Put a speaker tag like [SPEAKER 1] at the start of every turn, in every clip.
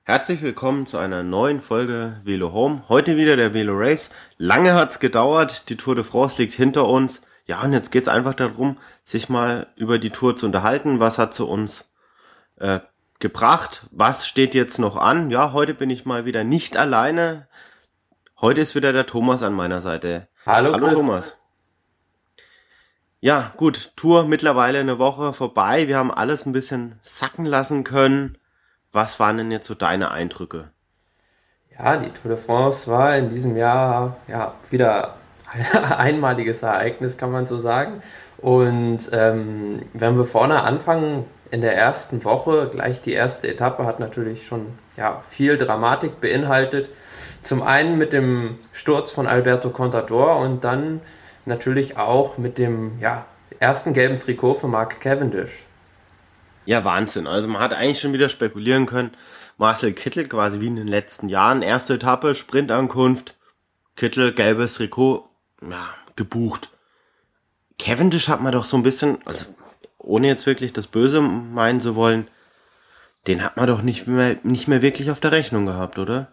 [SPEAKER 1] Herzlich willkommen zu einer neuen Folge Velo Home. Heute wieder der Velo Race. Lange hat's gedauert, die Tour de France liegt hinter uns. Ja, und jetzt geht's einfach darum, sich mal über die Tour zu unterhalten. Was hat sie uns gebracht? Was steht jetzt noch an? Ja, heute bin ich mal wieder nicht alleine. Heute ist wieder der Thomas an meiner Seite.
[SPEAKER 2] Hallo
[SPEAKER 1] Thomas. Ja, gut, Tour mittlerweile eine Woche vorbei. Wir haben alles ein bisschen sacken lassen können. Was waren denn jetzt so deine Eindrücke?
[SPEAKER 2] Ja, die Tour de France war in diesem Jahr wieder ein einmaliges Ereignis, kann man so sagen. Und wenn wir vorne anfangen, in der ersten Woche, gleich die erste Etappe hat natürlich schon viel Dramatik beinhaltet. Zum einen mit dem Sturz von Alberto Contador und dann natürlich auch mit dem ersten gelben Trikot für Mark Cavendish.
[SPEAKER 1] Ja, Wahnsinn. Also man hat eigentlich schon wieder spekulieren können, Marcel Kittel quasi wie in den letzten Jahren, erste Etappe, Sprintankunft, Kittel, gelbes Trikot, gebucht. Cavendish hat man doch so ein bisschen, also ohne jetzt wirklich das Böse meinen zu wollen, den hat man doch nicht mehr wirklich auf der Rechnung gehabt, oder?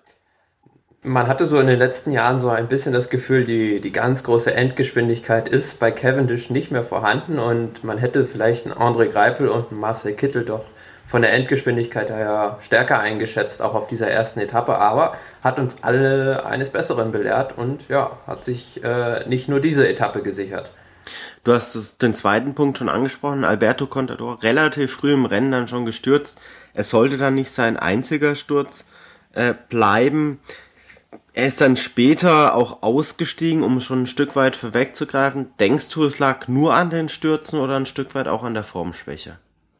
[SPEAKER 2] Man hatte so in den letzten Jahren so ein bisschen das Gefühl, die ganz große Endgeschwindigkeit ist bei Cavendish nicht mehr vorhanden und man hätte vielleicht einen André Greipel und einen Marcel Kittel doch von der Endgeschwindigkeit her stärker eingeschätzt, auch auf dieser ersten Etappe, aber hat uns alle eines Besseren belehrt und hat sich nicht nur diese Etappe gesichert.
[SPEAKER 1] Du hast den zweiten Punkt schon angesprochen, Alberto Contador relativ früh im Rennen dann schon gestürzt. Es sollte dann nicht sein einziger Sturz bleiben. Er ist dann später auch ausgestiegen, um schon ein Stück weit vorwegzugreifen. Denkst du, es lag nur an den Stürzen oder ein Stück weit auch an der Formschwäche?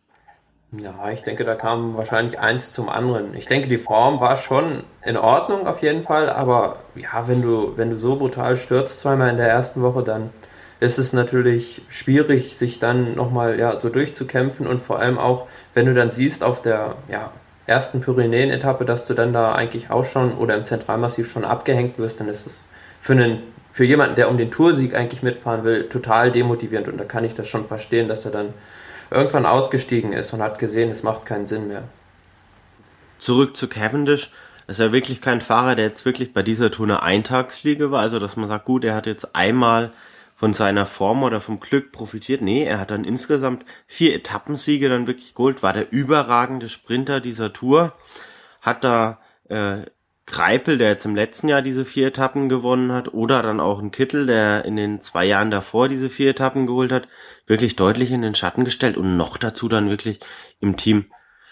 [SPEAKER 2] Ja, ich denke, da kam wahrscheinlich eins zum anderen. Ich denke, die Form war schon in Ordnung auf jeden Fall, aber wenn du so brutal stürzt zweimal in der ersten Woche, dann ist es natürlich schwierig, sich dann nochmal so durchzukämpfen und vor allem auch, wenn du dann siehst auf der ersten Pyrenäen-Etappe, dass du dann da eigentlich auch schon oder im Zentralmassiv schon abgehängt wirst, dann ist es für jemanden, der um den Toursieg eigentlich mitfahren will, total demotivierend und da kann ich das schon verstehen, dass er dann irgendwann ausgestiegen ist und hat gesehen, es macht keinen Sinn mehr.
[SPEAKER 1] Zurück zu Cavendish. Es ist ja wirklich kein Fahrer, der jetzt wirklich bei dieser Tour eine Eintagsfliege war, also dass man sagt, gut, er hat jetzt einmal von seiner Form oder vom Glück profitiert. Nee, er hat dann insgesamt 4 Etappensiege dann wirklich geholt, war der überragende Sprinter dieser Tour, hat da Greipel, der jetzt im letzten Jahr diese 4 Etappen gewonnen hat, oder dann auch ein Kittel, der in den 2 Jahren davor diese 4 Etappen geholt hat, wirklich deutlich in den Schatten gestellt und noch dazu dann wirklich im Team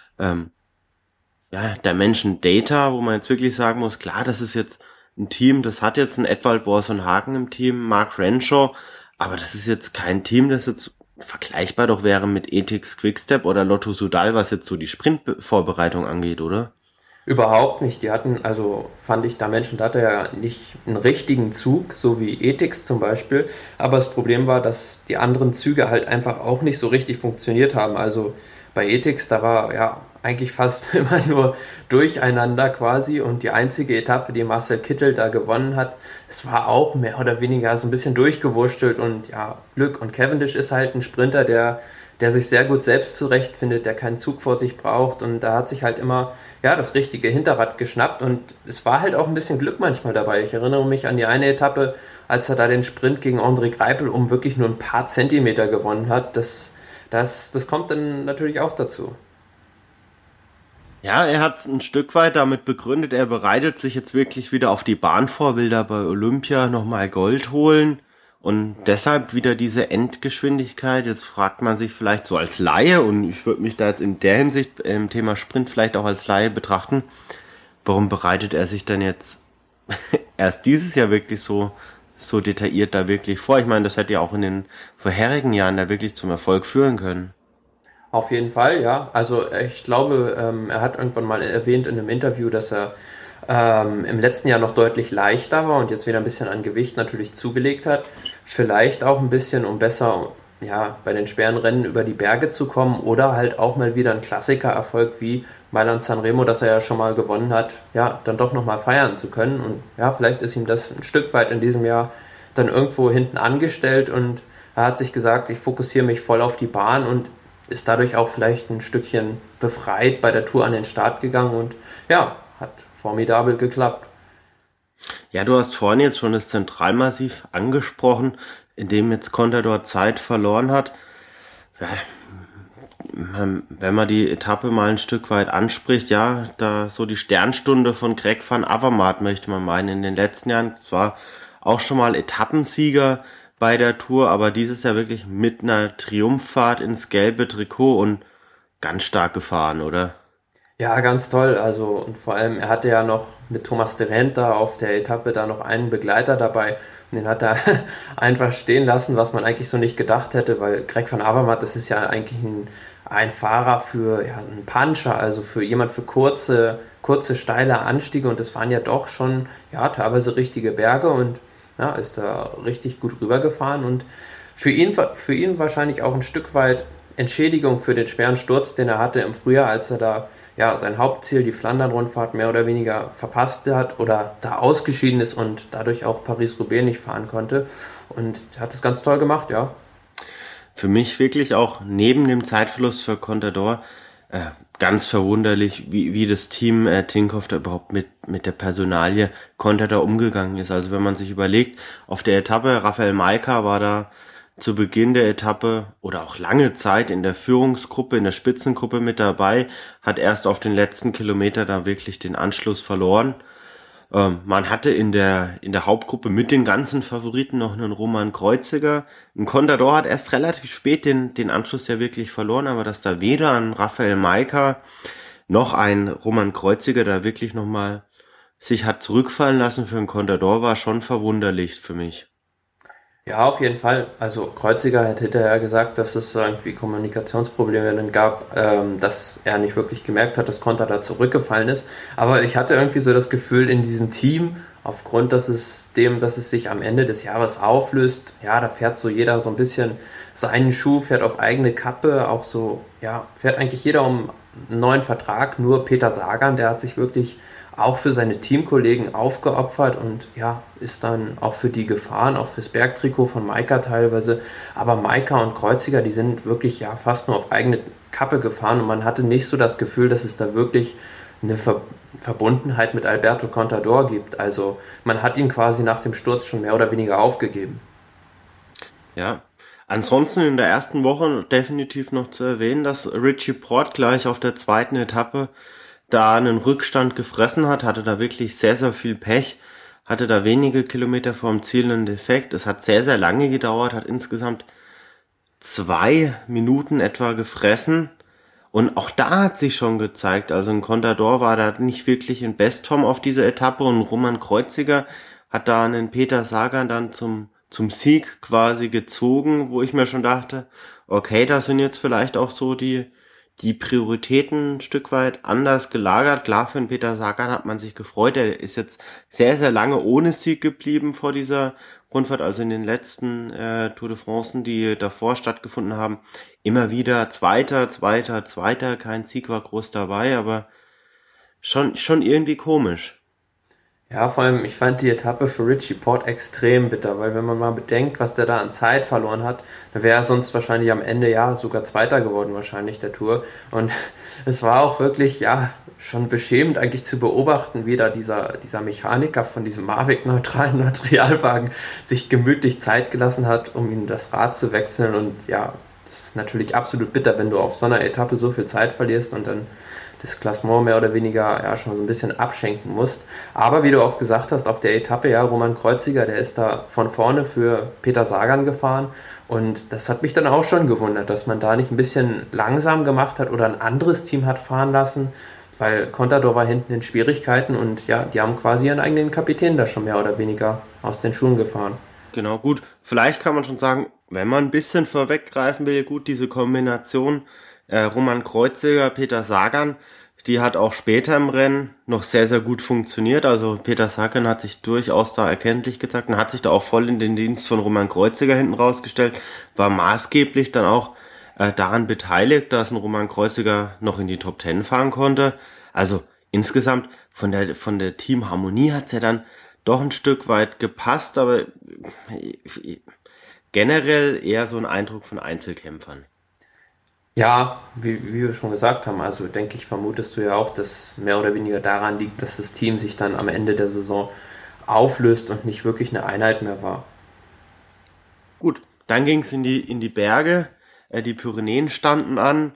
[SPEAKER 1] der Menschen Data, wo man jetzt wirklich sagen muss, klar, das ist jetzt ein Team, das hat jetzt einen Edvald Boasson-Hagen im Team, Mark Renshaw, aber das ist jetzt kein Team, das jetzt vergleichbar doch wäre mit Ethics Quickstep oder Lotto Soudal, was jetzt so die Sprintvorbereitung angeht, oder?
[SPEAKER 2] Überhaupt nicht. Die hatten, also fand ich, Menschen hatte ja nicht einen richtigen Zug, so wie Ethics zum Beispiel, aber das Problem war, dass die anderen Züge halt einfach auch nicht so richtig funktioniert haben. Also bei Ethics, da war eigentlich fast immer nur durcheinander quasi und die einzige Etappe, die Marcel Kittel da gewonnen hat, es war auch mehr oder weniger so ein bisschen durchgewurstelt und Glück. Und Cavendish ist halt ein Sprinter, der sich sehr gut selbst zurechtfindet, der keinen Zug vor sich braucht und da hat sich halt immer das richtige Hinterrad geschnappt und es war halt auch ein bisschen Glück manchmal dabei. Ich erinnere mich an die eine Etappe, als er da den Sprint gegen André Greipel um wirklich nur ein paar Zentimeter gewonnen hat. Das kommt dann natürlich auch dazu.
[SPEAKER 1] Ja, er hat es ein Stück weit damit begründet, er bereitet sich jetzt wirklich wieder auf die Bahn vor, will da bei Olympia nochmal Gold holen und deshalb wieder diese Endgeschwindigkeit. Jetzt fragt man sich vielleicht so als Laie, und ich würde mich da jetzt in der Hinsicht im Thema Sprint vielleicht auch als Laie betrachten, warum bereitet er sich dann jetzt erst dieses Jahr wirklich so detailliert da wirklich vor? Ich meine, das hätte ja auch in den vorherigen Jahren da wirklich zum Erfolg führen können.
[SPEAKER 2] Auf jeden Fall, ja. Also ich glaube, er hat irgendwann mal erwähnt in einem Interview, dass er im letzten Jahr noch deutlich leichter war und jetzt wieder ein bisschen an Gewicht natürlich zugelegt hat. Vielleicht auch ein bisschen, um besser bei den schweren Rennen über die Berge zu kommen oder halt auch mal wieder ein Klassikererfolg wie Mailand-San-Remo, das er ja schon mal gewonnen hat, dann doch nochmal feiern zu können. Und vielleicht ist ihm das ein Stück weit in diesem Jahr dann irgendwo hinten angestellt und er hat sich gesagt, ich fokussiere mich voll auf die Bahn und ist dadurch auch vielleicht ein Stückchen befreit bei der Tour an den Start gegangen und ja, hat formidabel geklappt.
[SPEAKER 1] Ja, du hast vorhin jetzt schon das Zentralmassiv angesprochen, in dem jetzt Contador Zeit verloren hat. Ja, wenn man die Etappe mal ein Stück weit anspricht, ja, da so die Sternstunde von Greg van Avermaet möchte man meinen. In den letzten Jahren zwar auch schon mal Etappensieger bei der Tour, aber dieses Jahr wirklich mit einer Triumphfahrt ins gelbe Trikot und ganz stark gefahren, oder?
[SPEAKER 2] Ja, ganz toll. Also, und vor allem, er hatte ja noch mit Thomas de Rent da auf der Etappe da noch einen Begleiter dabei. Und den hat er einfach stehen lassen, was man eigentlich so nicht gedacht hätte, weil Greg van Avermaet, das ist ja eigentlich ein Fahrer für ja, einen Puncher, also für jemand für kurze, steile Anstiege. Und das waren ja doch schon, ja, teilweise richtige Berge und ja, ist da richtig gut rübergefahren. Und für ihn wahrscheinlich auch ein Stück weit Entschädigung für den schweren Sturz, den er hatte im Frühjahr, als er da ja, sein Hauptziel, die Flandern-Rundfahrt, mehr oder weniger verpasst hat oder da ausgeschieden ist und dadurch auch Paris-Roubaix nicht fahren konnte. Und er hat es ganz toll gemacht, ja.
[SPEAKER 1] Für mich wirklich auch neben dem Zeitverlust für Contador ganz verwunderlich, wie das Team Tinkoff da überhaupt mit der Personalie Contador umgegangen ist. Also wenn man sich überlegt, auf der Etappe, Rafael Majka war da zu Beginn der Etappe oder auch lange Zeit in der Führungsgruppe, in der Spitzengruppe mit dabei, hat erst auf den letzten Kilometer da wirklich den Anschluss verloren. Man hatte in der Hauptgruppe mit den ganzen Favoriten noch einen Roman Kreuziger. Ein Contador hat erst relativ spät den Anschluss ja wirklich verloren, aber dass da weder ein Rafael Majka noch ein Roman Kreuziger da wirklich nochmal sich hat zurückfallen lassen für einen Contador, war schon verwunderlich für mich.
[SPEAKER 2] Ja, auf jeden Fall. Also Kreuziger hat hinterher gesagt, dass es irgendwie Kommunikationsprobleme dann gab, dass er nicht wirklich gemerkt hat, dass Konter da zurückgefallen ist. Aber ich hatte irgendwie so das Gefühl, in diesem Team, aufgrund, dass es sich am Ende des Jahres auflöst, ja, da fährt so jeder so ein bisschen seinen Schuh, fährt auf eigene Kappe, auch so, ja, fährt eigentlich jeder um einen neuen Vertrag. Nur Peter Sagan, der hat sich wirklich auch für seine Teamkollegen aufgeopfert und ja, ist dann auch für die gefahren, auch fürs Bergtrikot von Majka teilweise. Aber Majka und Kreuziger, die sind wirklich ja fast nur auf eigene Kappe gefahren und man hatte nicht so das Gefühl, dass es da wirklich eine Verbundenheit mit Alberto Contador gibt. Also man hat ihn quasi nach dem Sturz schon mehr oder weniger aufgegeben.
[SPEAKER 1] Ja, ansonsten in der ersten Woche definitiv noch zu erwähnen, dass Richie Porte gleich auf der zweiten Etappe da einen Rückstand gefressen hat, hatte da wirklich sehr, sehr viel Pech, hatte da wenige Kilometer vorm Ziel einen Defekt. Es hat sehr, sehr lange gedauert, hat insgesamt 2 Minuten etwa gefressen. Und auch da hat sich schon gezeigt, also ein Contador war da nicht wirklich in Bestform auf dieser Etappe und Roman Kreuziger hat da einen Peter Sagan dann zum Sieg quasi gezogen, wo ich mir schon dachte, okay, da sind jetzt vielleicht auch so die Prioritäten ein Stück weit anders gelagert. Klar, für den Peter Sagan hat man sich gefreut. Er ist jetzt sehr, sehr lange ohne Sieg geblieben vor dieser Rundfahrt, also in den letzten Tour de France, die davor stattgefunden haben. Immer wieder Zweiter, kein Sieg war groß dabei, aber schon irgendwie komisch.
[SPEAKER 2] Ja, vor allem, ich fand die Etappe für Richie Porte extrem bitter, weil wenn man mal bedenkt, was der da an Zeit verloren hat, dann wäre er sonst wahrscheinlich am Ende ja sogar Zweiter geworden wahrscheinlich der Tour. Und es war auch wirklich, ja, schon beschämend eigentlich zu beobachten, wie da dieser Mechaniker von diesem Mavic-neutralen Materialwagen sich gemütlich Zeit gelassen hat, um ihm das Rad zu wechseln. Und ja, das ist natürlich absolut bitter, wenn du auf so einer Etappe so viel Zeit verlierst und dann das Klassement mehr oder weniger ja schon so ein bisschen abschenken musst. Aber wie du auch gesagt hast, auf der Etappe, ja, Roman Kreuziger, der ist da von vorne für Peter Sagan gefahren und das hat mich dann auch schon gewundert, dass man da nicht ein bisschen langsam gemacht hat oder ein anderes Team hat fahren lassen, weil Contador war hinten in Schwierigkeiten und ja, die haben quasi ihren eigenen Kapitän da schon mehr oder weniger aus den Schuhen gefahren.
[SPEAKER 1] Genau, gut. Vielleicht kann man schon sagen, wenn man ein bisschen vorweggreifen will, gut, diese Kombination Roman Kreuziger, Peter Sagan, die hat auch später im Rennen noch sehr, sehr gut funktioniert. Also Peter Sagan hat sich durchaus da erkenntlich gezeigt und hat sich da auch voll in den Dienst von Roman Kreuziger hinten rausgestellt, war maßgeblich dann auch daran beteiligt, dass ein Roman Kreuziger noch in die Top 10 fahren konnte. Also insgesamt von der Teamharmonie hat's ja dann doch ein Stück weit gepasst, aber generell eher so ein Eindruck von Einzelkämpfern.
[SPEAKER 2] Ja, wie wir schon gesagt haben, also denke ich, vermutest du ja auch, dass mehr oder weniger daran liegt, dass das Team sich dann am Ende der Saison auflöst und nicht wirklich eine Einheit mehr war.
[SPEAKER 1] Gut, dann ging es in die Berge, die Pyrenäen standen an,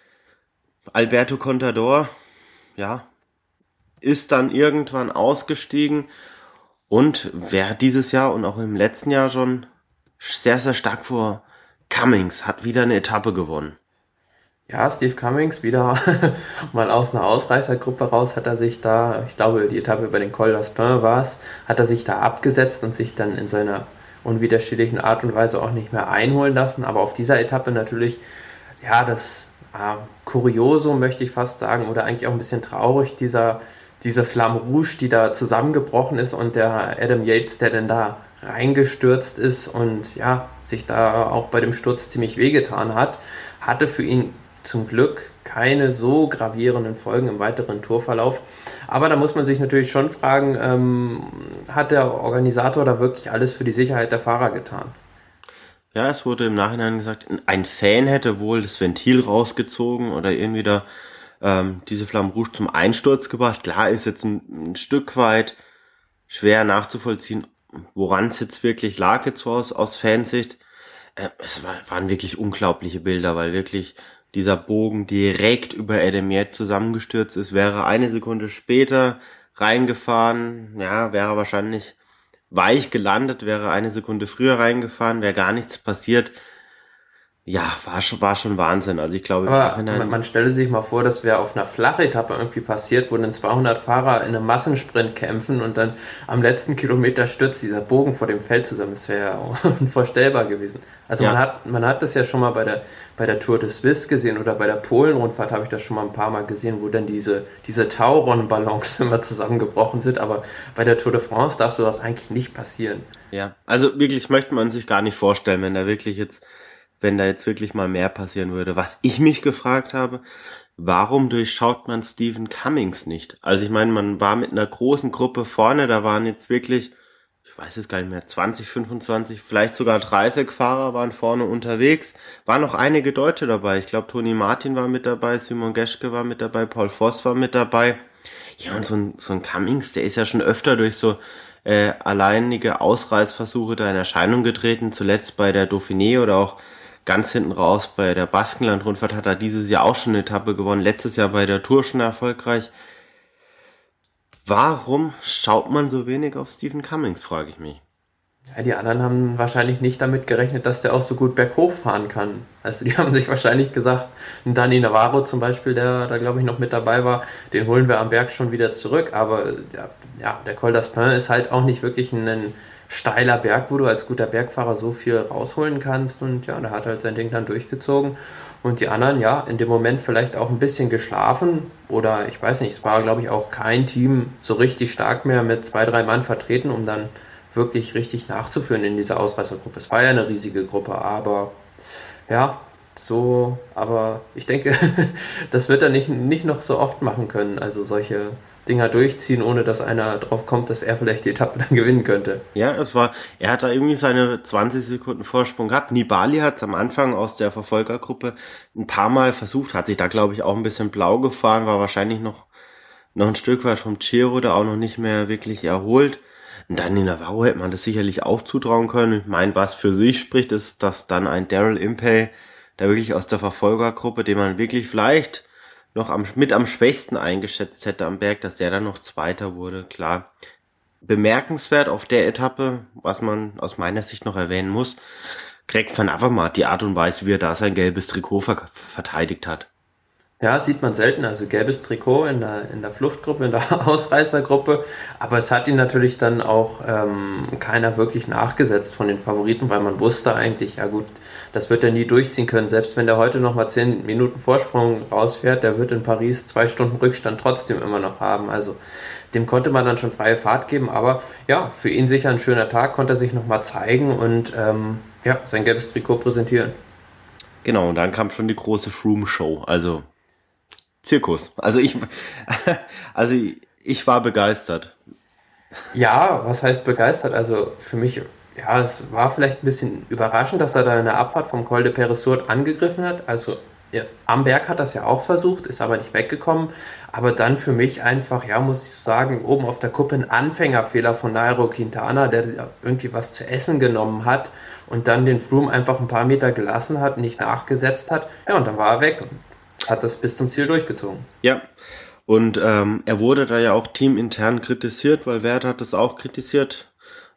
[SPEAKER 1] Alberto Contador, ja, ist dann irgendwann ausgestiegen und wer dieses Jahr und auch im letzten Jahr schon sehr, sehr stark vor Cummings hat wieder eine Etappe gewonnen.
[SPEAKER 2] Ja, Steve Cummings wieder mal aus einer Ausreißergruppe raus hat er sich da, ich glaube, die Etappe über den Col d'Aspin war es, hat er sich da abgesetzt und sich dann in seiner unwiderstehlichen Art und Weise auch nicht mehr einholen lassen. Aber auf dieser Etappe natürlich, ja, das Kuriosum möchte ich fast sagen, oder eigentlich auch ein bisschen traurig, diese Flamme Rouge, die da zusammengebrochen ist und der Adam Yates, der dann da reingestürzt ist und ja, sich da auch bei dem Sturz ziemlich wehgetan hat, hatte für ihn zum Glück keine so gravierenden Folgen im weiteren Tourverlauf. Aber da muss man sich natürlich schon fragen, hat der Organisator da wirklich alles für die Sicherheit der Fahrer getan?
[SPEAKER 1] Ja, es wurde im Nachhinein gesagt, ein Fan hätte wohl das Ventil rausgezogen oder irgendwie da diese Flamme Rouge zum Einsturz gebracht. Klar ist jetzt ein Stück weit schwer nachzuvollziehen, woran es jetzt wirklich lag jetzt so aus Fansicht. Waren wirklich unglaubliche Bilder, weil wirklich dieser Bogen direkt über Adam Yates zusammengestürzt ist, wäre eine Sekunde später reingefahren, ja, wäre wahrscheinlich weich gelandet, wäre eine Sekunde früher reingefahren, wäre gar nichts passiert. Ja, war schon Wahnsinn. Also ich glaube im
[SPEAKER 2] Aber
[SPEAKER 1] Nachhinein,
[SPEAKER 2] man stelle sich mal vor, das wäre auf einer Flachetappe irgendwie passiert, wo dann 200 Fahrer in einem Massensprint kämpfen und dann am letzten Kilometer stürzt dieser Bogen vor dem Feld zusammen. Das wäre ja unvorstellbar gewesen. Also
[SPEAKER 1] ja,
[SPEAKER 2] man hat das ja schon mal bei der Tour de Suisse gesehen oder bei der Polen-Rundfahrt habe ich das schon mal ein paar Mal gesehen, wo dann diese Tauron-Ballons immer zusammengebrochen sind. Aber bei der Tour de France darf sowas eigentlich nicht passieren.
[SPEAKER 1] ja. Also wirklich möchte man sich gar nicht vorstellen, wenn da jetzt wirklich mal mehr passieren würde. Was ich mich gefragt habe, warum durchschaut man Stephen Cummings nicht? Also ich meine, man war mit einer großen Gruppe vorne, da waren jetzt wirklich, ich weiß es gar nicht mehr, 20, 25, vielleicht sogar 30 Fahrer waren vorne unterwegs. Waren noch einige Deutsche dabei. Ich glaube, Toni Martin war mit dabei, Simon Geschke war mit dabei, Paul Voss war mit dabei. Ja, und so ein Cummings, der ist ja schon öfter durch so alleinige Ausreißversuche da in Erscheinung getreten, zuletzt bei der Dauphiné oder auch ganz hinten raus bei der Baskenland-Rundfahrt hat er dieses Jahr auch schon eine Etappe gewonnen, letztes Jahr bei der Tour schon erfolgreich. Warum schaut man so wenig auf Stephen Cummings, frage ich mich.
[SPEAKER 2] Ja, die anderen haben wahrscheinlich nicht damit gerechnet, dass der auch so gut berghoch fahren kann. Also die haben sich wahrscheinlich gesagt, ein Dani Navarro zum Beispiel, der da glaube ich noch mit dabei war, den holen wir am Berg schon wieder zurück. Aber der Col d'Aspin ist halt auch nicht wirklich ein steiler Berg, wo du als guter Bergfahrer so viel rausholen kannst. Und ja, der hat halt sein Ding dann durchgezogen. Und die anderen, ja, in dem Moment vielleicht auch ein bisschen geschlafen. Oder ich weiß nicht, es war glaube ich auch kein Team so richtig stark mehr mit zwei, drei Mann vertreten, um dann wirklich richtig nachzuführen in dieser Ausreißergruppe. Es war ja eine riesige Gruppe, aber ja, so, aber ich denke, das wird er nicht noch so oft machen können. Also solche Dinger durchziehen, ohne dass einer drauf kommt, dass er vielleicht die Etappe dann gewinnen könnte.
[SPEAKER 1] Ja, er hat da irgendwie seine 20 Sekunden Vorsprung gehabt. Nibali hat es am Anfang aus der Verfolgergruppe ein paar Mal versucht, hat sich da glaube ich auch ein bisschen blau gefahren, war wahrscheinlich noch ein Stück weit vom Giro da auch noch nicht mehr wirklich erholt. Und dann in Navarro hätte man das sicherlich auch zutrauen können. Ich meine, was für sich spricht, ist, dass dann ein Daryl Impey, der wirklich aus der Verfolgergruppe, den man wirklich vielleicht noch mit am schwächsten eingeschätzt hätte am Berg, dass der dann noch Zweiter wurde, klar. Bemerkenswert auf der Etappe, was man aus meiner Sicht noch erwähnen muss, Greg van Avermaet, die Art und Weise, wie er da sein gelbes Trikot verteidigt hat.
[SPEAKER 2] Ja, sieht man selten, also gelbes Trikot in der Fluchtgruppe, in der Ausreißergruppe, aber es hat ihn natürlich dann auch keiner wirklich nachgesetzt von den Favoriten, weil man wusste eigentlich, ja gut, das wird er nie durchziehen können, selbst wenn der heute nochmal 10 Minuten Vorsprung rausfährt, der wird in Paris 2 Stunden Rückstand trotzdem immer noch haben, also dem konnte man dann schon freie Fahrt geben, aber ja, für ihn sicher ein schöner Tag, konnte er sich nochmal zeigen und ja, sein gelbes Trikot präsentieren.
[SPEAKER 1] Genau, und dann kam schon die große Froome-Show, also Zirkus. Also ich war begeistert.
[SPEAKER 2] Ja, was heißt begeistert? Also für mich, es war vielleicht ein bisschen überraschend, dass er da in der Abfahrt vom Col de Peresur angegriffen hat. Also Ja, am Berg hat das ja auch versucht, ist aber nicht weggekommen. Aber dann für mich einfach, ja, muss ich so sagen, oben auf der Kuppe ein Anfängerfehler von Nairo Quintana, der irgendwie was zu essen genommen hat und dann den Froome einfach ein paar Meter gelassen hat, nicht nachgesetzt hat. Ja, und dann war er weg und hat das bis zum Ziel durchgezogen.
[SPEAKER 1] Ja, und er wurde da ja auch teamintern kritisiert, weil Wert hat es auch kritisiert,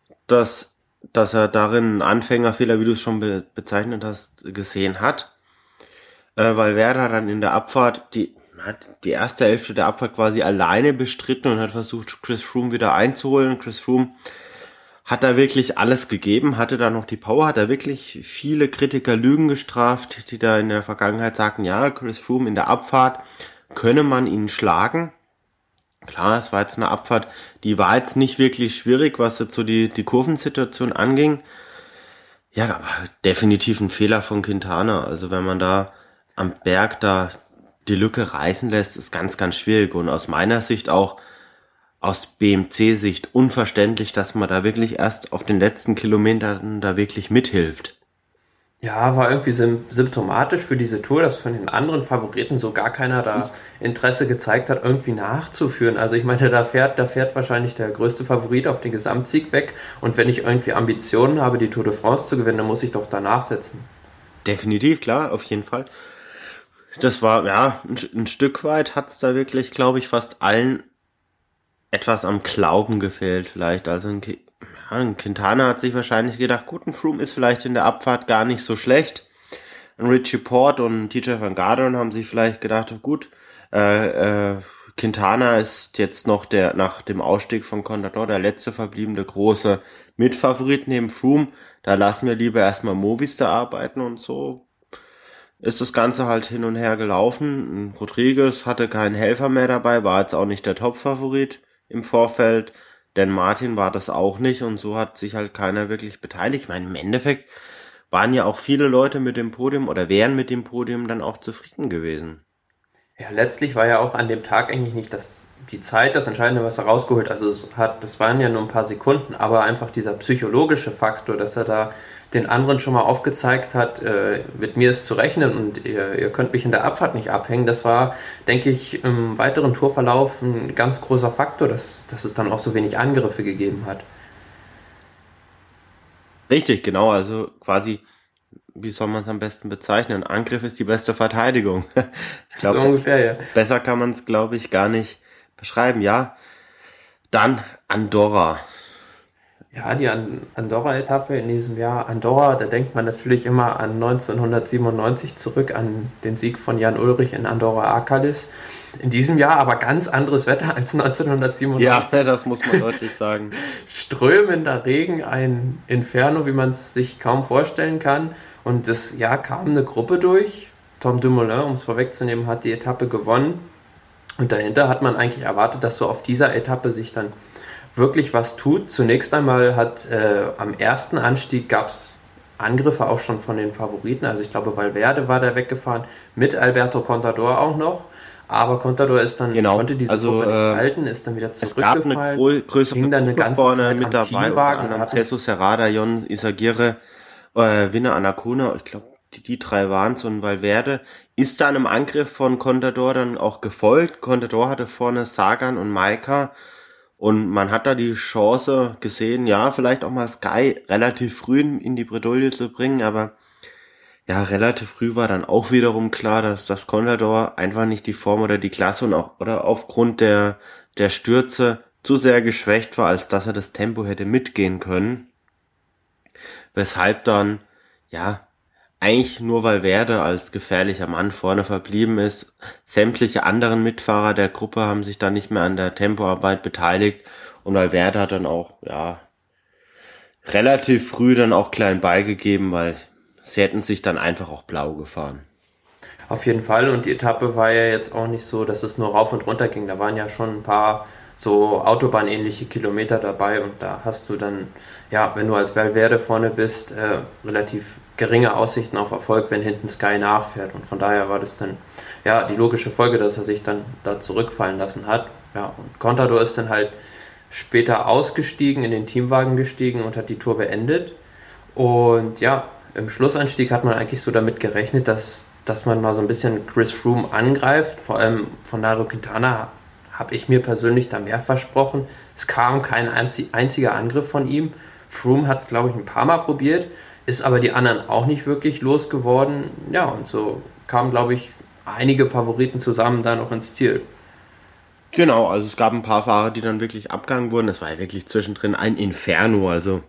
[SPEAKER 1] dass er darin einen Anfängerfehler, wie du es schon bezeichnet hast, gesehen hat. Weil Werder dann in der Abfahrt hat die erste Hälfte der Abfahrt quasi alleine bestritten und hat versucht, Chris Froome wieder einzuholen. Chris Froome hat da wirklich alles gegeben, hatte da noch die Power, hat da wirklich viele Kritiker Lügen gestraft, die da in der Vergangenheit sagten, ja, Chris Froome in der Abfahrt könne man ihn schlagen. Klar, es war jetzt eine Abfahrt, die war jetzt nicht wirklich schwierig, was jetzt so die Kurvensituation anging. Ja, aber definitiv ein Fehler von Quintana. Also wenn man da am Berg da die Lücke reißen lässt, ist ganz, ganz schwierig. Und aus meiner Sicht auch, aus BMC-Sicht unverständlich, dass man da wirklich erst auf den letzten Kilometern da wirklich mithilft.
[SPEAKER 2] Ja, war irgendwie symptomatisch für diese Tour, dass von den anderen Favoriten so gar keiner da Interesse gezeigt hat, irgendwie nachzuführen. Also ich meine, da fährt wahrscheinlich der größte Favorit auf den Gesamtsieg weg. Und wenn ich irgendwie Ambitionen habe, die Tour de France zu gewinnen, dann muss ich doch danach setzen.
[SPEAKER 1] Definitiv, klar, auf jeden Fall. Das war, ja, ein Stück weit hat's da wirklich, glaube ich, fast allen etwas am Glauben gefehlt vielleicht. Also ein Quintana hat sich wahrscheinlich gedacht, gut, ein Froome ist vielleicht in der Abfahrt gar nicht so schlecht. Ein Richie Porte und TJ van Garderen haben sich vielleicht gedacht, gut, Quintana ist jetzt noch nach dem Ausstieg von Contador der letzte verbliebene große Mitfavorit neben Froome. Da lassen wir lieber erstmal Movistar arbeiten und so ist das Ganze halt hin und her gelaufen. Rodriguez hatte keinen Helfer mehr dabei, war jetzt auch nicht der Top-Favorit im Vorfeld. Dan Martin war das auch nicht und so hat sich halt keiner wirklich beteiligt. Ich meine, im Endeffekt waren ja auch viele Leute mit dem Podium oder wären mit dem Podium dann auch zufrieden gewesen.
[SPEAKER 2] Ja, letztlich war ja auch an dem Tag eigentlich nicht die Zeit das Entscheidende, was er rausgeholt. Also das waren ja nur ein paar Sekunden, aber einfach dieser psychologische Faktor, dass er da den anderen schon mal aufgezeigt hat, mit mir ist zu rechnen und ihr könnt mich in der Abfahrt nicht abhängen. Das war, denke ich, im weiteren Tourverlauf ein ganz großer Faktor, dass es dann auch so wenig Angriffe gegeben hat.
[SPEAKER 1] Richtig, genau, also quasi, wie soll man es am besten bezeichnen? Angriff ist die beste Verteidigung. Ich glaube, so ungefähr, ja. Besser kann man es, glaube ich, gar nicht beschreiben. Ja, dann Andorra.
[SPEAKER 2] Ja, die Andorra-Etappe in diesem Jahr. Andorra, da denkt man natürlich immer an 1997 zurück, an den Sieg von Jan Ullrich in Andorra-Arcalis. In diesem Jahr aber ganz anderes Wetter als 1997.
[SPEAKER 1] Ja, das muss man deutlich sagen.
[SPEAKER 2] Strömender Regen, ein Inferno, wie man es sich kaum vorstellen kann. Und das Jahr kam eine Gruppe durch. Tom Dumoulin, um es vorwegzunehmen, hat die Etappe gewonnen. Und dahinter hat man eigentlich erwartet, dass so auf dieser Etappe sich dann wirklich was tut. Zunächst einmal am ersten Anstieg gab es Angriffe auch schon von den Favoriten. Also ich glaube, Valverde war da weggefahren, mit Alberto Contador auch noch. Aber Contador ist dann,
[SPEAKER 1] konnte diese Gruppe nicht halten, ist dann wieder zurückgefallen. Es gab eine größere
[SPEAKER 2] Gruppe eine ganze
[SPEAKER 1] vorne
[SPEAKER 2] Zeit
[SPEAKER 1] mit dabei, unter anderem Jesus Herrada, Jon Izagirre, Winner Anacona, ich glaube, die drei waren es, und Valverde ist dann im Angriff von Contador dann auch gefolgt. Contador hatte vorne Sagan und Maika. Und man hat da die Chance gesehen, ja, vielleicht auch mal Sky relativ früh in die Bredouille zu bringen, aber ja, relativ früh war dann auch wiederum klar, dass das Contador einfach nicht die Form oder die Klasse und auch oder aufgrund der Stürze zu sehr geschwächt war, als dass er das Tempo hätte mitgehen können. Weshalb dann, ja, eigentlich nur Valverde als gefährlicher Mann vorne verblieben ist. Sämtliche anderen Mitfahrer der Gruppe haben sich dann nicht mehr an der Tempoarbeit beteiligt und Valverde hat dann auch, ja, relativ früh dann auch klein beigegeben, weil sie hätten sich dann einfach auch blau gefahren.
[SPEAKER 2] Auf jeden Fall, und die Etappe war ja jetzt auch nicht so, dass es nur rauf und runter ging. Da waren ja schon ein paar so autobahnähnliche Kilometer dabei und da hast du dann, ja, wenn du als Valverde vorne bist, relativ geringe Aussichten auf Erfolg, wenn hinten Sky nachfährt, und von daher war das dann, ja, die logische Folge, dass er sich dann da zurückfallen lassen hat. Ja, und Contador ist dann halt später ausgestiegen, in den Teamwagen gestiegen und hat die Tour beendet. Und ja, im Schlussanstieg hat man eigentlich so damit gerechnet, dass dass man mal so ein bisschen Chris Froome angreift. Vor allem von Nairo Quintana habe ich mir persönlich da mehr versprochen. Es kam kein einziger Angriff von ihm. Froome hat es, glaube ich, ein paar Mal probiert, ist aber die anderen auch nicht wirklich losgeworden. Ja, und so kamen, glaube ich, einige Favoriten zusammen da noch ins Ziel.
[SPEAKER 1] Genau, also es gab ein paar Fahrer, die dann wirklich abgehangen wurden. Das war ja wirklich zwischendrin ein Inferno. Also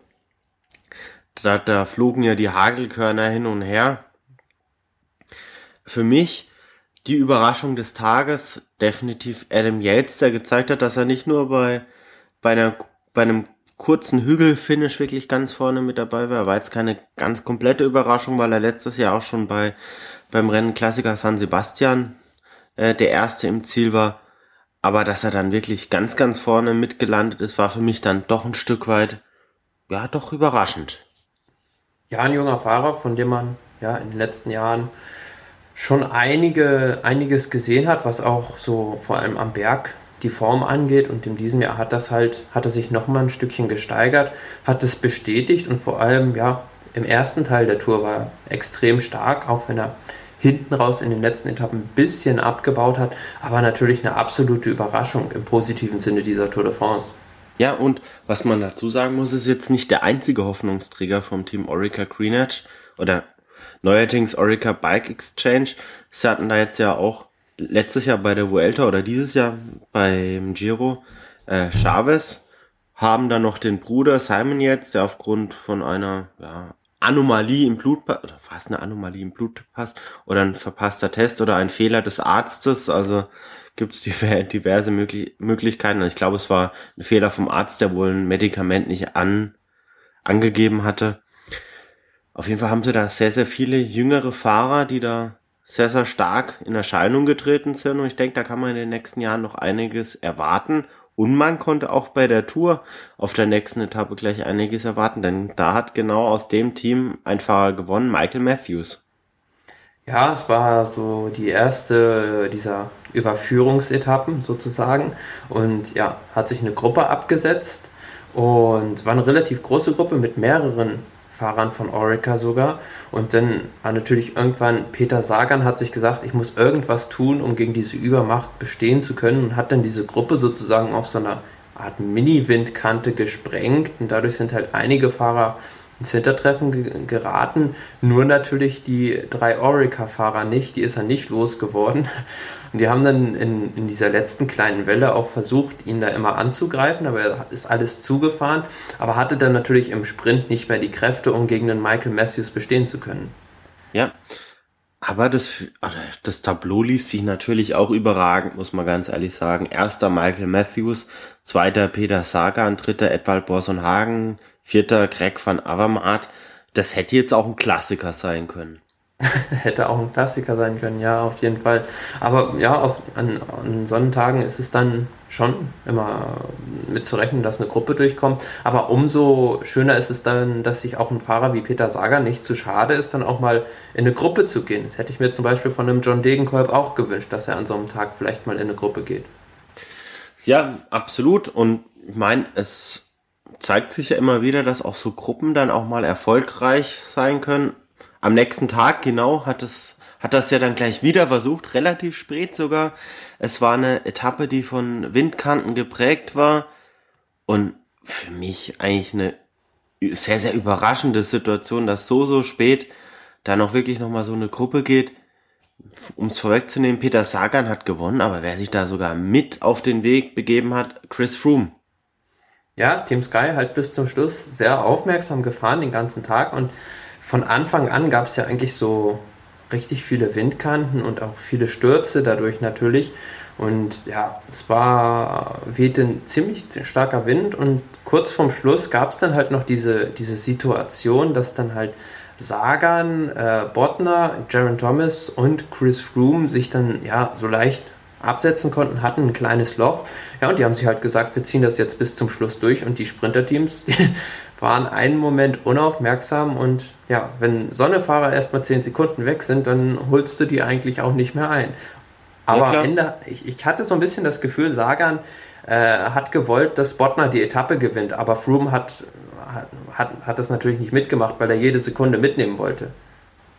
[SPEAKER 1] da flogen ja die Hagelkörner hin und her. Für mich die Überraschung des Tages definitiv Adam Yates, der gezeigt hat, dass er nicht nur bei einem kurzen Hügelfinish wirklich ganz vorne mit dabei war. War jetzt keine ganz komplette Überraschung, weil er letztes Jahr auch schon beim Rennen Klassiker San Sebastian der Erste im Ziel war. Aber dass er dann wirklich ganz, ganz vorne mitgelandet ist, war für mich dann doch ein Stück weit, ja, doch überraschend.
[SPEAKER 2] Ja, ein junger Fahrer, von dem man ja in den letzten Jahren schon einiges gesehen hat, was auch so vor allem am Berg die Form angeht. Und in diesem Jahr hat er sich nochmal ein Stückchen gesteigert, hat es bestätigt und vor allem, ja, im ersten Teil der Tour war er extrem stark, auch wenn er hinten raus in den letzten Etappen ein bisschen abgebaut hat, aber natürlich eine absolute Überraschung im positiven Sinne dieser Tour de France.
[SPEAKER 1] Ja, und was man dazu sagen muss, ist jetzt nicht der einzige Hoffnungsträger vom Team Orica Greenedge oder neuerdings Orica Bike Exchange. Sie hatten da jetzt ja auch letztes Jahr bei der Vuelta oder dieses Jahr beim Giro Chavez, haben dann noch den Bruder Simon jetzt, der aufgrund von einer Anomalie im Blutpass, oder was eine Anomalie im Blutpass, oder ein verpasster Test oder ein Fehler des Arztes, also gibt es diverse Möglichkeiten. Ich glaube, es war ein Fehler vom Arzt, der wohl ein Medikament nicht angegeben hatte. Auf jeden Fall haben sie da sehr, sehr viele jüngere Fahrer, die da sehr, sehr stark in Erscheinung getreten sind. Und ich denke, da kann man in den nächsten Jahren noch einiges erwarten. Und man konnte auch bei der Tour auf der nächsten Etappe gleich einiges erwarten, denn da hat genau aus dem Team ein Fahrer gewonnen, Michael Matthews.
[SPEAKER 2] Ja, es war so die erste dieser Überführungsetappen sozusagen und ja, hat sich eine Gruppe abgesetzt und war eine relativ große Gruppe mit mehreren Fahrern von Orica sogar. Und dann war natürlich irgendwann Peter Sagan hat sich gesagt, ich muss irgendwas tun, um gegen diese Übermacht bestehen zu können und hat dann diese Gruppe sozusagen auf so einer Art Mini-Windkante gesprengt und dadurch sind halt einige Fahrer ins Hintertreffen geraten, nur natürlich die 3 Orica-Fahrer nicht, die ist er nicht losgeworden. Und die haben dann in dieser letzten kleinen Welle auch versucht, ihn da immer anzugreifen, aber er ist alles zugefahren, aber hatte dann natürlich im Sprint nicht mehr die Kräfte, um gegen den Michael Matthews bestehen zu können.
[SPEAKER 1] Ja, aber das Tableau liest sich natürlich auch überragend, muss man ganz ehrlich sagen. Erster Michael Matthews, zweiter Peter Sagan, dritter Edvald Boasson Hagen, vierter Greg van Avermaet. Das hätte jetzt auch ein Klassiker sein können.
[SPEAKER 2] Hätte auch ein Klassiker sein können, ja, auf jeden Fall. Aber ja, an Sonntagen ist es dann schon immer mit zu rechnen, dass eine Gruppe durchkommt. Aber umso schöner ist es dann, dass sich auch ein Fahrer wie Peter Sagan nicht zu schade ist, dann auch mal in eine Gruppe zu gehen. Das hätte ich mir zum Beispiel von einem John Degenkolb auch gewünscht, dass er an so einem Tag vielleicht mal in eine Gruppe geht.
[SPEAKER 1] Ja, absolut. Und ich meine, es zeigt sich ja immer wieder, dass auch so Gruppen dann auch mal erfolgreich sein können. Am nächsten Tag, genau, hat das ja dann gleich wieder versucht, relativ spät sogar. Es war eine Etappe, die von Windkanten geprägt war und für mich eigentlich eine sehr, sehr überraschende Situation, dass so spät da noch wirklich nochmal so eine Gruppe geht. Um es vorwegzunehmen, Peter Sagan hat gewonnen, aber wer sich da sogar mit auf den Weg begeben hat, Chris Froome.
[SPEAKER 2] Ja, Team Sky halt bis zum Schluss sehr aufmerksam gefahren den ganzen Tag und von Anfang an gab es ja eigentlich so richtig viele Windkanten und auch viele Stürze dadurch natürlich. Und ja, wehte ein ziemlich starker Wind und kurz vorm Schluss gab es dann halt noch diese Situation, dass dann halt Sagan, Bodnar, Geraint Thomas und Chris Froome sich dann ja so leicht absetzen konnten, hatten ein kleines Loch. Ja, und die haben sich halt gesagt, wir ziehen das jetzt bis zum Schluss durch und die Sprinterteams, die waren einen Moment unaufmerksam und ja, wenn so eine Fahrer erstmal 10 Sekunden weg sind, dann holst du die eigentlich auch nicht mehr ein. Aber
[SPEAKER 1] Ja,
[SPEAKER 2] am
[SPEAKER 1] klar.
[SPEAKER 2] Ende, ich hatte so ein bisschen das Gefühl, Sagan hat gewollt, dass Bodnar die Etappe gewinnt, aber Froome hat das natürlich nicht mitgemacht, weil er jede Sekunde mitnehmen wollte.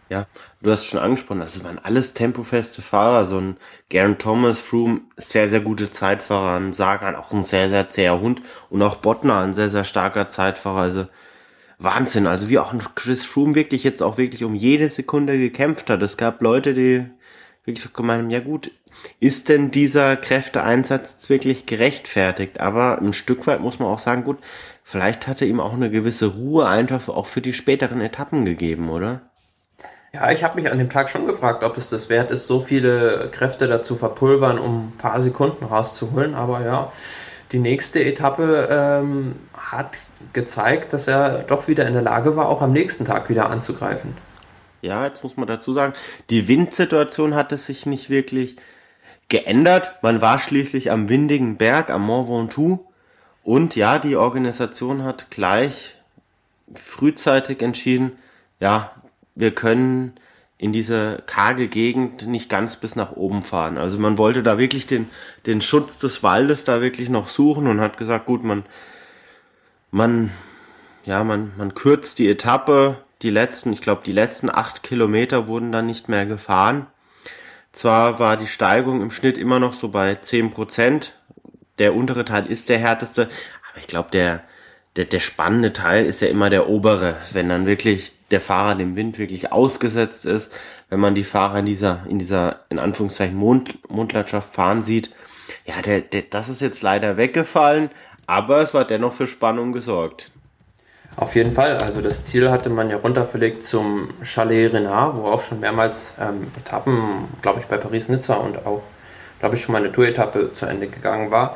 [SPEAKER 1] Ja, du hast schon angesprochen, das waren alles tempofeste Fahrer, so ein Geraint Thomas, Froome, sehr, sehr gute Zeitfahrer, ein Sagan, auch ein sehr, sehr zäher Hund und auch Bodnar, ein sehr, sehr starker Zeitfahrer, also Wahnsinn, also wie auch ein Chris Froome wirklich jetzt auch wirklich um jede Sekunde gekämpft hat. Es gab Leute, die wirklich gemeint haben, ja gut, ist denn dieser Kräfteeinsatz jetzt wirklich gerechtfertigt? Aber ein Stück weit muss man auch sagen, gut, vielleicht hatte ihm auch eine gewisse Ruhe einfach auch für die späteren Etappen gegeben, oder?
[SPEAKER 2] Ja, ich habe mich an dem Tag schon gefragt, ob es das wert ist, so viele Kräfte dazu verpulvern, um ein paar Sekunden rauszuholen. Aber ja, die nächste Etappe hat gezeigt, dass er doch wieder in der Lage war, auch am nächsten Tag wieder anzugreifen.
[SPEAKER 1] Ja, jetzt muss man dazu sagen, die Windsituation hatte sich nicht wirklich geändert. Man war schließlich am windigen Berg, am Mont Ventoux. Und ja, die Organisation hat gleich frühzeitig entschieden, ja, wir können in diese karge Gegend nicht ganz bis nach oben fahren. Also man wollte da wirklich den Schutz des Waldes da wirklich noch suchen und hat gesagt, gut, man kürzt die Etappe, die letzten 8 Kilometer wurden dann nicht mehr gefahren. Zwar war die Steigung im Schnitt immer noch so bei 10%, der untere Teil ist der härteste, aber ich glaube, der spannende Teil ist ja immer der obere, wenn dann wirklich der Fahrer dem Wind wirklich ausgesetzt ist, wenn man die Fahrer in dieser in Anführungszeichen Mondlandschaft fahren sieht. Ja, das ist jetzt leider weggefallen, aber es war dennoch für Spannung gesorgt.
[SPEAKER 2] Auf jeden Fall, also das Ziel hatte man ja runterverlegt zum Chalet Renard, wo auch schon mehrmals Etappen, glaube ich, bei Paris-Nizza und auch, glaube ich, schon mal eine Tour-Etappe zu Ende gegangen war.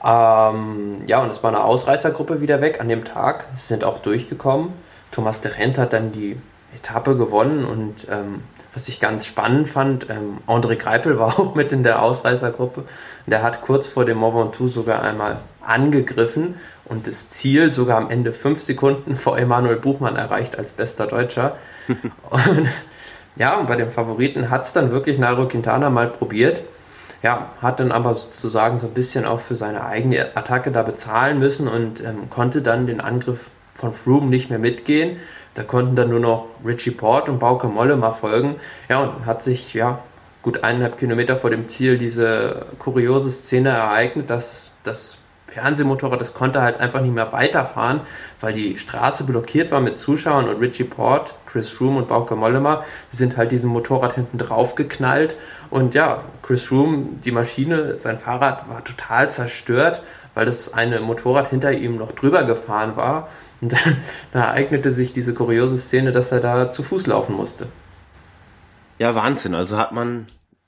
[SPEAKER 2] Ja, und es war eine Ausreißergruppe wieder weg an dem Tag. Sie sind auch durchgekommen. Thomas de Gendt hat dann die Etappe gewonnen und was ich ganz spannend fand, André Greipel war auch mit in der Ausreißergruppe. Der hat kurz vor dem Mont Ventoux sogar einmal angegriffen und das Ziel sogar am Ende 5 Sekunden vor Emanuel Buchmann erreicht als bester Deutscher. Und ja, und bei den Favoriten hat es dann wirklich Nairo Quintana mal probiert. Ja, hat dann aber sozusagen so ein bisschen auch für seine eigene Attacke da bezahlen müssen und konnte dann den Angriff von Froome nicht mehr mitgehen. Da konnten dann nur noch Richie Porte und Bauke Mollema folgen. Ja, und hat sich ja gut 1,5 Kilometer vor dem Ziel diese kuriose Szene ereignet, dass das Fernsehmotorrad, das konnte halt einfach nicht mehr weiterfahren, weil die Straße blockiert war mit Zuschauern und Richie Porte, Chris Froome und Bauke Mollema, die sind halt diesem Motorrad hinten drauf geknallt und ja, Chris Froome, die Maschine, sein Fahrrad war total zerstört, weil das eine Motorrad hinter ihm noch drüber gefahren war und dann ereignete sich diese kuriose Szene, dass er da zu Fuß laufen musste.
[SPEAKER 1] Ja, Wahnsinn, also hat man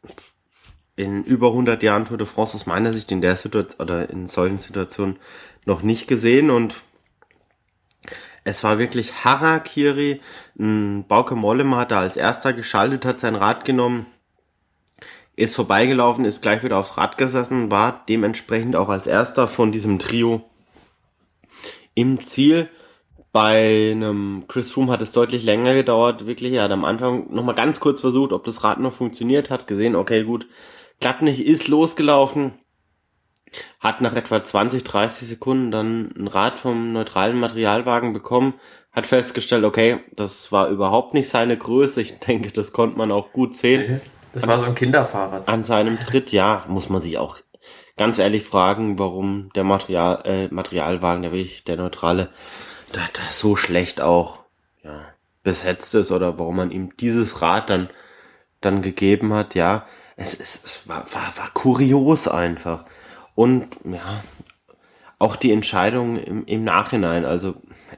[SPEAKER 1] in über 100 Jahren Tour de France aus meiner Sicht in der Situation oder in solchen Situationen noch nicht gesehen und es war wirklich Harakiri. Bauke Mollema hat da als erster geschaltet, hat sein Rad genommen, ist vorbeigelaufen, ist gleich wieder aufs Rad gesessen, war dementsprechend auch als erster von diesem Trio im Ziel. Bei einem Chris Froome hat es deutlich länger gedauert, wirklich, er hat am Anfang nochmal ganz kurz versucht, ob das Rad noch funktioniert, hat gesehen, okay, gut, klappt nicht, ist losgelaufen, hat nach etwa 20, 30 Sekunden dann ein Rad vom neutralen Materialwagen bekommen, hat festgestellt, okay, das war überhaupt nicht seine Größe, ich denke, das konnte man auch gut sehen.
[SPEAKER 2] Das war so ein Kinderfahrrad.
[SPEAKER 1] An seinem Tritt, ja, muss man sich auch ganz ehrlich fragen, warum der Materialwagen, der neutrale, da so schlecht auch besetzt ist oder warum man ihm dieses Rad dann gegeben hat, ja, es war kurios einfach. Und ja, auch die Entscheidung im Nachhinein, also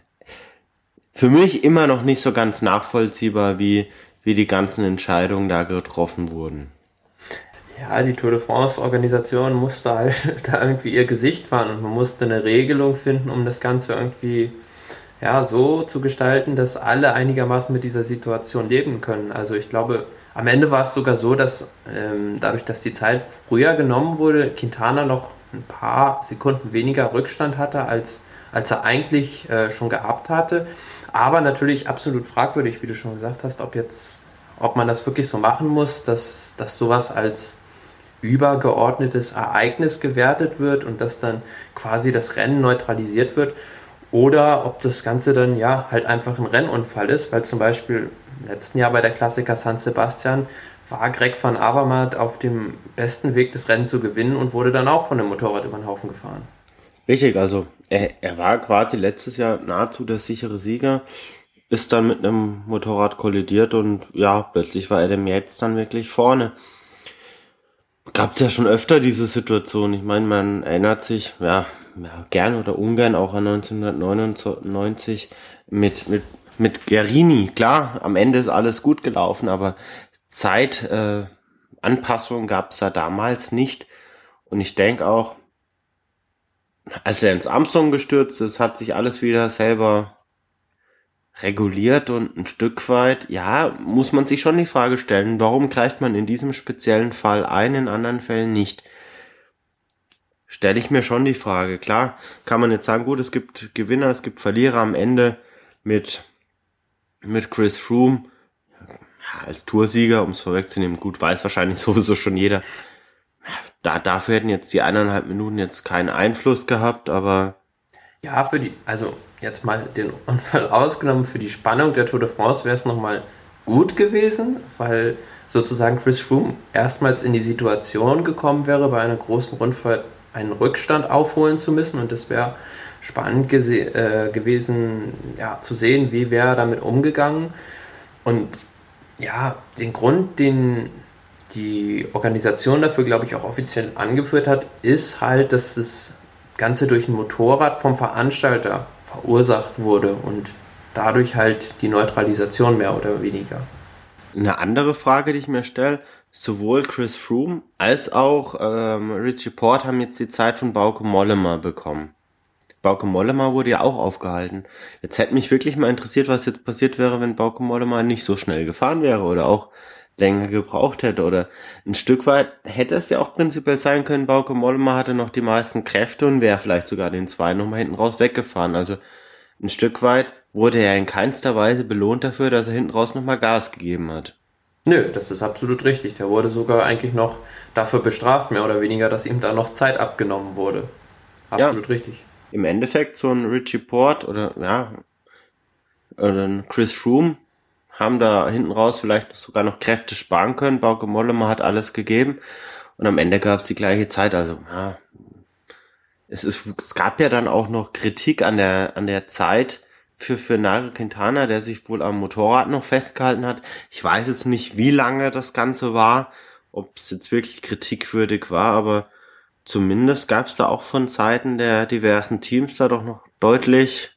[SPEAKER 1] für mich immer noch nicht so ganz nachvollziehbar, wie die ganzen Entscheidungen da getroffen wurden.
[SPEAKER 2] Ja, die Tour de France-Organisation musste halt da irgendwie ihr Gesicht wahren und man musste eine Regelung finden, um das Ganze irgendwie so zu gestalten, dass alle einigermaßen mit dieser Situation leben können. Also ich glaube, am Ende war es sogar so, dass dadurch, dass die Zeit früher genommen wurde, Quintana noch ein paar Sekunden weniger Rückstand hatte, als er eigentlich schon gehabt hatte. Aber natürlich absolut fragwürdig, wie du schon gesagt hast, ob man das wirklich so machen muss, dass sowas als übergeordnetes Ereignis gewertet wird und dass dann quasi das Rennen neutralisiert wird. oder ob das Ganze dann ja halt einfach ein Rennunfall ist, weil zum Beispiel im letzten Jahr bei der Klassiker San Sebastian war Greg van Avermaet auf dem besten Weg, das Rennen zu gewinnen und wurde dann auch von dem Motorrad über den Haufen gefahren.
[SPEAKER 1] Richtig, also er war quasi letztes Jahr nahezu der sichere Sieger, ist dann mit einem Motorrad kollidiert und ja, plötzlich war Adam Yates dann wirklich vorne. Gab es ja schon öfter diese Situation. Ich meine, man erinnert sich, ja, gern oder ungern auch an 1999 mit Guerini. Klar, am Ende ist alles gut gelaufen, aber Anpassung gab es da damals nicht. Und ich denke auch, als Lance Armstrong gestürzt ist, hat sich alles wieder selber reguliert und ein Stück weit, ja, muss man sich schon die Frage stellen, warum greift man in diesem speziellen Fall ein, in anderen Fällen nicht? Stelle ich mir schon die Frage. Klar, kann man jetzt sagen, gut, es gibt Gewinner, es gibt Verlierer am Ende mit Chris Froome, ja, als Toursieger, um es vorwegzunehmen, gut, weiß wahrscheinlich sowieso schon jeder. Dafür hätten jetzt die 1,5 Minuten jetzt keinen Einfluss gehabt, aber
[SPEAKER 2] ja, also jetzt mal den Unfall ausgenommen, für die Spannung der Tour de France wäre es nochmal gut gewesen, weil sozusagen Chris Froome erstmals in die Situation gekommen wäre, bei einer großen Rundfahrt einen Rückstand aufholen zu müssen, und das wäre spannend gewesen, ja, zu sehen, wie wäre er damit umgegangen. Und ja, den Grund, den die Organisation dafür, glaube ich, auch offiziell angeführt hat, ist halt, dass das Ganze durch ein Motorrad vom Veranstalter verursacht wurde und dadurch halt die Neutralisation mehr oder weniger.
[SPEAKER 1] Eine andere Frage, die ich mir stelle, sowohl Chris Froome als auch Richie Porte haben jetzt die Zeit von Bauke Mollema bekommen. Bauke Mollema wurde ja auch aufgehalten. Jetzt hätte mich wirklich mal interessiert, was jetzt passiert wäre, wenn Bauke Mollema nicht so schnell gefahren wäre oder auch länger gebraucht hätte, oder ein Stück weit hätte es ja auch prinzipiell sein können, Bauke Mollema hatte noch die meisten Kräfte und wäre vielleicht sogar den 2 nochmal hinten raus weggefahren. Also ein Stück weit wurde er in keinster Weise belohnt dafür, dass er hinten raus nochmal Gas gegeben hat.
[SPEAKER 2] Nö, das ist absolut richtig. Der wurde sogar eigentlich noch dafür bestraft, mehr oder weniger, dass ihm da noch Zeit abgenommen wurde. Absolut ja, richtig.
[SPEAKER 1] Im Endeffekt so ein Richie Porte oder ein Chris Froome haben da hinten raus vielleicht sogar noch Kräfte sparen können. Bauke Mollema hat alles gegeben und am Ende gab es die gleiche Zeit. Also ja, es gab ja dann auch noch Kritik an der Zeit für Nairo Quintana, der sich wohl am Motorrad noch festgehalten hat. Ich weiß jetzt nicht, wie lange das Ganze war, ob es jetzt wirklich kritikwürdig war, aber zumindest gab es da auch von Seiten der diversen Teams da doch noch deutlich,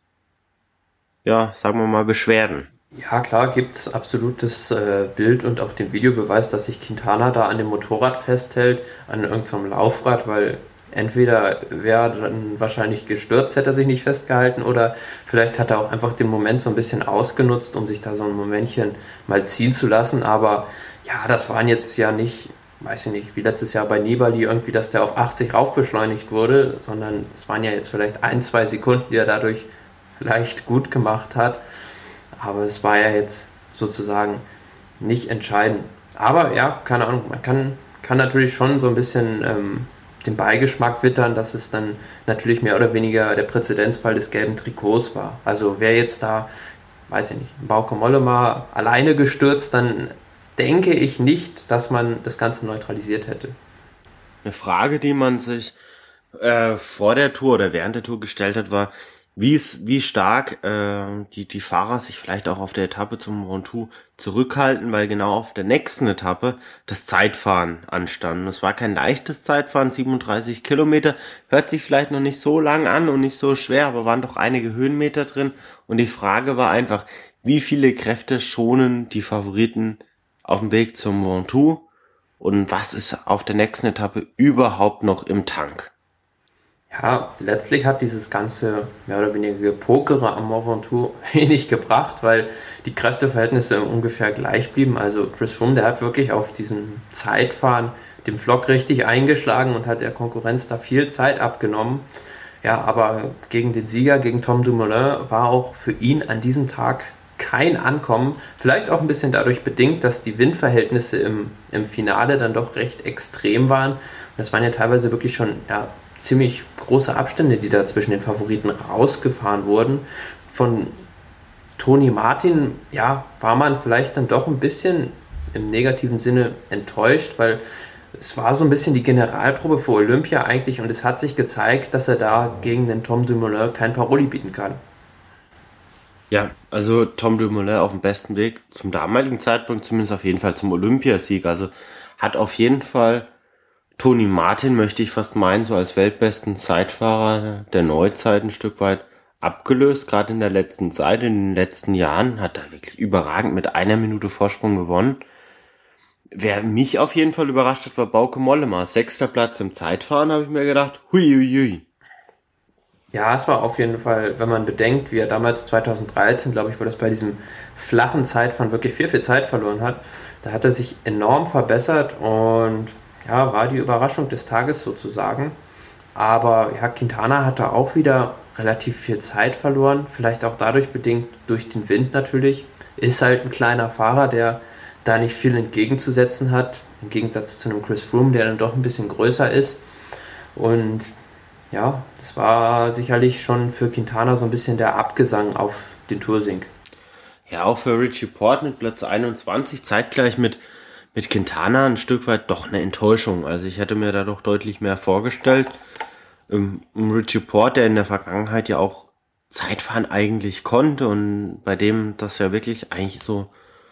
[SPEAKER 1] ja, sagen wir mal, Beschwerden.
[SPEAKER 2] Ja, klar, gibt es absolutes Bild und auch den Videobeweis, dass sich Quintana da an dem Motorrad festhält, an irgendeinem Laufrad, weil entweder wäre dann wahrscheinlich gestürzt, hätte er sich nicht festgehalten, oder vielleicht hat er auch einfach den Moment so ein bisschen ausgenutzt, um sich da so ein Momentchen mal ziehen zu lassen. Aber ja, das waren jetzt ja nicht, weiß ich nicht, wie letztes Jahr bei Nibali irgendwie, dass der auf 80 raufbeschleunigt wurde, sondern es waren ja jetzt vielleicht 1-2 Sekunden, die er dadurch vielleicht gut gemacht hat. Aber es war ja jetzt sozusagen nicht entscheidend. Aber ja, keine Ahnung, man kann natürlich schon so ein bisschen den Beigeschmack wittern, dass es dann natürlich mehr oder weniger der Präzedenzfall des gelben Trikots war. Also wer jetzt da, weiß ich nicht, Bauke Mollema alleine gestürzt, dann denke ich nicht, dass man das Ganze neutralisiert hätte.
[SPEAKER 1] Eine Frage, die man sich vor der Tour oder während der Tour gestellt hat, war, wie stark die Fahrer sich vielleicht auch auf der Etappe zum Ventoux zurückhalten, weil genau auf der nächsten Etappe das Zeitfahren anstand. Es war kein leichtes Zeitfahren, 37 Kilometer, hört sich vielleicht noch nicht so lang an und nicht so schwer, aber waren doch einige Höhenmeter drin. Und die Frage war einfach, wie viele Kräfte schonen die Favoriten auf dem Weg zum Ventoux und was ist auf der nächsten Etappe überhaupt noch im Tank?
[SPEAKER 2] Ja, letztlich hat dieses ganze mehr oder weniger Pokere am Mont Ventoux wenig gebracht, weil die Kräfteverhältnisse ungefähr gleich blieben. Also Chris Froome, der hat wirklich auf diesem Zeitfahren den Vlog richtig eingeschlagen und hat der Konkurrenz da viel Zeit abgenommen. Ja, aber gegen den Sieger, gegen Tom Dumoulin, war auch für ihn an diesem Tag kein Ankommen. Vielleicht auch ein bisschen dadurch bedingt, dass die Windverhältnisse im Finale dann doch recht extrem waren. Und das waren ja teilweise wirklich schon ziemlich große Abstände, die da zwischen den Favoriten rausgefahren wurden. Von Toni Martin, ja, war man vielleicht dann doch ein bisschen im negativen Sinne enttäuscht, weil es war so ein bisschen die Generalprobe für Olympia eigentlich und es hat sich gezeigt, dass er da gegen den Tom Dumoulin kein Paroli bieten kann.
[SPEAKER 1] Ja, also Tom Dumoulin auf dem besten Weg, zum damaligen Zeitpunkt zumindest auf jeden Fall zum Olympiasieg. Also hat auf jeden Fall Toni Martin, möchte ich fast meinen, so als weltbesten Zeitfahrer der Neuzeit ein Stück weit abgelöst. Gerade in der letzten Zeit, in den letzten Jahren, hat er wirklich überragend mit 1 Minute Vorsprung gewonnen. Wer mich auf jeden Fall überrascht hat, war Bauke Mollema. 6. Platz im Zeitfahren, habe ich mir gedacht. Huiuiui.
[SPEAKER 2] Ja, es war auf jeden Fall, wenn man bedenkt, wie er damals 2013, glaube ich, war das bei diesem flachen Zeitfahren wirklich viel Zeit verloren hat. Da hat er sich enorm verbessert und ja, war die Überraschung des Tages sozusagen. Aber ja, Quintana hat da auch wieder relativ viel Zeit verloren, vielleicht auch dadurch bedingt durch den Wind natürlich. Ist halt ein kleiner Fahrer, der da nicht viel entgegenzusetzen hat, im Gegensatz zu einem Chris Froome, der dann doch ein bisschen größer ist. Und ja, das war sicherlich schon für Quintana so ein bisschen der Abgesang auf den Toursink.
[SPEAKER 1] Ja, auch für Richie Porte mit Platz 21, zeitgleich mit Quintana ein Stück weit doch eine Enttäuschung. Also ich hätte mir da doch deutlich mehr vorgestellt. Richie Porte, der in der Vergangenheit ja auch Zeitfahren eigentlich konnte und bei dem das ja wirklich eigentlich so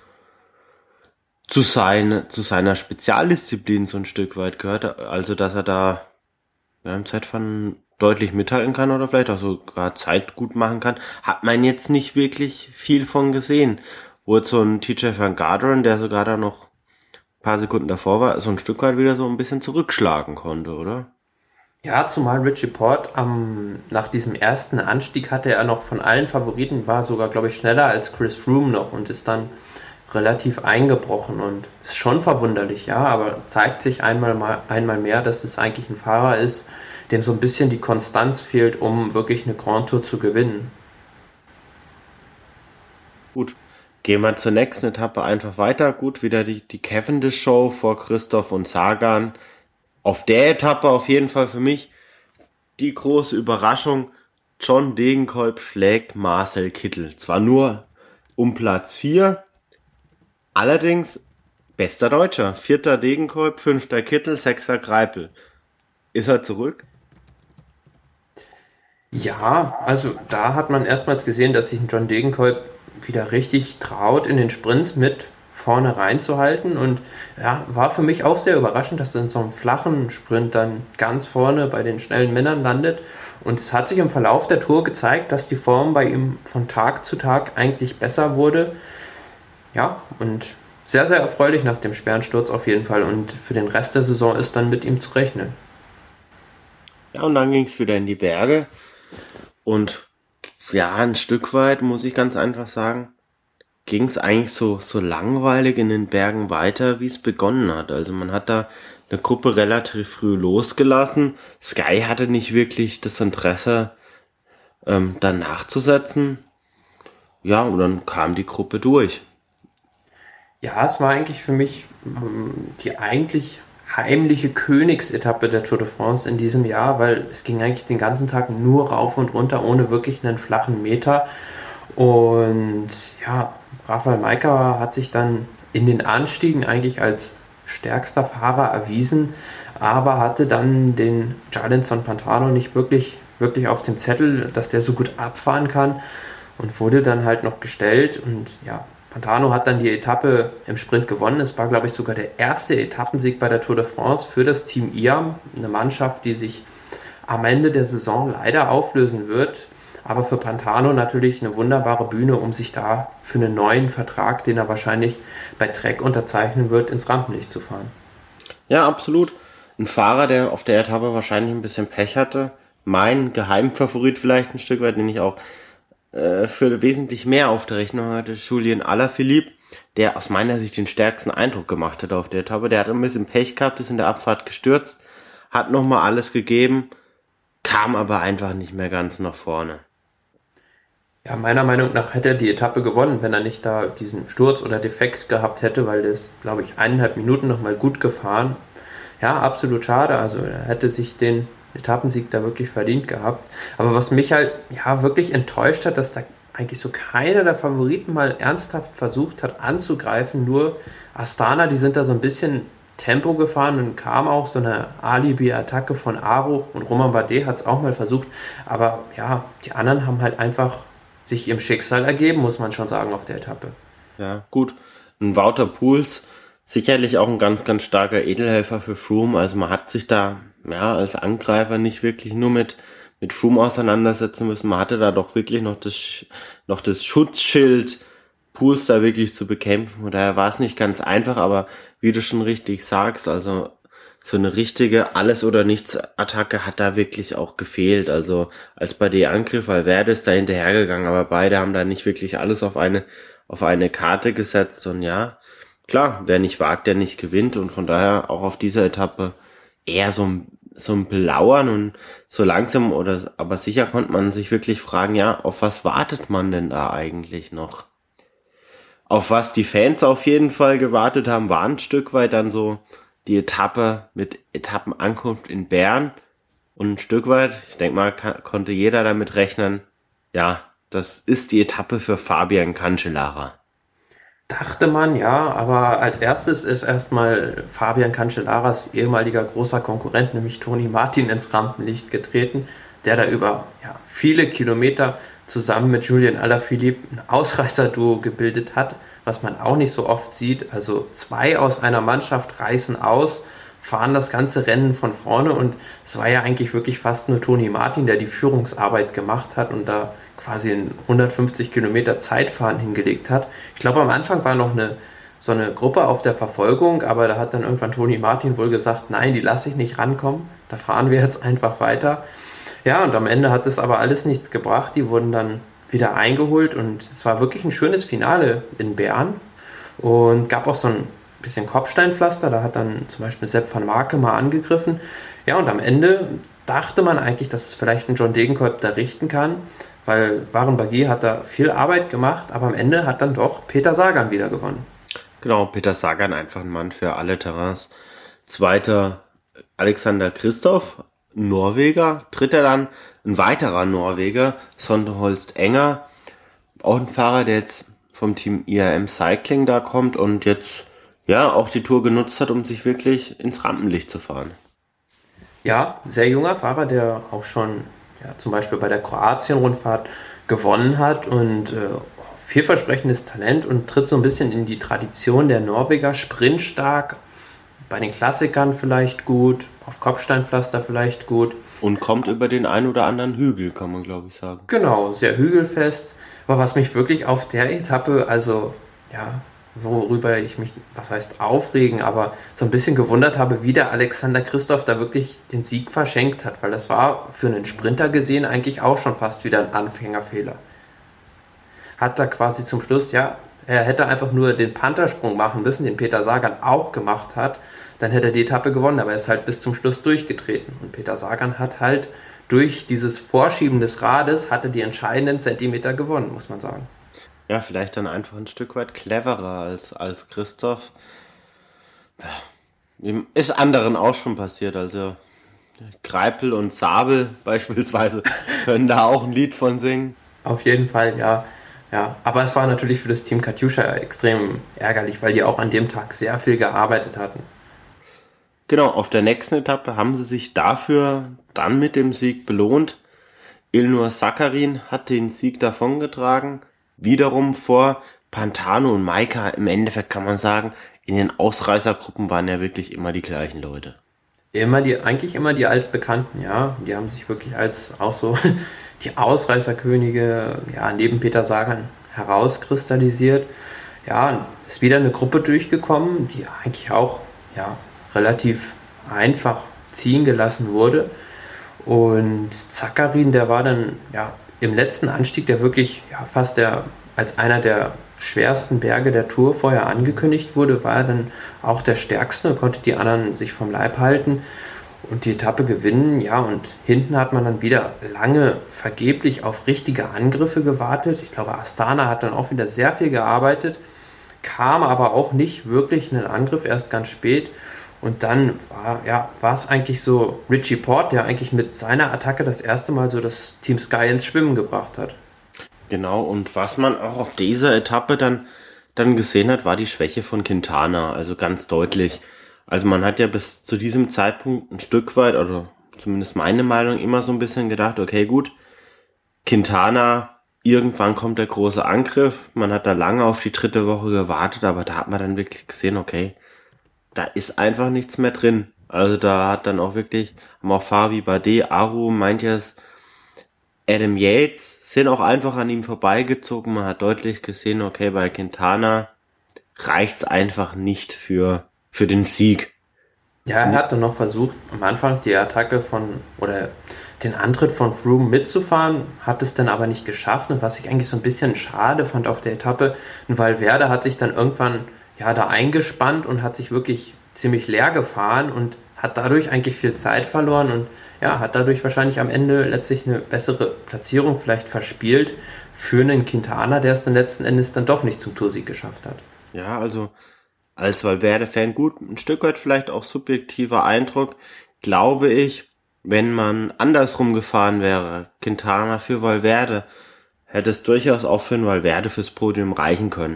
[SPEAKER 1] zu seiner Spezialdisziplin so ein Stück weit gehört. Also dass er da im Zeitfahren deutlich mithalten kann oder vielleicht auch sogar Zeit gut machen kann, hat man jetzt nicht wirklich viel von gesehen. Wurde so ein TJ van Garderen, der sogar da noch ein paar Sekunden davor war, so ein Stück weit wieder so ein bisschen zurückschlagen konnte, oder?
[SPEAKER 2] Ja, zumal Richie Porte nach diesem ersten Anstieg hatte er noch von allen Favoriten, war sogar, glaube ich, schneller als Chris Froome noch und ist dann relativ eingebrochen und ist schon verwunderlich, ja, aber zeigt sich einmal mehr, dass es eigentlich ein Fahrer ist, dem so ein bisschen die Konstanz fehlt, um wirklich eine Grand Tour zu gewinnen.
[SPEAKER 1] Gut, gehen wir zur nächsten Etappe einfach weiter. Gut, wieder die Cavendish-Show vor Christoph und Sagan. Auf der Etappe auf jeden Fall für mich die große Überraschung. John Degenkolb schlägt Marcel Kittel. Zwar nur um Platz 4, allerdings bester Deutscher. 4. Degenkolb, 5. Kittel, 6. Greipel. Ist er zurück?
[SPEAKER 2] Ja, also da hat man erstmals gesehen, dass sich ein John Degenkolb wieder richtig traut, in den Sprints mit vorne reinzuhalten und ja, war für mich auch sehr überraschend, dass er in so einem flachen Sprint dann ganz vorne bei den schnellen Männern landet und es hat sich im Verlauf der Tour gezeigt, dass die Form bei ihm von Tag zu Tag eigentlich besser wurde. Ja, und sehr, sehr erfreulich nach dem schweren Sturz auf jeden Fall und für den Rest der Saison ist dann mit ihm zu rechnen.
[SPEAKER 1] Ja, und dann ging es wieder in die Berge und ja, ein Stück weit, muss ich ganz einfach sagen, ging es eigentlich so langweilig in den Bergen weiter, wie es begonnen hat. Also man hat da eine Gruppe relativ früh losgelassen. Sky hatte nicht wirklich das Interesse, dann nachzusetzen. Ja, und dann kam die Gruppe durch.
[SPEAKER 2] Ja, es war eigentlich für mich die eigentlich heimliche Königsetappe der Tour de France in diesem Jahr, weil es ging eigentlich den ganzen Tag nur rauf und runter, ohne wirklich einen flachen Meter. Und ja, Rafael Majka hat sich dann in den Anstiegen eigentlich als stärkster Fahrer erwiesen, aber hatte dann den Jarlinson Pantano nicht wirklich auf dem Zettel, dass der so gut abfahren kann und wurde dann halt noch gestellt und ja, Pantano hat dann die Etappe im Sprint gewonnen. Es war, glaube ich, sogar der erste Etappensieg bei der Tour de France für das Team IAM, eine Mannschaft, die sich am Ende der Saison leider auflösen wird. Aber für Pantano natürlich eine wunderbare Bühne, um sich da für einen neuen Vertrag, den er wahrscheinlich bei Trek unterzeichnen wird, ins Rampenlicht zu fahren.
[SPEAKER 1] Ja, absolut. Ein Fahrer, der auf der Etappe wahrscheinlich ein bisschen Pech hatte. Mein Geheimfavorit vielleicht ein Stück weit, den ich auch für wesentlich mehr auf der Rechnung hatte, Julien Alaphilippe, der aus meiner Sicht den stärksten Eindruck gemacht hat auf der Etappe. Der hat ein bisschen Pech gehabt, ist in der Abfahrt gestürzt, hat nochmal alles gegeben, kam aber einfach nicht mehr ganz nach vorne.
[SPEAKER 2] Ja, meiner Meinung nach hätte er die Etappe gewonnen, wenn er nicht da diesen Sturz oder Defekt gehabt hätte, weil der ist, glaube ich, 1,5 Minuten nochmal gut gefahren. Ja, absolut schade. Also er hätte sich den Etappensieg da wirklich verdient gehabt. Aber was mich halt ja wirklich enttäuscht hat, dass da eigentlich so keiner der Favoriten mal ernsthaft versucht hat anzugreifen. Nur Astana, die sind da so ein bisschen Tempo gefahren und kam auch so eine Alibi-Attacke von Aro und Romain Bardet hat es auch mal versucht. Aber ja, die anderen haben halt einfach sich ihrem Schicksal ergeben, muss man schon sagen, auf der Etappe.
[SPEAKER 1] Ja, gut. Ein Wouter Poels, sicherlich auch ein ganz, ganz starker Edelhelfer für Froome. Also man hat sich da ja als Angreifer nicht wirklich nur mit Froome auseinandersetzen müssen. Man hatte da doch wirklich noch das Schutzschild, Poels da wirklich zu bekämpfen. Und daher war es nicht ganz einfach, aber wie du schon richtig sagst, also so eine richtige Alles-oder-Nichts-Attacke hat da wirklich auch gefehlt. Also als bei der Angriff, Valverde ist da hinterhergegangen, aber beide haben da nicht wirklich alles auf eine Karte gesetzt. Und ja, klar, wer nicht wagt, der nicht gewinnt. Und von daher auch auf dieser Etappe eher so ein Belauern und so langsam aber sicher konnte man sich wirklich fragen, ja, auf was wartet man denn da eigentlich noch? Auf was die Fans auf jeden Fall gewartet haben, war ein Stück weit dann so die Etappe mit Etappenankunft in Bern. Und ein Stück weit, ich denke mal, konnte jeder damit rechnen, ja, das ist die Etappe für Fabian Cancellara.
[SPEAKER 2] Dachte man, ja, aber als erstes ist erstmal Fabian Cancelaras ehemaliger großer Konkurrent, nämlich Toni Martin, ins Rampenlicht getreten, der da über viele Kilometer zusammen mit Julian Alaphilippe ein Ausreißerduo gebildet hat, was man auch nicht so oft sieht. Also 2 aus einer Mannschaft reißen aus, fahren das ganze Rennen von vorne und es war ja eigentlich wirklich fast nur Toni Martin, der die Führungsarbeit gemacht hat und da quasi ein 150 Kilometer Zeitfahren hingelegt hat. Ich glaube, am Anfang war noch so eine Gruppe auf der Verfolgung, aber da hat dann irgendwann Toni Martin wohl gesagt, nein, die lasse ich nicht rankommen, da fahren wir jetzt einfach weiter. Ja, und am Ende hat es aber alles nichts gebracht, die wurden dann wieder eingeholt und es war wirklich ein schönes Finale in Bern und gab auch so ein bisschen Kopfsteinpflaster, da hat dann zum Beispiel Sepp van Marke mal angegriffen. Ja, und am Ende dachte man eigentlich, dass es vielleicht ein John Degenkolb da richten kann, weil Warren Barguil hat da viel Arbeit gemacht, aber am Ende hat dann doch Peter Sagan wieder gewonnen.
[SPEAKER 1] Genau, Peter Sagan einfach ein Mann für alle Terrains. Zweiter Alexander Kristoff, Norweger. Dritter dann ein weiterer Norweger, Sonde Holst Enger. Auch ein Fahrer, der jetzt vom Team IAM Cycling da kommt und jetzt ja auch die Tour genutzt hat, um sich wirklich ins Rampenlicht zu fahren.
[SPEAKER 2] Ja, sehr junger Fahrer, der auch schon zum Beispiel bei der Kroatien-Rundfahrt gewonnen hat und vielversprechendes Talent und tritt so ein bisschen in die Tradition der Norweger, sprintstark, bei den Klassikern vielleicht gut, auf Kopfsteinpflaster vielleicht gut.
[SPEAKER 1] Und kommt über den ein oder anderen Hügel, kann man glaube ich sagen.
[SPEAKER 2] Genau, sehr hügelfest. Aber was mich wirklich auf der Etappe, also ja, worüber ich mich, was heißt aufregen, aber so ein bisschen gewundert habe, wie der Alexander Kristoff da wirklich den Sieg verschenkt hat, weil das war für einen Sprinter gesehen eigentlich auch schon fast wieder ein Anfängerfehler. Hat da quasi zum Schluss, ja, er hätte einfach nur den Panthersprung machen müssen, den Peter Sagan auch gemacht hat, dann hätte er die Etappe gewonnen, aber er ist halt bis zum Schluss durchgetreten. Und Peter Sagan hat halt durch dieses Vorschieben des Rades, hatte die entscheidenden Zentimeter gewonnen, muss man sagen.
[SPEAKER 1] Ja, vielleicht dann einfach ein Stück weit cleverer als Kristoff. Ist anderen auch schon passiert, also Greipel und Sabel beispielsweise können da auch ein Lied von singen.
[SPEAKER 2] Auf jeden Fall, ja. Ja, aber es war natürlich für das Team Katusha extrem ärgerlich, weil die auch an dem Tag sehr viel gearbeitet hatten.
[SPEAKER 1] Genau, auf der nächsten Etappe haben sie sich dafür dann mit dem Sieg belohnt. Ilnur Zakarin hat den Sieg davongetragen. Wiederum vor Pantano und Maika. Im Endeffekt kann man sagen, in den Ausreißergruppen waren ja wirklich immer die gleichen Leute.
[SPEAKER 2] Eigentlich immer die Altbekannten, ja. Die haben sich wirklich als auch so die Ausreißerkönige, ja, neben Peter Sagan herauskristallisiert. Ja, ist wieder eine Gruppe durchgekommen, die eigentlich auch, ja, relativ einfach ziehen gelassen wurde. Und Zakarin, der war dann, ja, im letzten Anstieg, der wirklich fast als einer der schwersten Berge der Tour vorher angekündigt wurde, war er dann auch der stärkste und konnte die anderen sich vom Leib halten und die Etappe gewinnen. Ja, und hinten hat man dann wieder lange vergeblich auf richtige Angriffe gewartet. Ich glaube, Astana hat dann auch wieder sehr viel gearbeitet, kam aber auch nicht wirklich einen Angriff, erst ganz spät. Und dann war es eigentlich so Richie Port, der eigentlich mit seiner Attacke das erste Mal so das Team Sky ins Schwimmen gebracht hat.
[SPEAKER 1] Genau, und was man auch auf dieser Etappe dann gesehen hat, war die Schwäche von Quintana, also ganz deutlich. Also man hat ja bis zu diesem Zeitpunkt ein Stück weit, oder zumindest meine Meinung, immer so ein bisschen gedacht, okay, gut, Quintana, irgendwann kommt der große Angriff. Man hat da lange auf die dritte Woche gewartet, aber da hat man dann wirklich gesehen, okay, da ist einfach nichts mehr drin. Also da hat dann auch wirklich, haben auch Fabi Bardet, Aru meint ja es, Adam Yates sind auch einfach an ihm vorbeigezogen. Man hat deutlich gesehen, okay, bei Quintana reicht's einfach nicht für den Sieg.
[SPEAKER 2] Ja, er hat dann noch versucht, am Anfang die Attacke oder den Antritt von Froome mitzufahren, hat es dann aber nicht geschafft. Und was ich eigentlich so ein bisschen schade fand auf der Etappe, Valverde hat sich dann irgendwann da eingespannt und hat sich wirklich ziemlich leer gefahren und hat dadurch eigentlich viel Zeit verloren und hat dadurch wahrscheinlich am Ende letztlich eine bessere Platzierung vielleicht verspielt für einen Quintana, der es dann letzten Endes dann doch nicht zum Toursieg geschafft hat.
[SPEAKER 1] Ja, also als Valverde-Fan gut, ein Stück weit vielleicht auch subjektiver Eindruck, glaube ich, wenn man andersrum gefahren wäre, Quintana für Valverde, hätte es durchaus auch für ein Valverde fürs Podium reichen können.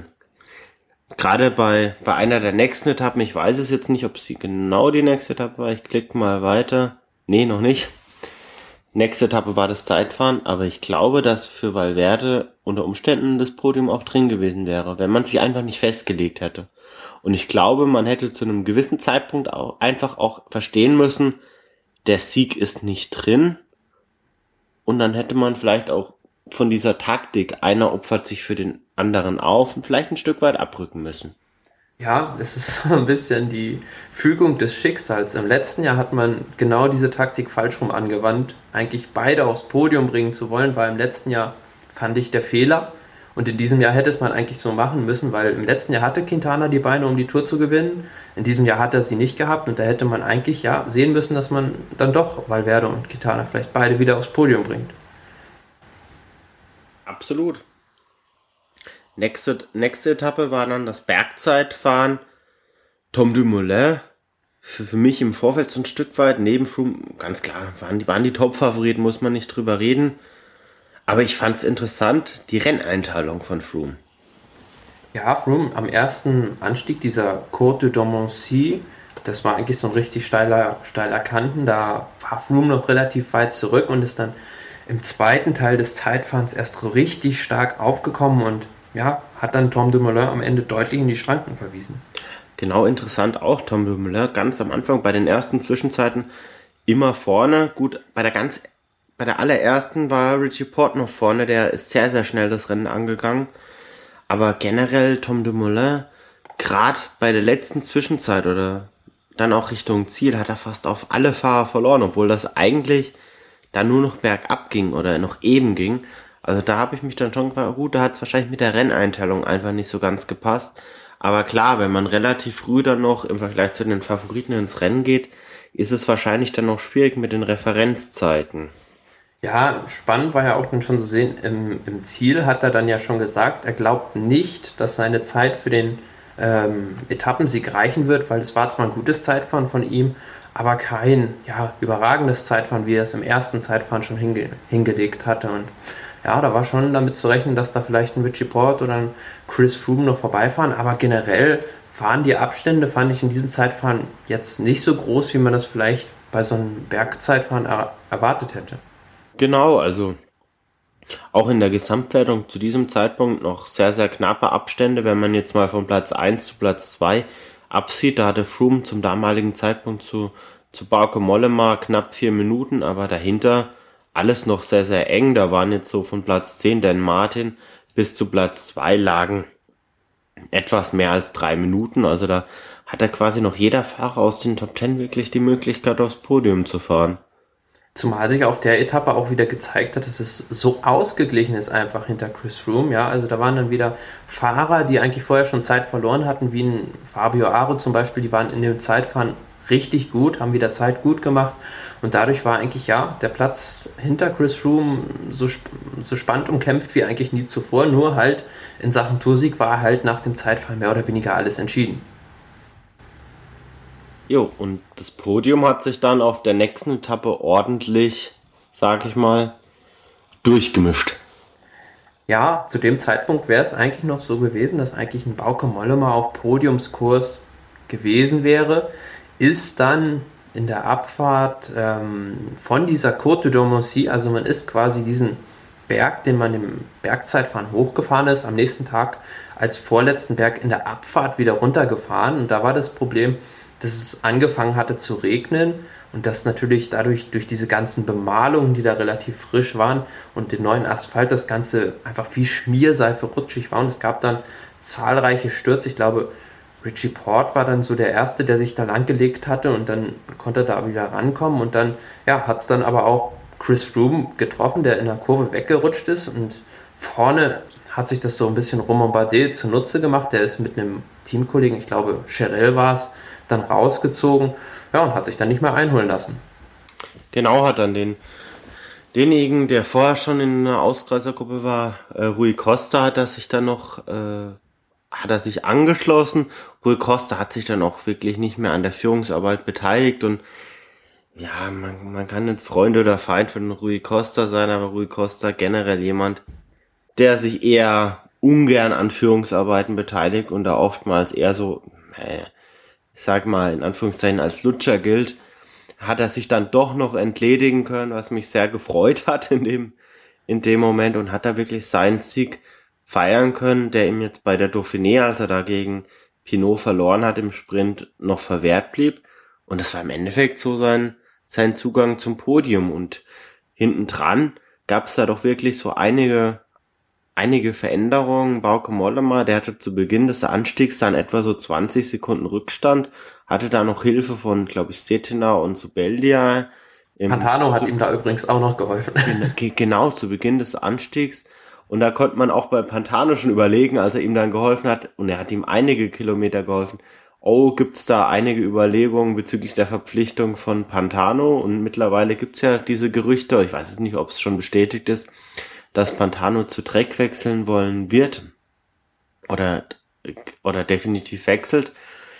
[SPEAKER 1] Gerade bei einer der nächsten Etappen, ich weiß es jetzt nicht, ob sie genau die nächste Etappe war, ich klicke mal weiter. Nee, noch nicht. Nächste Etappe war das Zeitfahren, aber ich glaube, dass für Valverde unter Umständen das Podium auch drin gewesen wäre, wenn man sich einfach nicht festgelegt hätte. Und ich glaube, man hätte zu einem gewissen Zeitpunkt auch einfach auch verstehen müssen, der Sieg ist nicht drin. Und dann hätte man vielleicht auch von dieser Taktik, einer opfert sich für den anderen auf, und vielleicht ein Stück weit abrücken müssen.
[SPEAKER 2] Ja, es ist so ein bisschen die Fügung des Schicksals. Im letzten Jahr hat man genau diese Taktik falsch rum angewandt, eigentlich beide aufs Podium bringen zu wollen, weil im letzten Jahr fand ich der Fehler. Und in diesem Jahr hätte es man eigentlich so machen müssen, weil im letzten Jahr hatte Quintana die Beine, um die Tour zu gewinnen. In diesem Jahr hat er sie nicht gehabt und da hätte man eigentlich sehen müssen, dass man dann doch Valverde und Quintana vielleicht beide wieder aufs Podium bringt.
[SPEAKER 1] Absolut. Nächste Etappe war dann das Bergzeitfahren. Tom Dumoulin, für mich im Vorfeld so ein Stück weit neben Froome, ganz klar, waren die Top-Favoriten, muss man nicht drüber reden. Aber ich fand es interessant, die Renneinteilung von Froome.
[SPEAKER 2] Ja, Froome am ersten Anstieg dieser Côte de Domoncy, das war eigentlich so ein richtig steiler Kanten, da war Froome noch relativ weit zurück und ist dann im zweiten Teil des Zeitfahrens erst richtig stark aufgekommen und hat dann Tom Dumoulin am Ende deutlich in die Schranken verwiesen.
[SPEAKER 1] Genau, interessant auch, Tom Dumoulin ganz am Anfang bei den ersten Zwischenzeiten immer vorne. Gut, bei der allerersten war Richie Port noch vorne, der ist sehr, sehr schnell das Rennen angegangen. Aber generell Tom Dumoulin, gerade bei der letzten Zwischenzeit oder dann auch Richtung Ziel, hat er fast auf alle Fahrer verloren, obwohl das eigentlich dann nur noch bergab ging oder noch eben ging. Also da habe ich mich dann schon gefragt, gut, da hat es wahrscheinlich mit der Renneinteilung einfach nicht so ganz gepasst. Aber klar, wenn man relativ früh dann noch im Vergleich zu den Favoriten ins Rennen geht, ist es wahrscheinlich dann noch schwierig mit den Referenzzeiten.
[SPEAKER 2] Ja, spannend war ja auch dann schon zu sehen, im Ziel hat er dann ja schon gesagt, er glaubt nicht, dass seine Zeit für den Etappensieg reichen wird, weil es war zwar ein gutes Zeitfahren von ihm, aber kein überragendes Zeitfahren, wie er es im ersten Zeitfahren schon hingelegt hatte. Und da war schon damit zu rechnen, dass da vielleicht ein Richie Port oder ein Chris Froome noch vorbeifahren, aber generell waren die Abstände, fand ich in diesem Zeitfahren jetzt nicht so groß, wie man das vielleicht bei so einem Bergzeitfahren erwartet hätte.
[SPEAKER 1] Genau, also auch in der Gesamtwertung zu diesem Zeitpunkt noch sehr, sehr knappe Abstände, wenn man jetzt mal von Platz 1 zu Platz 2 absieht. Da hatte Froome zum damaligen Zeitpunkt zu Bauke Mollema knapp 4 Minuten, aber dahinter alles noch sehr, sehr eng. Da waren jetzt so von Platz 10 Dan Martin bis zu Platz 2 lagen etwas mehr als 3 Minuten. Also da hatte quasi noch jeder Fahrer aus den Top 10 wirklich die Möglichkeit, aufs Podium zu fahren.
[SPEAKER 2] Zumal sich auf der Etappe auch wieder gezeigt hat, dass es so ausgeglichen ist einfach hinter Chris Froome. Ja, also da waren dann wieder Fahrer, die eigentlich vorher schon Zeit verloren hatten, wie ein Fabio Aru zum Beispiel, die waren in dem Zeitfahren richtig gut, haben wieder Zeit gut gemacht und dadurch war eigentlich der Platz hinter Chris Froome so spannend umkämpft wie eigentlich nie zuvor, nur halt in Sachen Toursieg war halt nach dem Zeitfahren mehr oder weniger alles entschieden.
[SPEAKER 1] Jo, und das Podium hat sich dann auf der nächsten Etappe ordentlich, sag ich mal, durchgemischt.
[SPEAKER 2] Ja, zu dem Zeitpunkt wäre es eigentlich noch so gewesen, dass eigentlich ein Bauke Mollema auf Podiumskurs gewesen wäre, ist dann in der Abfahrt von dieser Côte de Domocy, also man ist quasi diesen Berg, den man im Bergzeitfahren hochgefahren ist, am nächsten Tag als vorletzten Berg in der Abfahrt wieder runtergefahren. Und da war das Problem, dass es angefangen hatte zu regnen und dass natürlich dadurch durch diese ganzen Bemalungen, die da relativ frisch waren und den neuen Asphalt, das Ganze einfach wie Schmierseife rutschig war. Und es gab dann zahlreiche Stürze. Ich glaube, Richie Porte war dann so der Erste, der sich da langgelegt hatte und dann konnte er da wieder rankommen. Und dann ja, hat es dann aber auch Chris Froome getroffen, der in der Kurve weggerutscht ist. Und vorne hat sich das so ein bisschen Romain Bardet zunutze gemacht. Der ist mit einem Teamkollegen, ich glaube Cherel war es, dann rausgezogen, ja, und hat sich dann nicht mehr einholen lassen.
[SPEAKER 1] Genau, hat dann denjenigen, der vorher schon in einer Auskreisergruppe war, Rui Costa, hat er sich dann noch, hat er sich angeschlossen. Rui Costa hat sich dann auch wirklich nicht mehr an der Führungsarbeit beteiligt und ja, man kann jetzt Freund oder Feind von Rui Costa sein, aber Rui Costa generell jemand, der sich eher ungern an Führungsarbeiten beteiligt und da oftmals eher so, ich sag mal, in Anführungszeichen als Lutscher gilt, hat er sich dann doch noch entledigen können, was mich sehr gefreut hat in dem Moment und hat da wirklich seinen Sieg feiern können, der ihm jetzt bei der Dauphiné, als er dagegen Pinot verloren hat im Sprint, noch verwehrt blieb. Und das war im Endeffekt so sein Zugang zum Podium. Und hinten dran gab es da doch wirklich so einige Veränderungen. Bauke Mollema, der hatte zu Beginn des Anstiegs dann etwa so 20 Sekunden Rückstand, hatte da noch Hilfe von, glaube ich, Stetina und Subeldia.
[SPEAKER 2] Pantano hat ihm da übrigens auch noch geholfen.
[SPEAKER 1] Genau, zu Beginn des Anstiegs. Und da konnte man auch bei Pantano schon überlegen, als er ihm dann geholfen hat, und er hat ihm einige Kilometer geholfen, gibt's da einige Überlegungen bezüglich der Verpflichtung von Pantano? Und mittlerweile gibt's ja diese Gerüchte, ich weiß es nicht, ob es schon bestätigt ist, dass Pantano zu Trek wechseln wollen wird oder definitiv wechselt,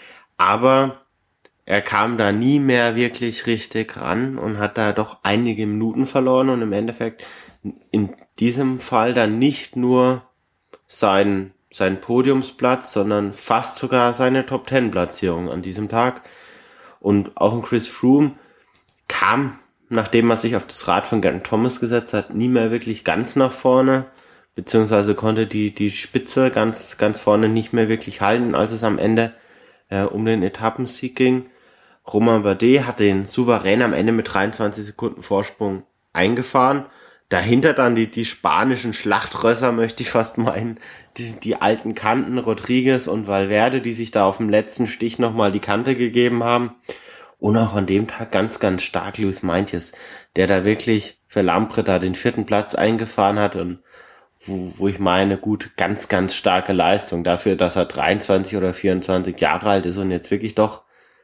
[SPEAKER 1] aber er kam da nie mehr wirklich richtig ran und hat da doch einige Minuten verloren und im Endeffekt in diesem Fall dann nicht nur sein Podiumsplatz, sondern fast sogar seine Top-10-Platzierung an diesem Tag. Und auch ein Chris Froome kam, nachdem er sich auf das Rad von Geraint Thomas gesetzt hat, nie mehr wirklich ganz nach vorne, beziehungsweise konnte die Spitze ganz vorne nicht mehr wirklich halten, als es am Ende um den Etappensieg ging. Romain Bardet hat den souverän am Ende mit 23 Sekunden Vorsprung eingefahren. Dahinter dann die spanischen Schlachtrösser, möchte ich fast meinen, die alten Kanten, Rodriguez und Valverde, die sich da auf dem letzten Stich nochmal die Kante gegeben haben. Und auch an dem Tag ganz stark Luis Meintjes, der da wirklich für Lampreta den 4. Platz eingefahren hat und wo ich meine, gut, ganz starke Leistung dafür, dass er 23 oder 24 Jahre alt ist und jetzt wirklich doch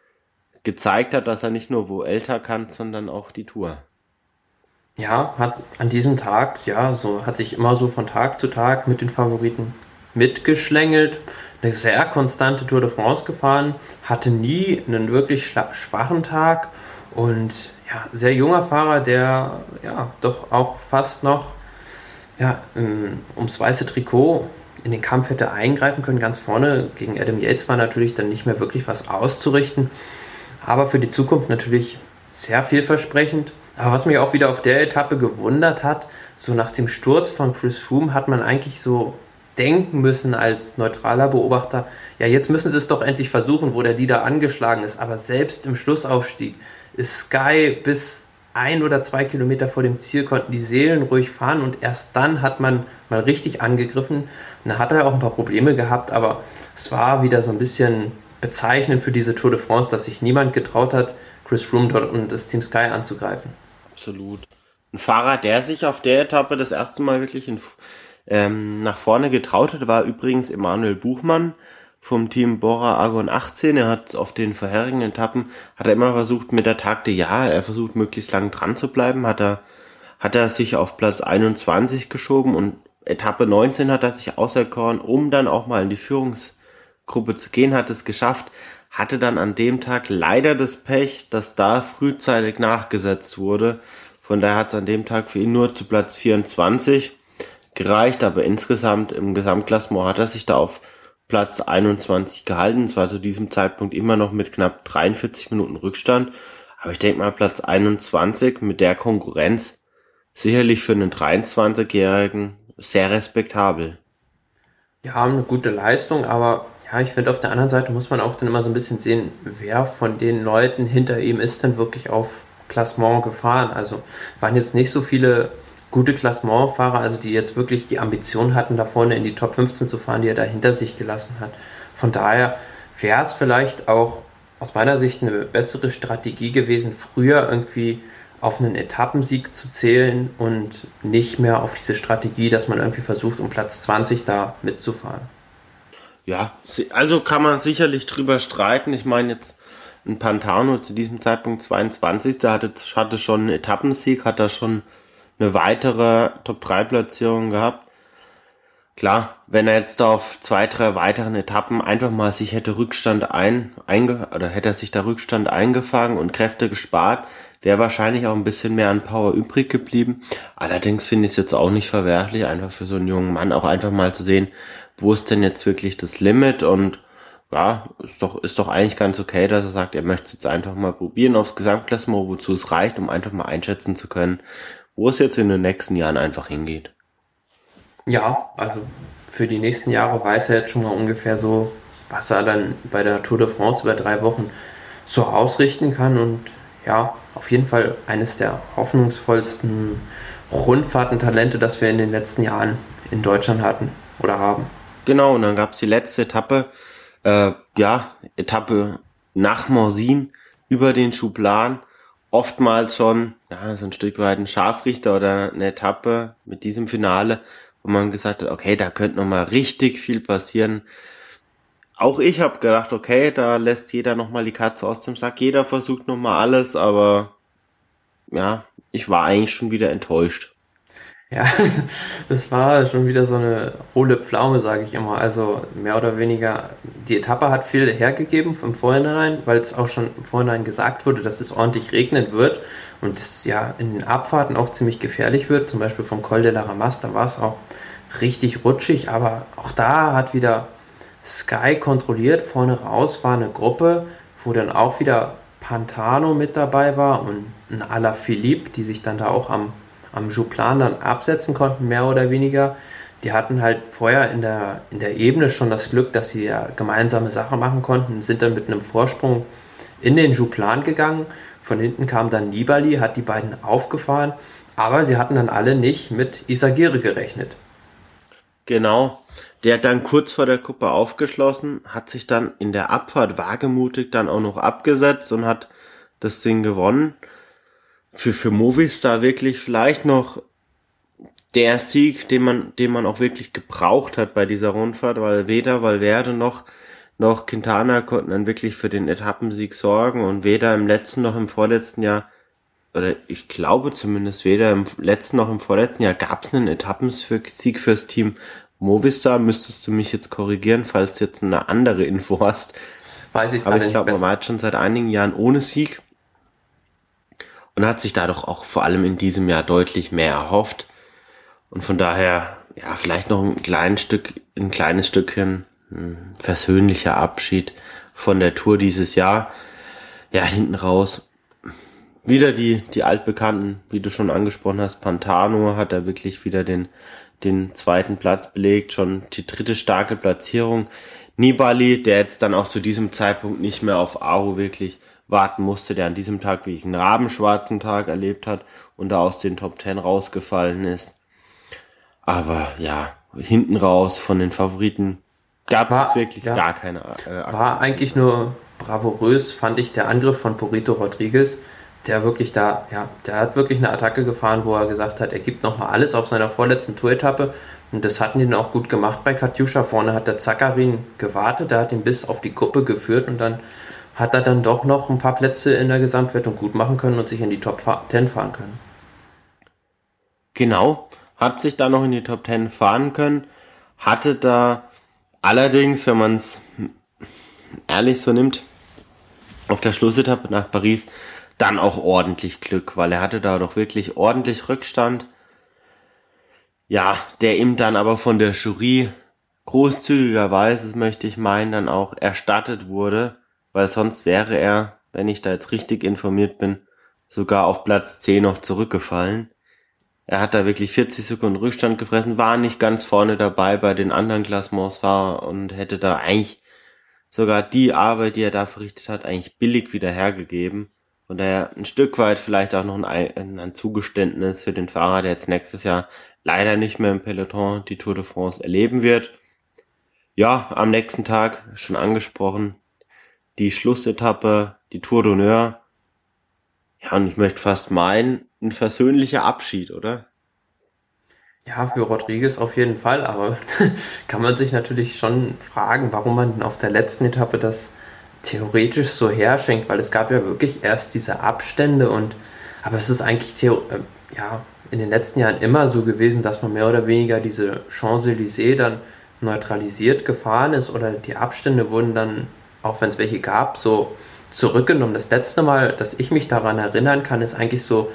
[SPEAKER 1] gezeigt hat, dass er nicht nur Vuelta kann, sondern auch die Tour.
[SPEAKER 2] Ja, hat an diesem Tag, hat sich immer so von Tag zu Tag mit den Favoriten mitgeschlängelt, eine sehr konstante Tour de France gefahren, hatte nie einen wirklich schwachen Tag und ja, sehr junger Fahrer, der ja doch auch fast noch ums weiße Trikot in den Kampf hätte eingreifen können. Ganz vorne gegen Adam Yates war natürlich dann nicht mehr wirklich was auszurichten, aber für die Zukunft natürlich sehr vielversprechend. Aber was mich auch wieder auf der Etappe gewundert hat, so nach dem Sturz von Chris Froome hat man eigentlich so denken müssen als neutraler Beobachter, ja, jetzt müssen sie es doch endlich versuchen, wo der Leader angeschlagen ist. Aber selbst im Schlussaufstieg ist Sky bis 1 oder 2 Kilometer vor dem Ziel, konnten die Seelen ruhig fahren und erst dann hat man mal richtig angegriffen. Und da hat er auch ein paar Probleme gehabt, aber es war wieder so ein bisschen bezeichnend für diese Tour de France, dass sich niemand getraut hat, Chris Froome dort und das Team Sky anzugreifen.
[SPEAKER 1] Absolut. Ein Fahrer, der sich auf der Etappe das erste Mal wirklich nach vorne getraut hat, war übrigens Emanuel Buchmann vom Team Bora Argon 18. Er hat auf den vorherigen Etappen, hat er immer versucht mit der Tag de Jahr, er versucht möglichst lang dran zu bleiben, hat er sich auf Platz 21 geschoben und Etappe 19 hat er sich auserkoren, um dann auch mal in die Führungsgruppe zu gehen, hat es geschafft, hatte dann an dem Tag leider das Pech, dass da frühzeitig nachgesetzt wurde. Von daher hat es an dem Tag für ihn nur zu Platz 24 gereicht, aber insgesamt im Gesamtklassement hat er sich da auf Platz 21 gehalten. Es war zu diesem Zeitpunkt immer noch mit knapp 43 Minuten Rückstand. Aber ich denke mal, Platz 21 mit der Konkurrenz sicherlich für einen 23-Jährigen sehr respektabel.
[SPEAKER 2] Ja, eine gute Leistung, aber ja, ich finde, auf der anderen Seite muss man auch dann immer so ein bisschen sehen, wer von den Leuten hinter ihm ist denn wirklich auf Klassement gefahren. Also waren jetzt nicht so viele gute Klassementfahrer, also die jetzt wirklich die Ambition hatten, da vorne in die Top 15 zu fahren, die er da hinter sich gelassen hat. Von daher wäre es vielleicht auch aus meiner Sicht eine bessere Strategie gewesen, früher irgendwie auf einen Etappensieg zu zählen und nicht mehr auf diese Strategie, dass man irgendwie versucht, um Platz 20 da mitzufahren.
[SPEAKER 1] Ja, also kann man sicherlich drüber streiten. Ich meine jetzt ein Pantano zu diesem Zeitpunkt 22. hatte schon einen Etappensieg, hat da schon eine weitere Top-3-Platzierung gehabt. Klar, wenn er jetzt da auf 2, 3 weiteren Etappen einfach mal sich hätte hätte er sich da Rückstand eingefangen und Kräfte gespart, wäre wahrscheinlich auch ein bisschen mehr an Power übrig geblieben. Allerdings finde ich es jetzt auch nicht verwerflich, einfach für so einen jungen Mann auch einfach mal zu sehen, wo ist denn jetzt wirklich das Limit, und ja, ist doch eigentlich ganz okay, dass er sagt, er möchte es jetzt einfach mal probieren aufs Gesamtklassement, wozu es reicht, um einfach mal einschätzen zu können, wo es jetzt in den nächsten Jahren einfach hingeht.
[SPEAKER 2] Ja, also für die nächsten Jahre weiß er jetzt schon mal ungefähr so, was er dann bei der Tour de France über 3 Wochen so ausrichten kann. Und ja, auf jeden Fall eines der hoffnungsvollsten Rundfahrtentalente, das wir in den letzten Jahren in Deutschland hatten oder haben.
[SPEAKER 1] Genau, und dann gab's die letzte Etappe, Etappe nach Morzin über den Schuplan. Oftmals schon, ja, so ein Stück weit ein Scharfrichter oder eine Etappe mit diesem Finale, wo man gesagt hat, okay, da könnte noch mal richtig viel passieren. Auch ich habe gedacht, okay, da lässt jeder noch mal die Katze aus dem Sack, jeder versucht noch mal alles, aber ja, ich war eigentlich schon wieder enttäuscht.
[SPEAKER 2] Ja, das war schon wieder so eine hohle Pflaume, sage ich immer. Also mehr oder weniger, die Etappe hat viel hergegeben im Vorhinein, weil es auch schon im Vorhinein gesagt wurde, dass es ordentlich regnen wird und es ja in den Abfahrten auch ziemlich gefährlich wird. Zum Beispiel vom Col de la Ramas, da war es auch richtig rutschig, aber auch da hat wieder Sky kontrolliert. Vorne raus war eine Gruppe, wo dann auch wieder Pantano mit dabei war und ein Alaphilippe, die sich dann da auch am Jouplan dann absetzen konnten, mehr oder weniger. Die hatten halt vorher in der Ebene schon das Glück, dass sie ja gemeinsame Sachen machen konnten, sind dann mit einem Vorsprung in den Jouplan gegangen. Von hinten kam dann Nibali, hat die beiden aufgefahren, aber sie hatten dann alle nicht mit Izagirre gerechnet.
[SPEAKER 1] Genau, der hat dann kurz vor der Kuppe aufgeschlossen, hat sich dann in der Abfahrt wagemutig dann auch noch abgesetzt und hat das Ding gewonnen. Für Movistar wirklich vielleicht noch der Sieg, den man auch wirklich gebraucht hat bei dieser Rundfahrt, weil weder Valverde noch Quintana konnten dann wirklich für den Etappensieg sorgen, und weder im letzten noch im vorletzten Jahr, oder ich glaube zumindest weder im letzten noch im vorletzten Jahr gab es einen Etappensieg fürs Team Movistar. Müsstest du mich jetzt korrigieren, falls du jetzt eine andere Info hast.
[SPEAKER 2] Weiß ich
[SPEAKER 1] Aber
[SPEAKER 2] gerade
[SPEAKER 1] ich
[SPEAKER 2] nicht
[SPEAKER 1] glaube, man
[SPEAKER 2] besser.
[SPEAKER 1] war jetzt schon seit einigen Jahren ohne Sieg und hat sich dadurch auch vor allem in diesem Jahr deutlich mehr erhofft. Und von daher, ja, vielleicht noch ein kleines Stückchen versöhnlicher Abschied von der Tour dieses Jahr. Ja, hinten raus wieder die Altbekannten, wie du schon angesprochen hast. Pantano hat da wirklich wieder den zweiten Platz belegt, schon die dritte starke Platzierung. Nibali, der jetzt dann auch zu diesem Zeitpunkt nicht mehr auf Aru wirklich warten musste, der an diesem Tag wirklich einen rabenschwarzen Tag erlebt hat und da aus den Top 10 rausgefallen ist. Aber ja, hinten raus von den Favoriten gab es jetzt wirklich
[SPEAKER 2] Ja,
[SPEAKER 1] gar keine
[SPEAKER 2] war eigentlich nur bravourös, fand ich, der Angriff von Porito Rodriguez, der wirklich da, ja, der hat wirklich eine Attacke gefahren, wo er gesagt hat, er gibt nochmal alles auf seiner vorletzten Tour-Etappe, und das hatten die dann auch gut gemacht bei Katusha. Vorne hat der Zakarin gewartet, der hat ihn bis auf die Kuppe geführt, und dann hat er dann doch noch ein paar Plätze in der Gesamtwertung gut machen können und sich in die Top 10 fahren können.
[SPEAKER 1] Genau, hat sich da noch in die Top 10 fahren können, hatte da allerdings, wenn man es ehrlich so nimmt, auf der Schlussetappe nach Paris dann auch ordentlich Glück, weil er hatte da doch wirklich ordentlich Rückstand. Ja, der ihm dann aber von der Jury großzügigerweise, möchte ich meinen, dann auch erstattet wurde, weil sonst wäre er, wenn ich da jetzt richtig informiert bin, sogar auf Platz 10 noch zurückgefallen. Er hat da wirklich 40 Sekunden Rückstand gefressen, war nicht ganz vorne dabei bei den anderen Klassements und hätte da eigentlich sogar die Arbeit, die er da verrichtet hat, eigentlich billig wieder hergegeben. Von daher ein Stück weit vielleicht auch noch ein Zugeständnis für den Fahrer, der jetzt nächstes Jahr leider nicht mehr im Peloton die Tour de France erleben wird. Ja, am nächsten Tag, schon angesprochen, die Schlussetappe, die Tour d'Honneur. Ja, und ich möchte fast meinen, ein versöhnlicher Abschied, oder?
[SPEAKER 2] Ja, für Rodriguez auf jeden Fall, aber kann man sich natürlich schon fragen, warum man auf der letzten Etappe das theoretisch so herschenkt, weil es gab ja wirklich erst diese Abstände aber es ist eigentlich ja, in den letzten Jahren immer so gewesen, dass man mehr oder weniger diese Champs-Élysées dann neutralisiert gefahren ist oder die Abstände wurden dann, auch wenn es welche gab, so zurückgenommen. Das letzte Mal, dass ich mich daran erinnern kann, ist eigentlich so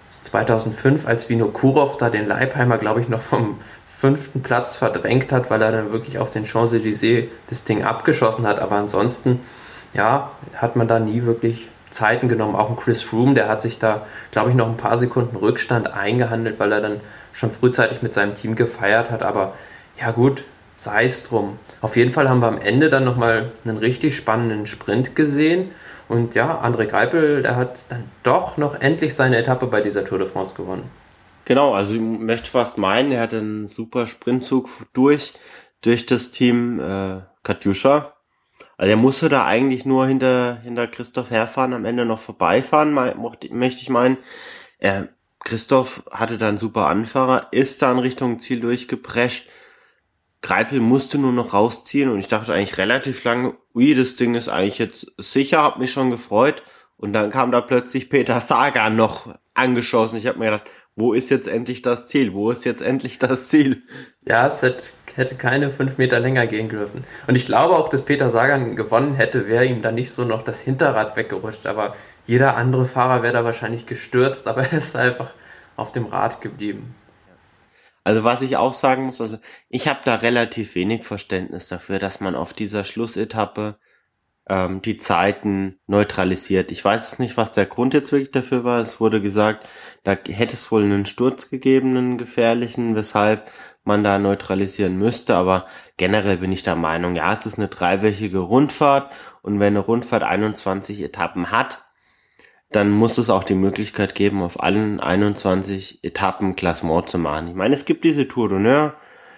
[SPEAKER 2] 2005, als Vinokurov da den Leipheimer, glaube ich, noch vom 5. Platz verdrängt hat, weil er dann wirklich auf den Champs-Élysées das Ding abgeschossen hat. Aber ansonsten, ja, hat man da nie wirklich Zeiten genommen. Auch ein Chris Froome, der hat sich da, glaube ich, noch ein paar Sekunden Rückstand eingehandelt, weil er dann schon frühzeitig mit seinem Team gefeiert hat. Aber ja gut, sei es drum. Auf jeden Fall haben wir am Ende dann nochmal einen richtig spannenden Sprint gesehen. Und ja, André Greipel, der hat dann doch noch endlich seine Etappe bei dieser Tour de France gewonnen.
[SPEAKER 1] Genau, also ich möchte fast meinen, er hat einen super Sprintzug durch das Team Katusha. Also er musste da eigentlich nur hinter Christoph herfahren, am Ende noch vorbeifahren, möchte ich meinen. Christoph hatte da einen super Anfahrer, ist dann Richtung Ziel durchgeprescht. Greipel musste nur noch rausziehen und ich dachte eigentlich relativ lange, ui, das Ding ist eigentlich jetzt sicher, hab mich schon gefreut. Und dann kam da plötzlich Peter Sagan noch angeschossen. Ich habe mir gedacht, wo ist jetzt endlich das Ziel? Wo ist jetzt endlich das Ziel?
[SPEAKER 2] Ja, es hätte keine 5 Meter länger gehen dürfen. Und ich glaube auch, dass Peter Sagan gewonnen hätte, wäre ihm da nicht so noch das Hinterrad weggerutscht. Aber jeder andere Fahrer wäre da wahrscheinlich gestürzt, aber er ist einfach auf dem Rad geblieben.
[SPEAKER 1] Also was ich auch sagen muss, also ich habe da relativ wenig Verständnis dafür, dass man auf dieser Schlussetappe die Zeiten neutralisiert. Ich weiß es nicht, was der Grund jetzt wirklich dafür war. Es wurde gesagt, da hätte es wohl einen Sturz gegeben, einen gefährlichen, weshalb man da neutralisieren müsste. Aber generell bin ich der Meinung, ja, es ist eine 3-wöchige Rundfahrt und wenn eine Rundfahrt 21 Etappen hat, dann muss es auch die Möglichkeit geben, auf allen 21 Etappen Klassement zu machen. Ich meine, es gibt diese Tour d'Honneur,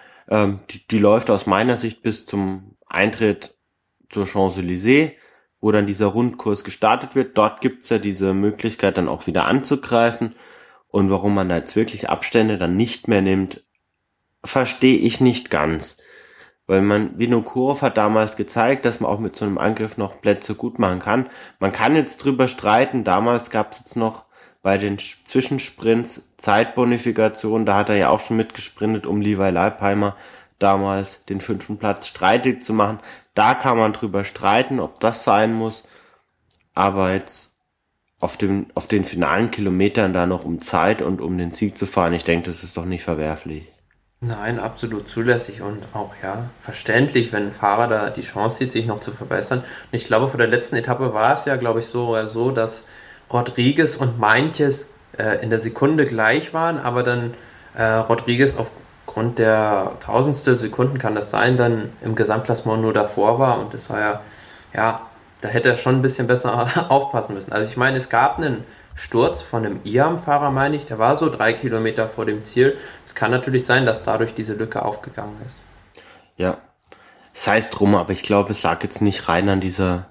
[SPEAKER 1] die läuft aus meiner Sicht bis zum Eintritt zur Champs-Élysées, wo dann dieser Rundkurs gestartet wird. Dort gibt's ja diese Möglichkeit, dann auch wieder anzugreifen. Und warum man da jetzt wirklich Abstände dann nicht mehr nimmt, verstehe ich nicht ganz. Weil Vinokurov hat damals gezeigt, dass man auch mit so einem Angriff noch Plätze gut machen kann. Man kann jetzt drüber streiten, damals gab es jetzt noch bei den Zwischensprints Zeitbonifikation, da hat er ja auch schon mitgesprintet, um Levi Leipheimer damals den 5. Platz streitig zu machen. Da kann man drüber streiten, ob das sein muss, aber jetzt auf den finalen Kilometern da noch um Zeit und um den Sieg zu fahren, ich denke, das ist doch nicht verwerflich.
[SPEAKER 2] Nein, absolut zulässig und auch ja verständlich, wenn ein Fahrer da die Chance sieht, sich noch zu verbessern. Und ich glaube, vor der letzten Etappe war es ja, glaube ich, so, dass Rodriguez und Meintjes in der Sekunde gleich waren, aber dann Rodriguez aufgrund der Tausendstel Sekunden, kann das sein, dann im Gesamtklassement nur davor war und das war ja, da hätte er schon ein bisschen besser aufpassen müssen. Also ich meine, es gab einen Sturz von einem IAM-Fahrer, meine ich, der war so 3 Kilometer vor dem Ziel. Es kann natürlich sein, dass dadurch diese Lücke aufgegangen ist.
[SPEAKER 1] Ja, sei es drum, aber ich glaube, es lag jetzt nicht rein an dieser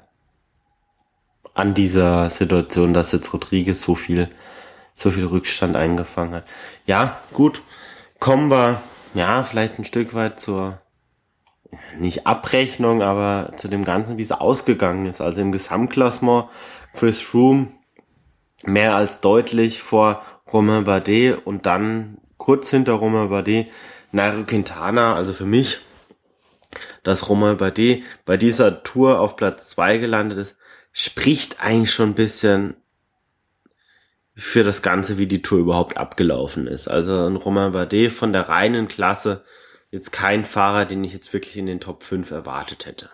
[SPEAKER 1] Situation, dass jetzt Rodriguez so viel Rückstand eingefangen hat. Ja, gut, kommen wir, ja, vielleicht ein Stück weit zur, nicht Abrechnung, aber zu dem Ganzen, wie es ausgegangen ist. Also im Gesamtklassement Chris Froome mehr als deutlich vor Romain Bardet und dann kurz hinter Romain Bardet Nairo Quintana. Also für mich, dass Romain Bardet bei dieser Tour auf Platz 2 gelandet ist, spricht eigentlich schon ein bisschen für das Ganze, wie die Tour überhaupt abgelaufen ist. Also ein Romain Bardet von der reinen Klasse, jetzt kein Fahrer, den ich jetzt wirklich in den Top 5 erwartet hätte.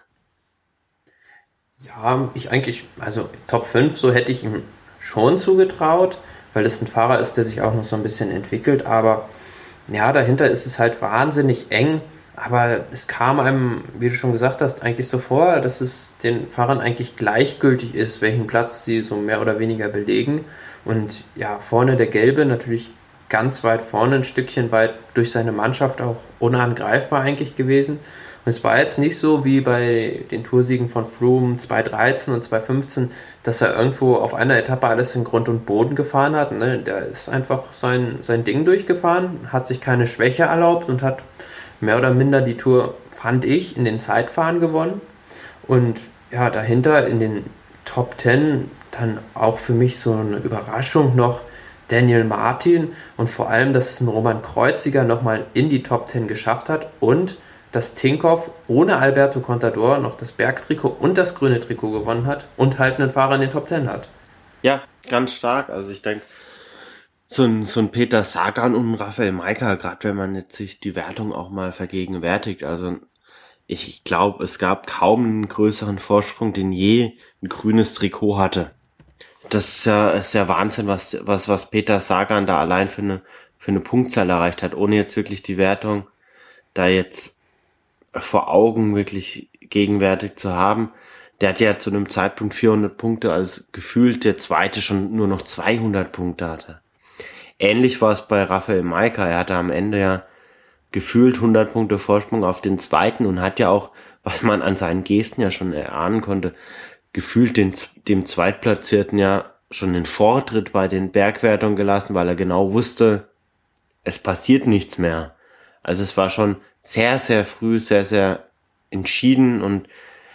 [SPEAKER 2] Ja, also Top 5, so hätte ich ihm schon zugetraut, weil es ein Fahrer ist, der sich auch noch so ein bisschen entwickelt, aber ja, dahinter ist es halt wahnsinnig eng, aber es kam einem, wie du schon gesagt hast, eigentlich so vor, dass es den Fahrern eigentlich gleichgültig ist, welchen Platz sie so mehr oder weniger belegen. Und ja, vorne der Gelbe natürlich ganz weit vorne, ein Stückchen weit durch seine Mannschaft auch unangreifbar eigentlich gewesen. Und es war jetzt nicht so wie bei den Toursiegen von Froome 2013 und 2015, dass er irgendwo auf einer Etappe alles in Grund und Boden gefahren hat. Ne? Der ist einfach sein Ding durchgefahren, hat sich keine Schwäche erlaubt und hat mehr oder minder die Tour, fand ich, in den Zeitfahren gewonnen. Und ja, dahinter in den Top 10 dann auch für mich so eine Überraschung noch Daniel Martin und vor allem, dass es ein Roman Kreuziger nochmal in die Top 10 geschafft hat und dass Tinkoff ohne Alberto Contador noch das Bergtrikot und das grüne Trikot gewonnen hat und halt einen Fahrer in den Top 10 hat.
[SPEAKER 1] Ja, ganz stark. Also ich denke, so ein Peter Sagan und ein Raphael Majka, gerade wenn man jetzt sich die Wertung auch mal vergegenwärtigt, also ich glaube, es gab kaum einen größeren Vorsprung, den je ein grünes Trikot hatte. Das ist ja Wahnsinn, was Peter Sagan da allein für eine Punktzahl erreicht hat, ohne jetzt wirklich die Wertung da jetzt vor Augen wirklich gegenwärtig zu haben. Der hat ja zu einem Zeitpunkt 400 Punkte, als gefühlt der Zweite schon nur noch 200 Punkte hatte. Ähnlich war es bei Raphael Majka. Er hatte am Ende ja gefühlt 100 Punkte Vorsprung auf den Zweiten und hat ja auch, was man an seinen Gesten ja schon erahnen konnte, gefühlt dem Zweitplatzierten ja schon den Vortritt bei den Bergwertungen gelassen, weil er genau wusste, es passiert nichts mehr. Also es war schon sehr, sehr früh, sehr, sehr entschieden und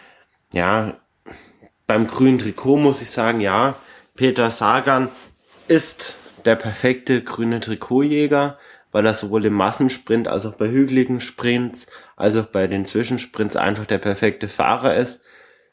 [SPEAKER 1] ja, beim grünen Trikot muss ich sagen, ja, Peter Sagan ist der perfekte grüne Trikotjäger, weil er sowohl im Massensprint als auch bei hügeligen Sprints, als auch bei den Zwischensprints einfach der perfekte Fahrer ist.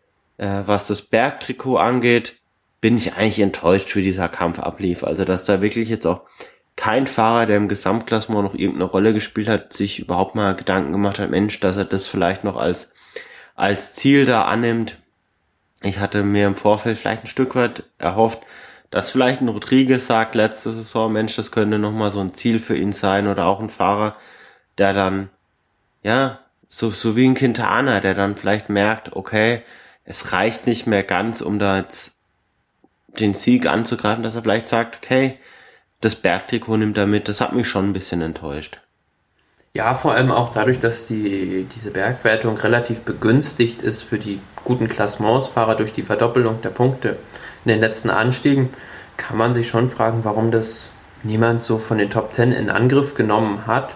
[SPEAKER 1] Was das Bergtrikot angeht, bin ich eigentlich enttäuscht, wie dieser Kampf ablief. Also, dass da wirklich jetzt auch kein Fahrer, der im Gesamtklassement noch irgendeine Rolle gespielt hat, sich überhaupt mal Gedanken gemacht hat, Mensch, dass er das vielleicht noch als Ziel da annimmt. Ich hatte mir im Vorfeld vielleicht ein Stück weit erhofft, dass vielleicht ein Rodriguez sagt letzte Saison, Mensch, das könnte nochmal so ein Ziel für ihn sein oder auch ein Fahrer, der dann, ja, so wie ein Quintana, der dann vielleicht merkt, okay, es reicht nicht mehr ganz, um da jetzt den Sieg anzugreifen, dass er vielleicht sagt, okay, das Bergtrikot nimmt er mit. Das hat mich schon ein bisschen enttäuscht.
[SPEAKER 2] Ja, vor allem auch dadurch, dass diese Bergwertung relativ begünstigt ist für die guten Klassementsfahrer durch die Verdoppelung der Punkte in den letzten Anstiegen, kann man sich schon fragen, warum das niemand so von den Top 10 in Angriff genommen hat.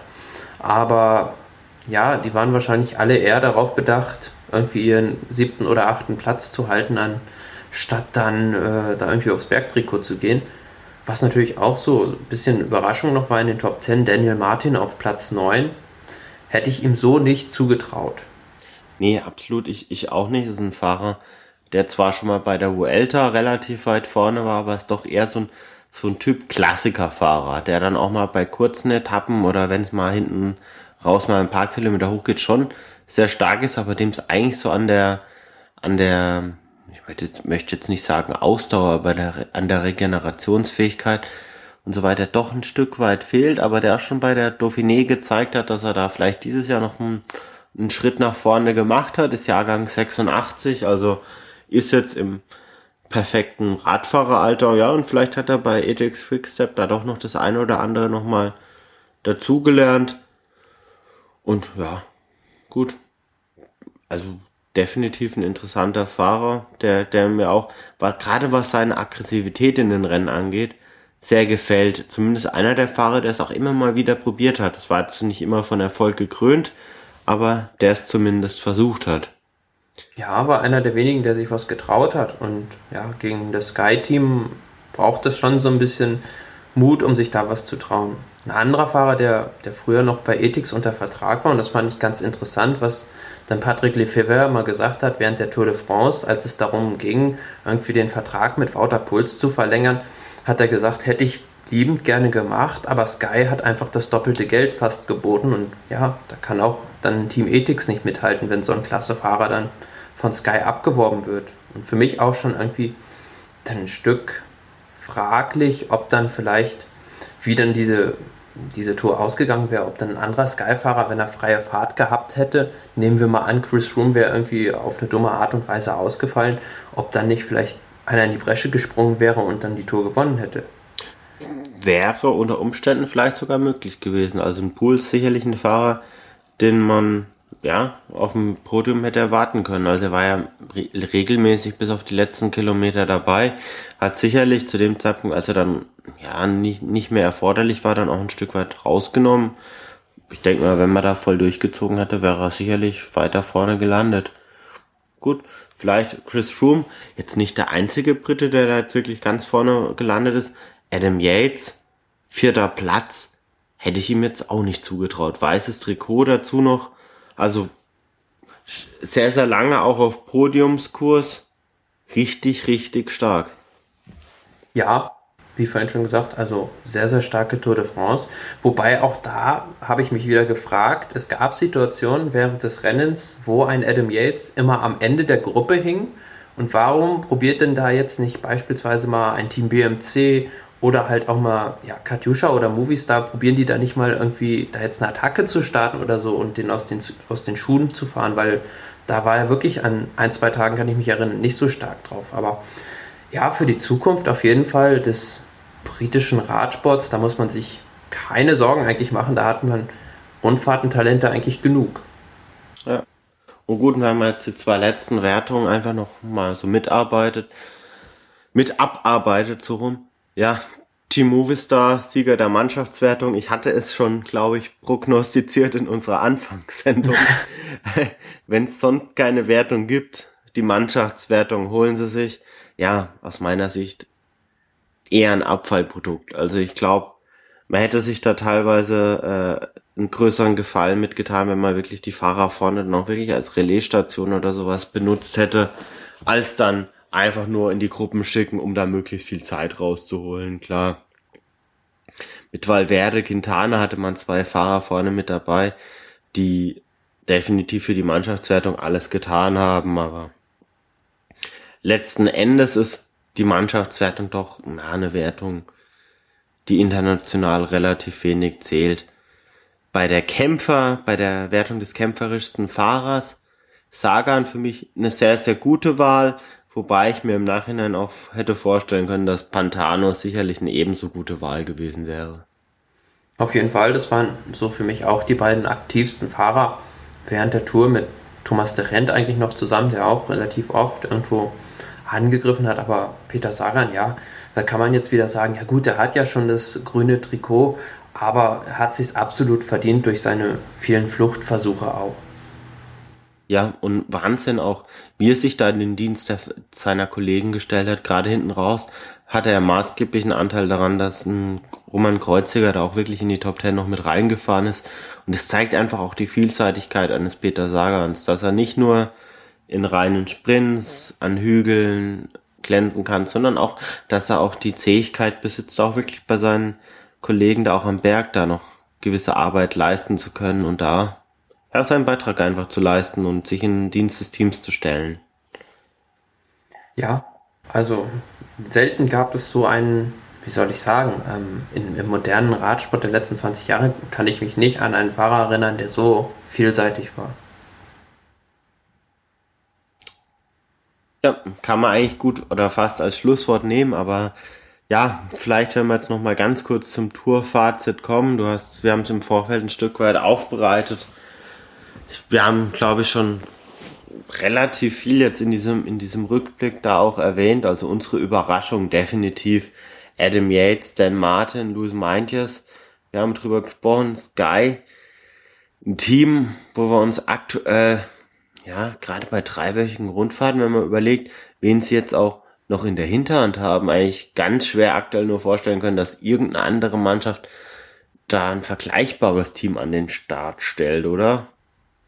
[SPEAKER 2] Aber ja, die waren wahrscheinlich alle eher darauf bedacht, irgendwie ihren 7. oder 8. Platz zu halten, anstatt dann da irgendwie aufs Bergtrikot zu gehen. Was natürlich auch so ein bisschen Überraschung noch war in den Top 10, Daniel Martin auf Platz 9, hätte ich ihm so nicht zugetraut.
[SPEAKER 1] Nee, absolut, ich auch nicht. Das ist ein Fahrer, der zwar schon mal bei der Vuelta relativ weit vorne war, aber ist doch eher so ein Typ Klassikerfahrer, der dann auch mal bei kurzen Etappen oder wenn es mal hinten raus mal ein paar Kilometer hoch geht, schon sehr stark ist, aber dem es eigentlich so an der ich möchte jetzt nicht sagen Ausdauer, aber an der Regenerationsfähigkeit und so weiter doch ein Stück weit fehlt, aber der auch schon bei der Dauphiné gezeigt hat, dass er da vielleicht dieses Jahr noch einen Schritt nach vorne gemacht hat, ist Jahrgang 86, also ist jetzt im perfekten Radfahreralter, ja, und vielleicht hat er bei Ethics Quickstep da doch noch das eine oder andere nochmal dazugelernt und ja, gut, also definitiv ein interessanter Fahrer, der mir auch, gerade was seine Aggressivität in den Rennen angeht, sehr gefällt. Zumindest einer der Fahrer, der es auch immer mal wieder probiert hat. Das war jetzt nicht immer von Erfolg gekrönt, aber der es zumindest versucht hat.
[SPEAKER 2] Ja, aber einer der wenigen, der sich was getraut hat. Und ja, gegen das Sky-Team braucht es schon so ein bisschen Mut, um sich da was zu trauen. Ein anderer Fahrer, der früher noch bei Ethics unter Vertrag war, und das fand ich ganz interessant, was dann Patrick Lefevre mal gesagt hat, während der Tour de France, als es darum ging, irgendwie den Vertrag mit Wouter Poels zu verlängern, hat er gesagt, hätte ich liebend gerne gemacht, aber Sky hat einfach das doppelte Geld fast geboten und ja, da kann auch dann Team Ethics nicht mithalten, wenn so ein Klassefahrer dann von Sky abgeworben wird. Und für mich auch schon irgendwie dann ein Stück fraglich, ob dann vielleicht, wie dann diese Tour ausgegangen wäre, ob dann ein anderer Sky-Fahrer, wenn er freie Fahrt gehabt hätte, nehmen wir mal an, Chris Froome wäre irgendwie auf eine dumme Art und Weise ausgefallen, ob dann nicht vielleicht einer in die Bresche gesprungen wäre und dann die Tour gewonnen hätte.
[SPEAKER 1] Wäre unter Umständen vielleicht sogar möglich gewesen. Also ein Pool ist sicherlich ein Fahrer, den man ja auf dem Podium hätte erwarten können. Also er war ja regelmäßig bis auf die letzten Kilometer dabei, hat sicherlich zu dem Zeitpunkt, als er dann ja nicht mehr erforderlich war, dann auch ein Stück weit rausgenommen. Ich denke mal, wenn man da voll durchgezogen hätte, wäre er sicherlich weiter vorne gelandet. Gut, vielleicht Chris Froome, jetzt nicht der einzige Brite, der da jetzt wirklich ganz vorne gelandet ist. Adam Yates, 4. Platz, hätte ich ihm jetzt auch nicht zugetraut. Weißes Trikot dazu noch, also sehr, sehr lange auch auf Podiumskurs. Richtig, richtig stark.
[SPEAKER 2] Ja, wie vorhin schon gesagt, also sehr, sehr starke Tour de France. Wobei auch da habe ich mich wieder gefragt, es gab Situationen während des Rennens, wo ein Adam Yates immer am Ende der Gruppe hing. Und warum probiert denn da jetzt nicht beispielsweise mal ein Team BMC oder halt auch mal ja, Katusha oder Movistar, probieren die da nicht mal irgendwie da jetzt eine Attacke zu starten oder so und den aus den Schuhen zu fahren, weil da war er wirklich an 1, 2 Tagen, kann ich mich erinnern, nicht so stark drauf. Aber ja, für die Zukunft auf jeden Fall des britischen Radsports, da muss man sich keine Sorgen eigentlich machen, da hat man Rundfahrtentalente eigentlich genug.
[SPEAKER 1] Ja. Und gut, wir haben jetzt die 2 letzten Wertungen einfach noch mal so abarbeitet so rum. Ja, Team Movistar, Sieger der Mannschaftswertung. Ich hatte es schon, glaube ich, prognostiziert in unserer Anfangssendung. Wenn es sonst keine Wertung gibt, die Mannschaftswertung holen sie sich. Ja, aus meiner Sicht eher ein Abfallprodukt. Also ich glaube, man hätte sich da teilweise einen größeren Gefallen mitgetan, wenn man wirklich die Fahrer vorne dann auch wirklich als Relaisstation oder sowas benutzt hätte, als dann einfach nur in die Gruppen schicken, um da möglichst viel Zeit rauszuholen, klar. Mit Valverde, Quintana hatte man 2 Fahrer vorne mit dabei, die definitiv für die Mannschaftswertung alles getan haben, aber letzten Endes ist die Mannschaftswertung doch eine Wertung, die international relativ wenig zählt. Bei der Wertung des kämpferischsten Fahrers, Sagan für mich eine sehr, sehr gute Wahl, wobei ich mir im Nachhinein auch hätte vorstellen können, dass Pantano sicherlich eine ebenso gute Wahl gewesen wäre.
[SPEAKER 2] Auf jeden Fall, das waren so für mich auch die beiden aktivsten Fahrer während der Tour mit Thomas de Gendt eigentlich noch zusammen, der auch relativ oft irgendwo angegriffen hat, aber Peter Sagan, ja, da kann man jetzt wieder sagen, ja gut, der hat ja schon das grüne Trikot, aber er hat sich's absolut verdient durch seine vielen Fluchtversuche auch.
[SPEAKER 1] Ja, und Wahnsinn auch, wie er sich da in den Dienst seiner Kollegen gestellt hat, gerade hinten raus, hatte er maßgeblichen Anteil daran, dass ein Roman Kreuziger da auch wirklich in die Top 10 noch mit reingefahren ist. Und es zeigt einfach auch die Vielseitigkeit eines Peter Sagans, dass er nicht nur in reinen Sprints, an Hügeln glänzen kann, sondern auch, dass er auch die Zähigkeit besitzt, auch wirklich bei seinen Kollegen da auch am Berg da noch gewisse Arbeit leisten zu können und da seinen Beitrag einfach zu leisten und sich in den Dienst des Teams zu stellen.
[SPEAKER 2] Ja, also selten gab es so einen, wie soll ich sagen, im modernen Radsport der letzten 20 Jahre kann ich mich nicht an einen Fahrer erinnern, der so vielseitig war.
[SPEAKER 1] Ja, kann man eigentlich gut oder fast als Schlusswort nehmen, aber ja, vielleicht wenn wir jetzt noch mal ganz kurz zum Tourfazit kommen. Wir haben es im Vorfeld ein Stück weit aufbereitet. Wir haben, glaube ich, schon relativ viel jetzt in diesem Rückblick da auch erwähnt. Also unsere Überraschung definitiv Adam Yates, Dan Martin, Luis Meintjes. Wir haben drüber gesprochen, Sky. Ein Team, wo wir uns aktuell, ja, gerade bei 3-wöchigen Rundfahrten, wenn man überlegt, wen sie jetzt auch noch in der Hinterhand haben, eigentlich ganz schwer aktuell nur vorstellen können, dass irgendeine andere Mannschaft da ein vergleichbares Team an den Start stellt, oder?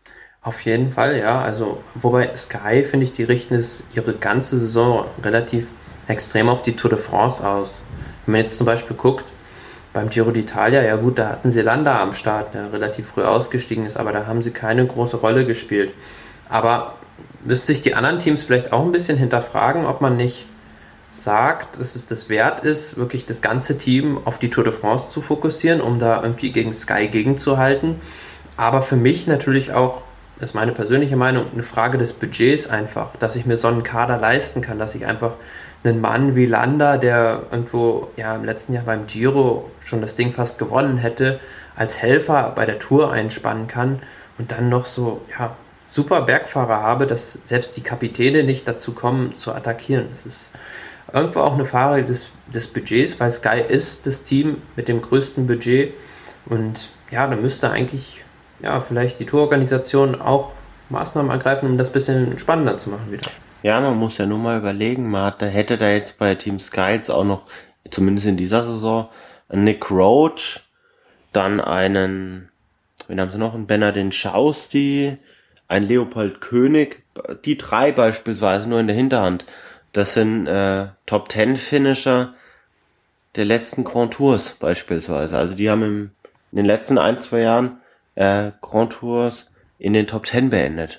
[SPEAKER 2] Auf jeden Fall, ja. Also, wobei Sky, finde ich, die richten es ihre ganze Saison relativ extrem auf die Tour de France aus. Wenn man jetzt zum Beispiel guckt, beim Giro d'Italia, ja gut, da hatten sie Landa am Start, der relativ früh ausgestiegen ist, aber da haben sie keine große Rolle gespielt. Aber müsste sich die anderen Teams vielleicht auch ein bisschen hinterfragen, ob man nicht sagt, dass es das wert ist, wirklich das ganze Team auf die Tour de France zu fokussieren, um da irgendwie gegen Sky gegenzuhalten. Aber für mich natürlich auch, ist meine persönliche Meinung, eine Frage des Budgets einfach, dass ich mir so einen Kader leisten kann, dass ich einfach einen Mann wie Landa, der irgendwo ja im letzten Jahr beim Giro schon das Ding fast gewonnen hätte, als Helfer bei der Tour einspannen kann und dann noch so ja, super Bergfahrer habe, dass selbst die Kapitäne nicht dazu kommen zu attackieren. Das ist irgendwo auch eine Frage des Budgets, weil Sky ist das Team mit dem größten Budget und ja, da müsste eigentlich ja, vielleicht die Tourorganisation auch Maßnahmen ergreifen, um das ein bisschen spannender zu machen wieder.
[SPEAKER 1] Ja, man muss ja nur mal überlegen, hätte da jetzt bei Team Sky jetzt auch noch, zumindest in dieser Saison, einen Nick Roach, dann wen haben sie noch, einen Bernardin Schausti, einen Leopold König, die 3 beispielsweise nur in der Hinterhand. Das sind Top-10-Finisher der letzten Grand Tours beispielsweise. Also die haben in den letzten 1-2 Jahren Grand Tours in den Top 10 beendet.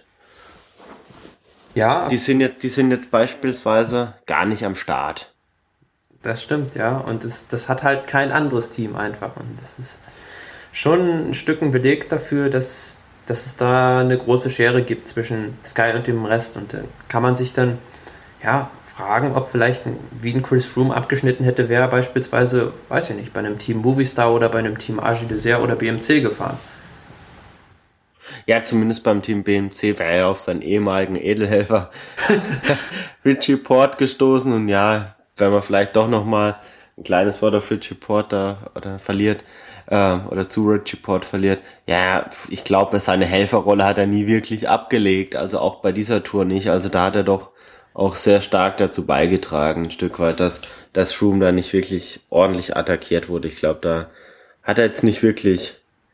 [SPEAKER 2] Ja,
[SPEAKER 1] Die sind jetzt beispielsweise gar nicht am Start.
[SPEAKER 2] das stimmt, ja. Und das hat halt kein anderes Team einfach. Und das ist schon ein Stück ein Beleg dafür, dass es da eine große Schere gibt zwischen Sky und dem Rest. Und kann man sich dann ja fragen, ob vielleicht wie ein Chris Froome abgeschnitten hätte, wäre beispielsweise, weiß ich nicht, bei einem Team Movistar oder bei einem Team AG Dessert oder BMC gefahren.
[SPEAKER 1] Ja, zumindest beim Team BMC wäre er auf seinen ehemaligen Edelhelfer Richie Porte gestoßen und ja, wenn man vielleicht doch nochmal ein kleines Wort auf Richie Porte oder verliert, oder zu Richie Porte verliert, ja, ich glaube, seine Helferrolle hat er nie wirklich abgelegt, also auch bei dieser Tour nicht, also da hat er doch auch sehr stark dazu beigetragen, ein Stück weit, dass Froome da nicht wirklich ordentlich attackiert wurde. Ich glaube, da hat er jetzt nicht wirklich,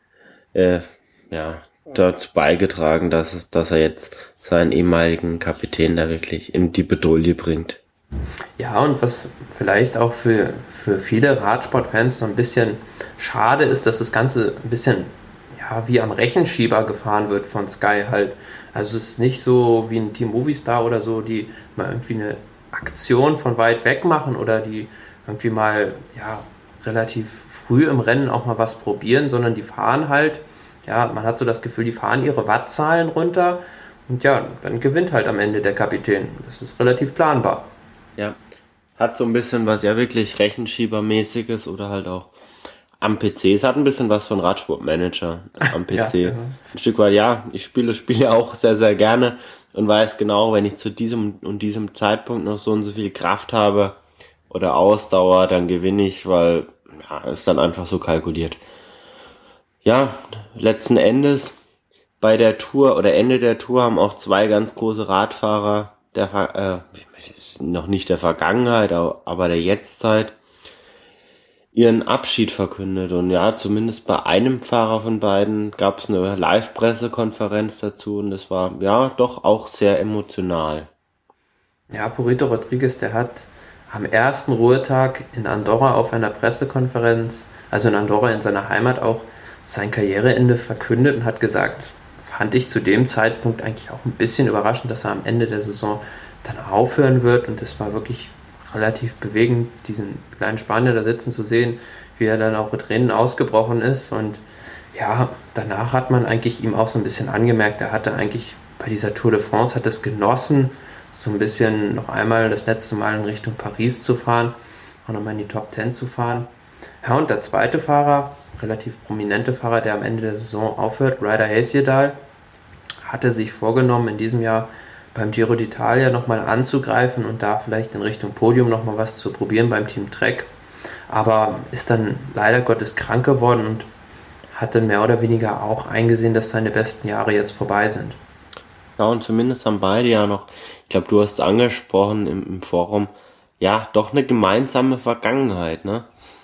[SPEAKER 1] dazu beigetragen, dass er jetzt seinen ehemaligen Kapitän da wirklich in die Bedouille bringt.
[SPEAKER 2] Ja, und was vielleicht auch für viele Radsportfans so ein bisschen schade ist, dass das Ganze ein bisschen ja, wie am Rechenschieber gefahren wird von Sky halt. Also es ist nicht so wie ein Team Movistar oder so, die mal irgendwie eine Aktion von weit weg machen oder die irgendwie mal ja, relativ früh im Rennen auch mal was probieren, sondern die fahren halt, ja, man hat so das Gefühl, die fahren ihre Wattzahlen runter und ja, dann gewinnt halt am Ende der Kapitän. Das ist relativ planbar.
[SPEAKER 1] Ja, hat so ein bisschen was ja wirklich Rechenschiebermäßiges oder halt auch am PC. Es hat ein bisschen was von Radsportmanager am PC.
[SPEAKER 2] Ja, genau.
[SPEAKER 1] Ein Stück weit, ja, ich spiele Spiele auch sehr, sehr gerne und weiß genau, wenn ich zu diesem und diesem Zeitpunkt noch so und so viel Kraft habe oder Ausdauer, dann gewinne ich, weil ja, ist dann einfach so kalkuliert. Ja, letzten Endes bei der Tour oder Ende der Tour haben auch 2 ganz große Radfahrer noch nicht der Vergangenheit, aber der Jetztzeit ihren Abschied verkündet. Und ja, zumindest bei einem Fahrer von beiden gab es eine Live-Pressekonferenz dazu und das war ja doch auch sehr emotional.
[SPEAKER 2] Ja, Purito Rodriguez, der hat am ersten Ruhetag in Andorra auf einer Pressekonferenz, also in Andorra in seiner Heimat auch, sein Karriereende verkündet und hat gesagt, fand ich zu dem Zeitpunkt eigentlich auch ein bisschen überraschend, dass er am Ende der Saison dann aufhören wird und das war wirklich relativ bewegend, diesen kleinen Spanier da sitzen zu sehen, wie er dann auch mit Tränen ausgebrochen ist und ja, danach hat man eigentlich ihm auch so ein bisschen angemerkt, er hatte eigentlich bei dieser Tour de France, hat es genossen, so ein bisschen noch einmal das letzte Mal in Richtung Paris zu fahren und nochmal in die Top 10 zu fahren. Ja, und der zweite Fahrer, relativ prominente Fahrer, der am Ende der Saison aufhört, Ryder Hesjedal, hatte sich vorgenommen, in diesem Jahr beim Giro d'Italia nochmal anzugreifen und da vielleicht in Richtung Podium nochmal was zu probieren beim Team Trek. Aber ist dann leider Gottes krank geworden und hat dann mehr oder weniger auch eingesehen, dass seine besten Jahre jetzt vorbei sind.
[SPEAKER 1] Ja, und zumindest haben beide ja noch, ich glaube, du hast es angesprochen im Forum, ja, doch eine gemeinsame Vergangenheit, ne?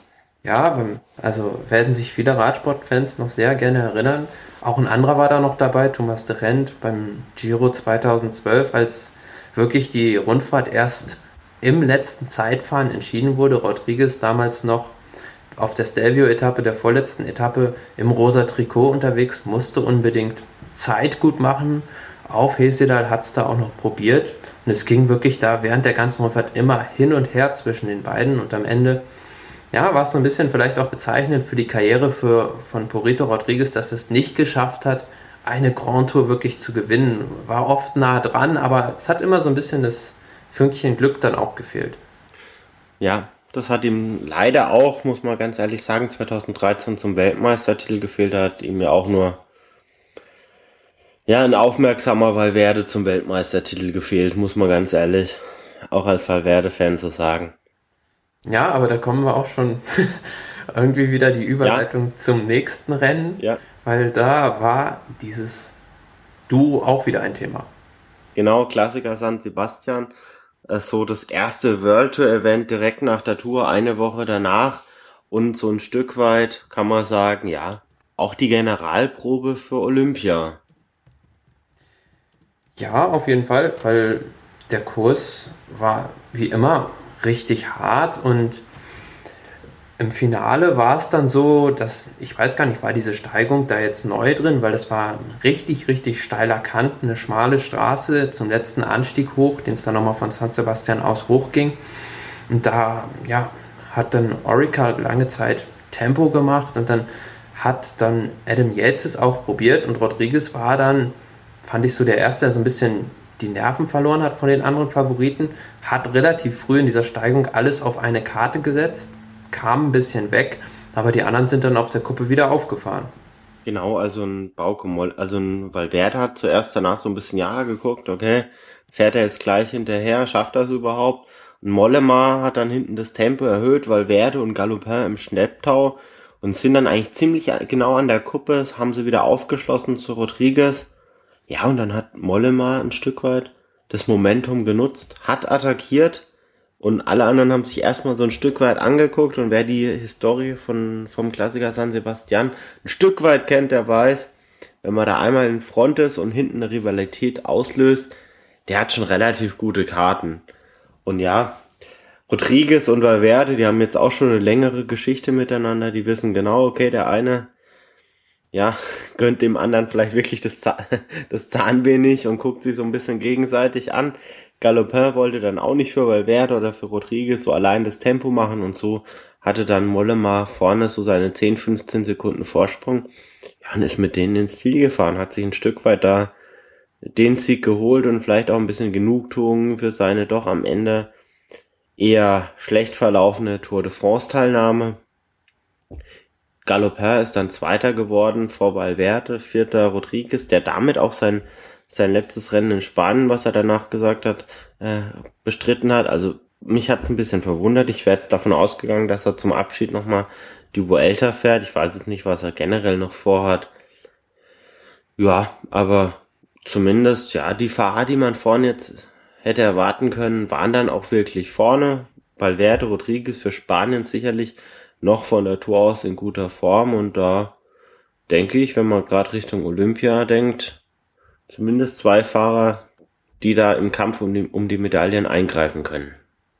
[SPEAKER 2] Ja, also werden sich viele Radsportfans noch sehr gerne erinnern. Auch ein anderer war da noch dabei, Thomas de Gendt beim Giro 2012, als wirklich die Rundfahrt erst im letzten Zeitfahren entschieden wurde. Rodriguez damals noch auf der Stelvio-Etappe, der vorletzten Etappe, im rosa Trikot unterwegs, musste unbedingt Zeit gut machen. Auf Hesjedal hat es da auch noch probiert. Und es ging wirklich da während der ganzen Rundfahrt immer hin und her zwischen den beiden. Und am Ende, ja, war es so ein bisschen vielleicht auch bezeichnend für die Karriere von Purito Rodriguez, dass es nicht geschafft hat, eine Grand Tour wirklich zu gewinnen. War oft nah dran, aber es hat immer so ein bisschen das Fünkchen Glück dann auch gefehlt.
[SPEAKER 1] Ja, das hat ihm leider auch, muss man ganz ehrlich sagen, 2013 zum Weltmeistertitel gefehlt. Da hat ihm ja auch nur ein aufmerksamer Valverde zum Weltmeistertitel gefehlt, muss man ganz ehrlich auch als Valverde-Fan so sagen.
[SPEAKER 2] Ja, aber da kommen wir auch schon irgendwie wieder die Überleitung zum nächsten Rennen, weil da war dieses Duo auch wieder ein Thema.
[SPEAKER 1] Genau, Klassiker San Sebastian, so das erste World Tour Event direkt nach der Tour, eine Woche danach und so ein Stück weit kann man sagen, ja, auch die Generalprobe für Olympia.
[SPEAKER 2] Ja, auf jeden Fall, weil der Kurs war wie immer richtig hart und im Finale war es dann so, dass, ich weiß gar nicht, war diese Steigung da jetzt neu drin, weil das war ein richtig, richtig steiler Kant, eine schmale Straße zum letzten Anstieg hoch, den es dann nochmal von San Sebastian aus hochging. Und da, ja, hat dann Orica lange Zeit Tempo gemacht und dann hat dann Adam Yates es auch probiert und Rodriguez war dann, fand ich so der Erste, der so ein bisschen die Nerven verloren hat von den anderen Favoriten, hat relativ früh in dieser Steigung alles auf eine Karte gesetzt, kam ein bisschen weg, aber die anderen sind dann auf der Kuppe wieder aufgefahren.
[SPEAKER 1] Genau, also ein Valverde hat zuerst danach so ein bisschen geguckt, okay, fährt er jetzt gleich hinterher, schafft er es überhaupt? Und Mollema hat dann hinten das Tempo erhöht, Valverde und Galopin im Schlepptau und sind dann eigentlich ziemlich genau an der Kuppe, haben sie wieder aufgeschlossen zu Rodriguez. Ja, und dann hat Mollema ein Stück weit das Momentum genutzt, hat attackiert und alle anderen haben sich erstmal so ein Stück weit angeguckt und wer die Historie vom Klassiker San Sebastian ein Stück weit kennt, der weiß, wenn man da einmal in Front ist und hinten eine Rivalität auslöst, der hat schon relativ gute Karten. Und ja, Rodriguez und Valverde, die haben jetzt auch schon eine längere Geschichte miteinander, die wissen genau, okay, der eine gönnt dem anderen vielleicht wirklich das Zahnweh nicht und guckt sich so ein bisschen gegenseitig an. Galopin wollte dann auch nicht für Valverde oder für Rodriguez so allein das Tempo machen und so hatte dann Mollema vorne so seine 10, 15 Sekunden Vorsprung. Ja, und ist mit denen ins Ziel gefahren, hat sich ein Stück weit da den Sieg geholt und vielleicht auch ein bisschen Genugtuung für seine doch am Ende eher schlecht verlaufene Tour de France Teilnahme. Galopin ist dann Zweiter geworden vor Valverde, Vierter Rodriguez, der damit auch sein letztes Rennen in Spanien, was er danach gesagt hat, bestritten hat. Also mich hat es ein bisschen verwundert. Ich wäre jetzt davon ausgegangen, dass er zum Abschied nochmal die Vuelta fährt. Ich weiß jetzt nicht, was er generell noch vorhat. Ja, aber zumindest, die Fahrer, die man vorne jetzt hätte erwarten können, waren dann auch wirklich vorne. Valverde, Rodriguez für Spanien sicherlich noch von der Tour aus in guter Form und da denke ich, wenn man gerade Richtung Olympia denkt, zumindest 2 Fahrer, die da im Kampf um die Medaillen eingreifen können.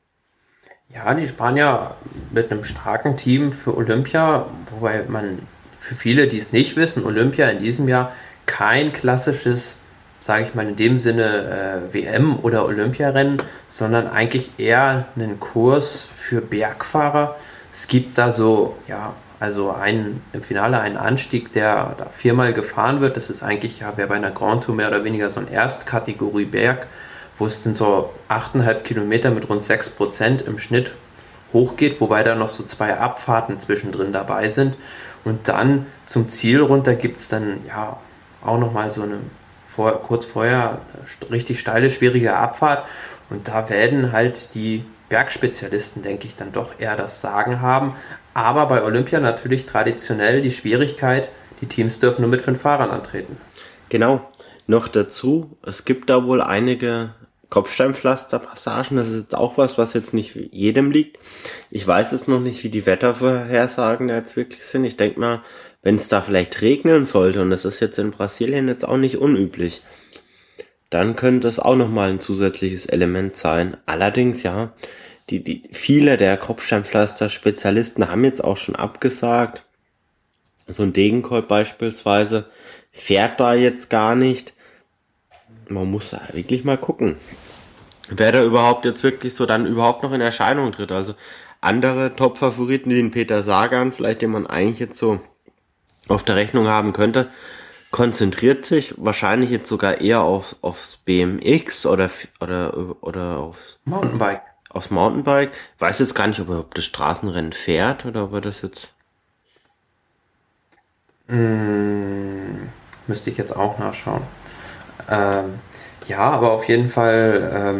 [SPEAKER 2] Ja, die Spanier mit einem starken Team für Olympia, wobei man für viele, die es nicht wissen, Olympia in diesem Jahr kein klassisches, sage ich mal in dem Sinne, WM- oder Olympiarennen, sondern eigentlich eher einen Kurs für Bergfahrer. Es gibt da so, also im Finale einen Anstieg, der da 4-mal gefahren wird. Das ist eigentlich, wer bei einer Grand Tour mehr oder weniger so ein Erstkategorie Berg, wo es dann so 8,5 Kilometer mit rund 6% im Schnitt hochgeht, wobei da noch so 2 Abfahrten zwischendrin dabei sind. Und dann zum Ziel runter gibt es dann auch nochmal so eine kurz vorher richtig steile, schwierige Abfahrt. Und da werden halt die Bergspezialisten, denke ich, dann doch eher das Sagen haben. Aber bei Olympia natürlich traditionell die Schwierigkeit, die Teams dürfen nur mit 5 Fahrern antreten.
[SPEAKER 1] Genau, noch dazu, es gibt da wohl einige Kopfsteinpflasterpassagen, das ist jetzt auch was jetzt nicht jedem liegt. Ich weiß es noch nicht, wie die Wettervorhersagen da jetzt wirklich sind. Ich denke mal, wenn es da vielleicht regnen sollte, und das ist jetzt in Brasilien jetzt auch nicht unüblich, dann könnte das auch nochmal ein zusätzliches Element sein. Allerdings, ja, viele der Kopfsteinpflaster-Spezialisten haben jetzt auch schon abgesagt. So ein Degenkolb beispielsweise fährt da jetzt gar nicht. Man muss da wirklich mal gucken, wer da überhaupt jetzt wirklich so dann überhaupt noch in Erscheinung tritt. Also andere Top-Favoriten, wie den Peter Sagan, vielleicht den man eigentlich jetzt so auf der Rechnung haben könnte, konzentriert sich wahrscheinlich jetzt sogar eher aufs BMX oder
[SPEAKER 2] Mountainbike.
[SPEAKER 1] Aufs Mountainbike. Ich weiß jetzt gar nicht, ob er das Straßenrennen fährt oder ob er das jetzt...
[SPEAKER 2] Müsste ich jetzt auch nachschauen. Ja, aber auf jeden Fall,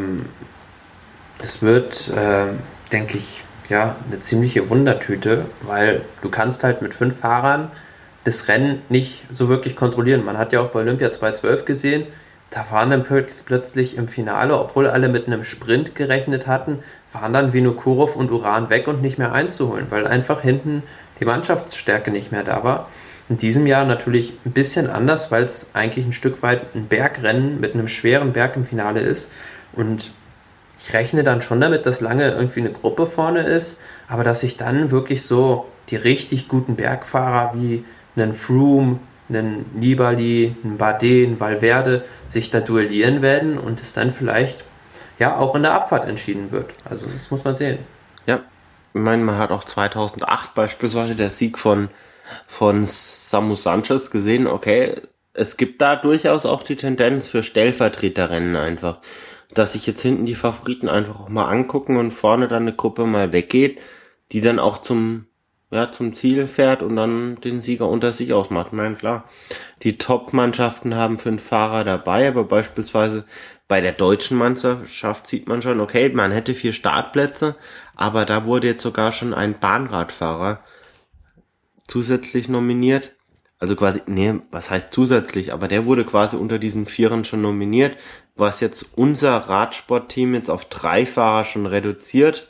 [SPEAKER 2] das wird, denke ich, ja, eine ziemliche Wundertüte, weil du kannst halt mit 5 Fahrern das Rennen nicht so wirklich kontrollieren. Man hat ja auch bei Olympia 2012 gesehen, da waren dann plötzlich im Finale, obwohl alle mit einem Sprint gerechnet hatten, waren dann Vinokurov und Uran weg und nicht mehr einzuholen, weil einfach hinten die Mannschaftsstärke nicht mehr da war. In diesem Jahr natürlich ein bisschen anders, weil es eigentlich ein Stück weit ein Bergrennen mit einem schweren Berg im Finale ist. Und ich rechne dann schon damit, dass lange irgendwie eine Gruppe vorne ist, aber dass sich dann wirklich so die richtig guten Bergfahrer wie einen Froome, einen Nibali, einen Bardet, einen Valverde sich da duellieren werden und es dann vielleicht ja auch in der Abfahrt entschieden wird. Also das muss man sehen.
[SPEAKER 1] Ja, ich meine, man hat auch 2008 beispielsweise der Sieg von Samu Sanchez gesehen, okay, es gibt da durchaus auch die Tendenz für Stellvertreterrennen einfach, dass sich jetzt hinten die Favoriten einfach auch mal angucken und vorne dann eine Gruppe mal weggeht, die dann auch zum Ziel fährt und dann den Sieger unter sich ausmacht. Ich meine, klar, die Top-Mannschaften haben 5 Fahrer dabei, aber beispielsweise bei der deutschen Mannschaft sieht man schon, okay, man hätte 4 Startplätze, aber da wurde jetzt sogar schon ein Bahnradfahrer zusätzlich nominiert. Also quasi, was heißt zusätzlich? Aber der wurde quasi unter diesen 4 schon nominiert, was jetzt unser Radsportteam jetzt auf 3 Fahrer schon reduziert.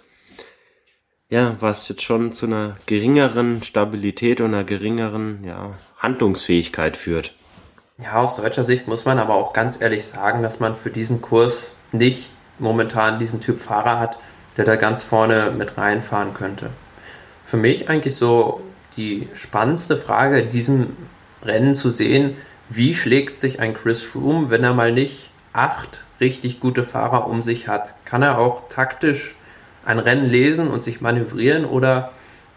[SPEAKER 1] Ja, was jetzt schon zu einer geringeren Stabilität und einer geringeren, Handlungsfähigkeit führt.
[SPEAKER 2] Ja, aus deutscher Sicht muss man aber auch ganz ehrlich sagen, dass man für diesen Kurs nicht momentan diesen Typ Fahrer hat, der da ganz vorne mit reinfahren könnte. Für mich eigentlich so die spannendste Frage in diesem Rennen zu sehen, wie schlägt sich ein Chris Froome, wenn er mal nicht 8 richtig gute Fahrer um sich hat? Kann er auch taktisch ein Rennen lesen und sich manövrieren oder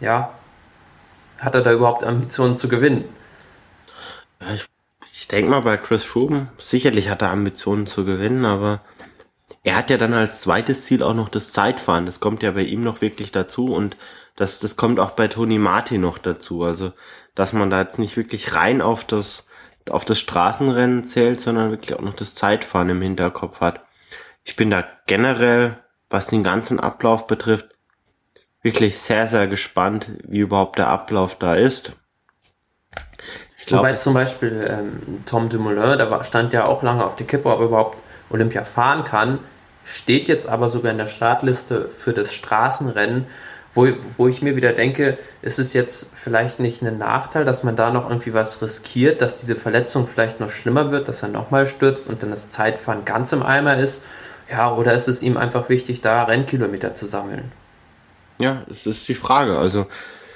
[SPEAKER 2] hat er da überhaupt Ambitionen zu gewinnen?
[SPEAKER 1] Ja, ich denke mal bei Chris Froome, sicherlich hat er Ambitionen zu gewinnen, aber er hat ja dann als zweites Ziel auch noch das Zeitfahren. Das kommt ja bei ihm noch wirklich dazu und das kommt auch bei Tony Martin noch dazu. Also, dass man da jetzt nicht wirklich rein auf das Straßenrennen zählt, sondern wirklich auch noch das Zeitfahren im Hinterkopf hat. Ich bin da generell, was den ganzen Ablauf betrifft, wirklich sehr, sehr gespannt, wie überhaupt der Ablauf da ist.
[SPEAKER 2] Wobei zum Beispiel Tom Dumoulin, da stand ja auch lange auf der Kippe, ob er überhaupt Olympia fahren kann, steht jetzt aber sogar in der Startliste für das Straßenrennen, wo ich mir wieder denke, ist es jetzt vielleicht nicht ein Nachteil, dass man da noch irgendwie was riskiert, dass diese Verletzung vielleicht noch schlimmer wird, dass er nochmal stürzt und dann das Zeitfahren ganz im Eimer ist? Ja, oder ist es ihm einfach wichtig, da Rennkilometer zu sammeln?
[SPEAKER 1] Ja, das ist die Frage. Also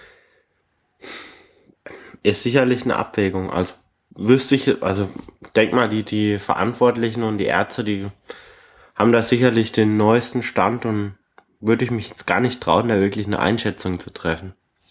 [SPEAKER 1] ist sicherlich eine Abwägung. Also denk mal, die Verantwortlichen und die Ärzte, die haben da sicherlich den neuesten Stand und würde ich mich jetzt gar nicht trauen, da wirklich eine Einschätzung zu treffen.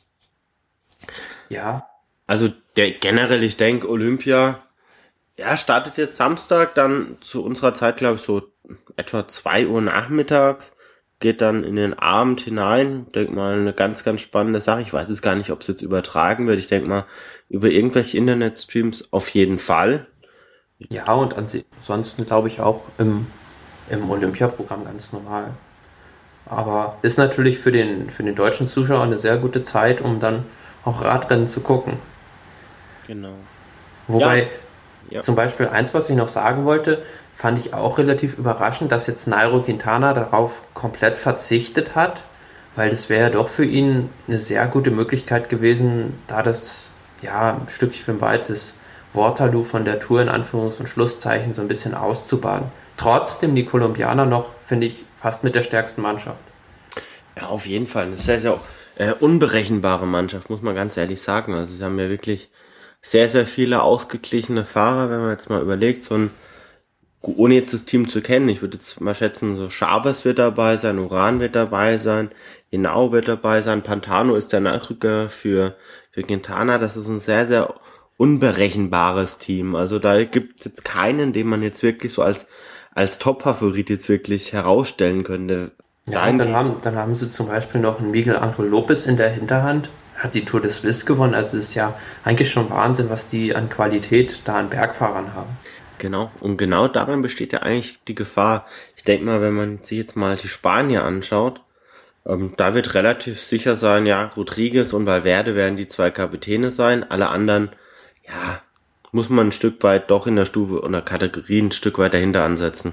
[SPEAKER 2] Ja.
[SPEAKER 1] Also generell, ich denke, Olympia, startet jetzt Samstag, dann zu unserer Zeit, glaube ich, so etwa 2 Uhr nachmittags, geht dann in den Abend hinein. Denk mal, eine ganz, ganz spannende Sache. Ich weiß jetzt gar nicht, ob es jetzt übertragen wird. Ich denke mal, über irgendwelche Internetstreams auf jeden Fall.
[SPEAKER 2] Ja, und ansonsten glaube ich auch im Olympiaprogramm ganz normal. Aber ist natürlich für den deutschen Zuschauer eine sehr gute Zeit, um dann auch Radrennen zu gucken.
[SPEAKER 1] Genau.
[SPEAKER 2] Wobei,
[SPEAKER 1] Ja.
[SPEAKER 2] Zum Beispiel eins, was ich noch sagen wollte, fand ich auch relativ überraschend, dass jetzt Nairo Quintana darauf komplett verzichtet hat, weil das wäre ja doch für ihn eine sehr gute Möglichkeit gewesen, da das ja ein Stückchen weit das Waterloo von der Tour in Anführungs- und Schlusszeichen so ein bisschen auszubaden. Trotzdem die Kolumbianer noch, finde ich, fast mit der stärksten Mannschaft.
[SPEAKER 1] Ja, auf jeden Fall. Eine sehr, sehr unberechenbare Mannschaft, muss man ganz ehrlich sagen. Also sie haben ja wirklich sehr, sehr viele ausgeglichene Fahrer, wenn man jetzt mal überlegt, so ein, ohne jetzt das Team zu kennen, ich würde jetzt mal schätzen, so Chavez wird dabei sein, Uran wird dabei sein, Henao wird dabei sein, Pantano ist der Nachrücker für Quintana. Das ist ein sehr, sehr unberechenbares Team. Also da gibt es jetzt keinen, den man jetzt wirklich so als Top-Favorit jetzt wirklich herausstellen könnte.
[SPEAKER 2] Ja, und dann haben sie zum Beispiel noch einen Miguel Angel Lopez in der Hinterhand, hat die Tour de Suisse gewonnen. Also es ist ja eigentlich schon Wahnsinn, was die an Qualität da an Bergfahrern haben.
[SPEAKER 1] Genau, und genau darin besteht ja eigentlich die Gefahr. Ich denke mal, wenn man sich jetzt mal die Spanier anschaut, da wird relativ sicher sein, ja, Rodriguez und Valverde werden die 2 Kapitäne sein. Alle anderen, ja, muss man ein Stück weit doch in der Stufe oder Kategorie ein Stück weit dahinter ansetzen.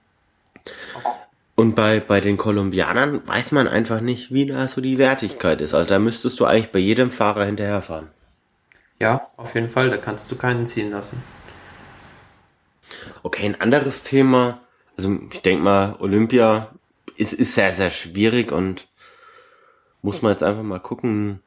[SPEAKER 1] Und bei den Kolumbianern weiß man einfach nicht, wie da so die Wertigkeit ist. Also da müsstest du eigentlich bei jedem Fahrer hinterherfahren.
[SPEAKER 2] Ja, auf jeden Fall, da kannst du keinen ziehen lassen.
[SPEAKER 1] Okay, ein anderes Thema. Also ich denke mal, Olympia ist sehr, sehr schwierig und muss man jetzt einfach mal gucken,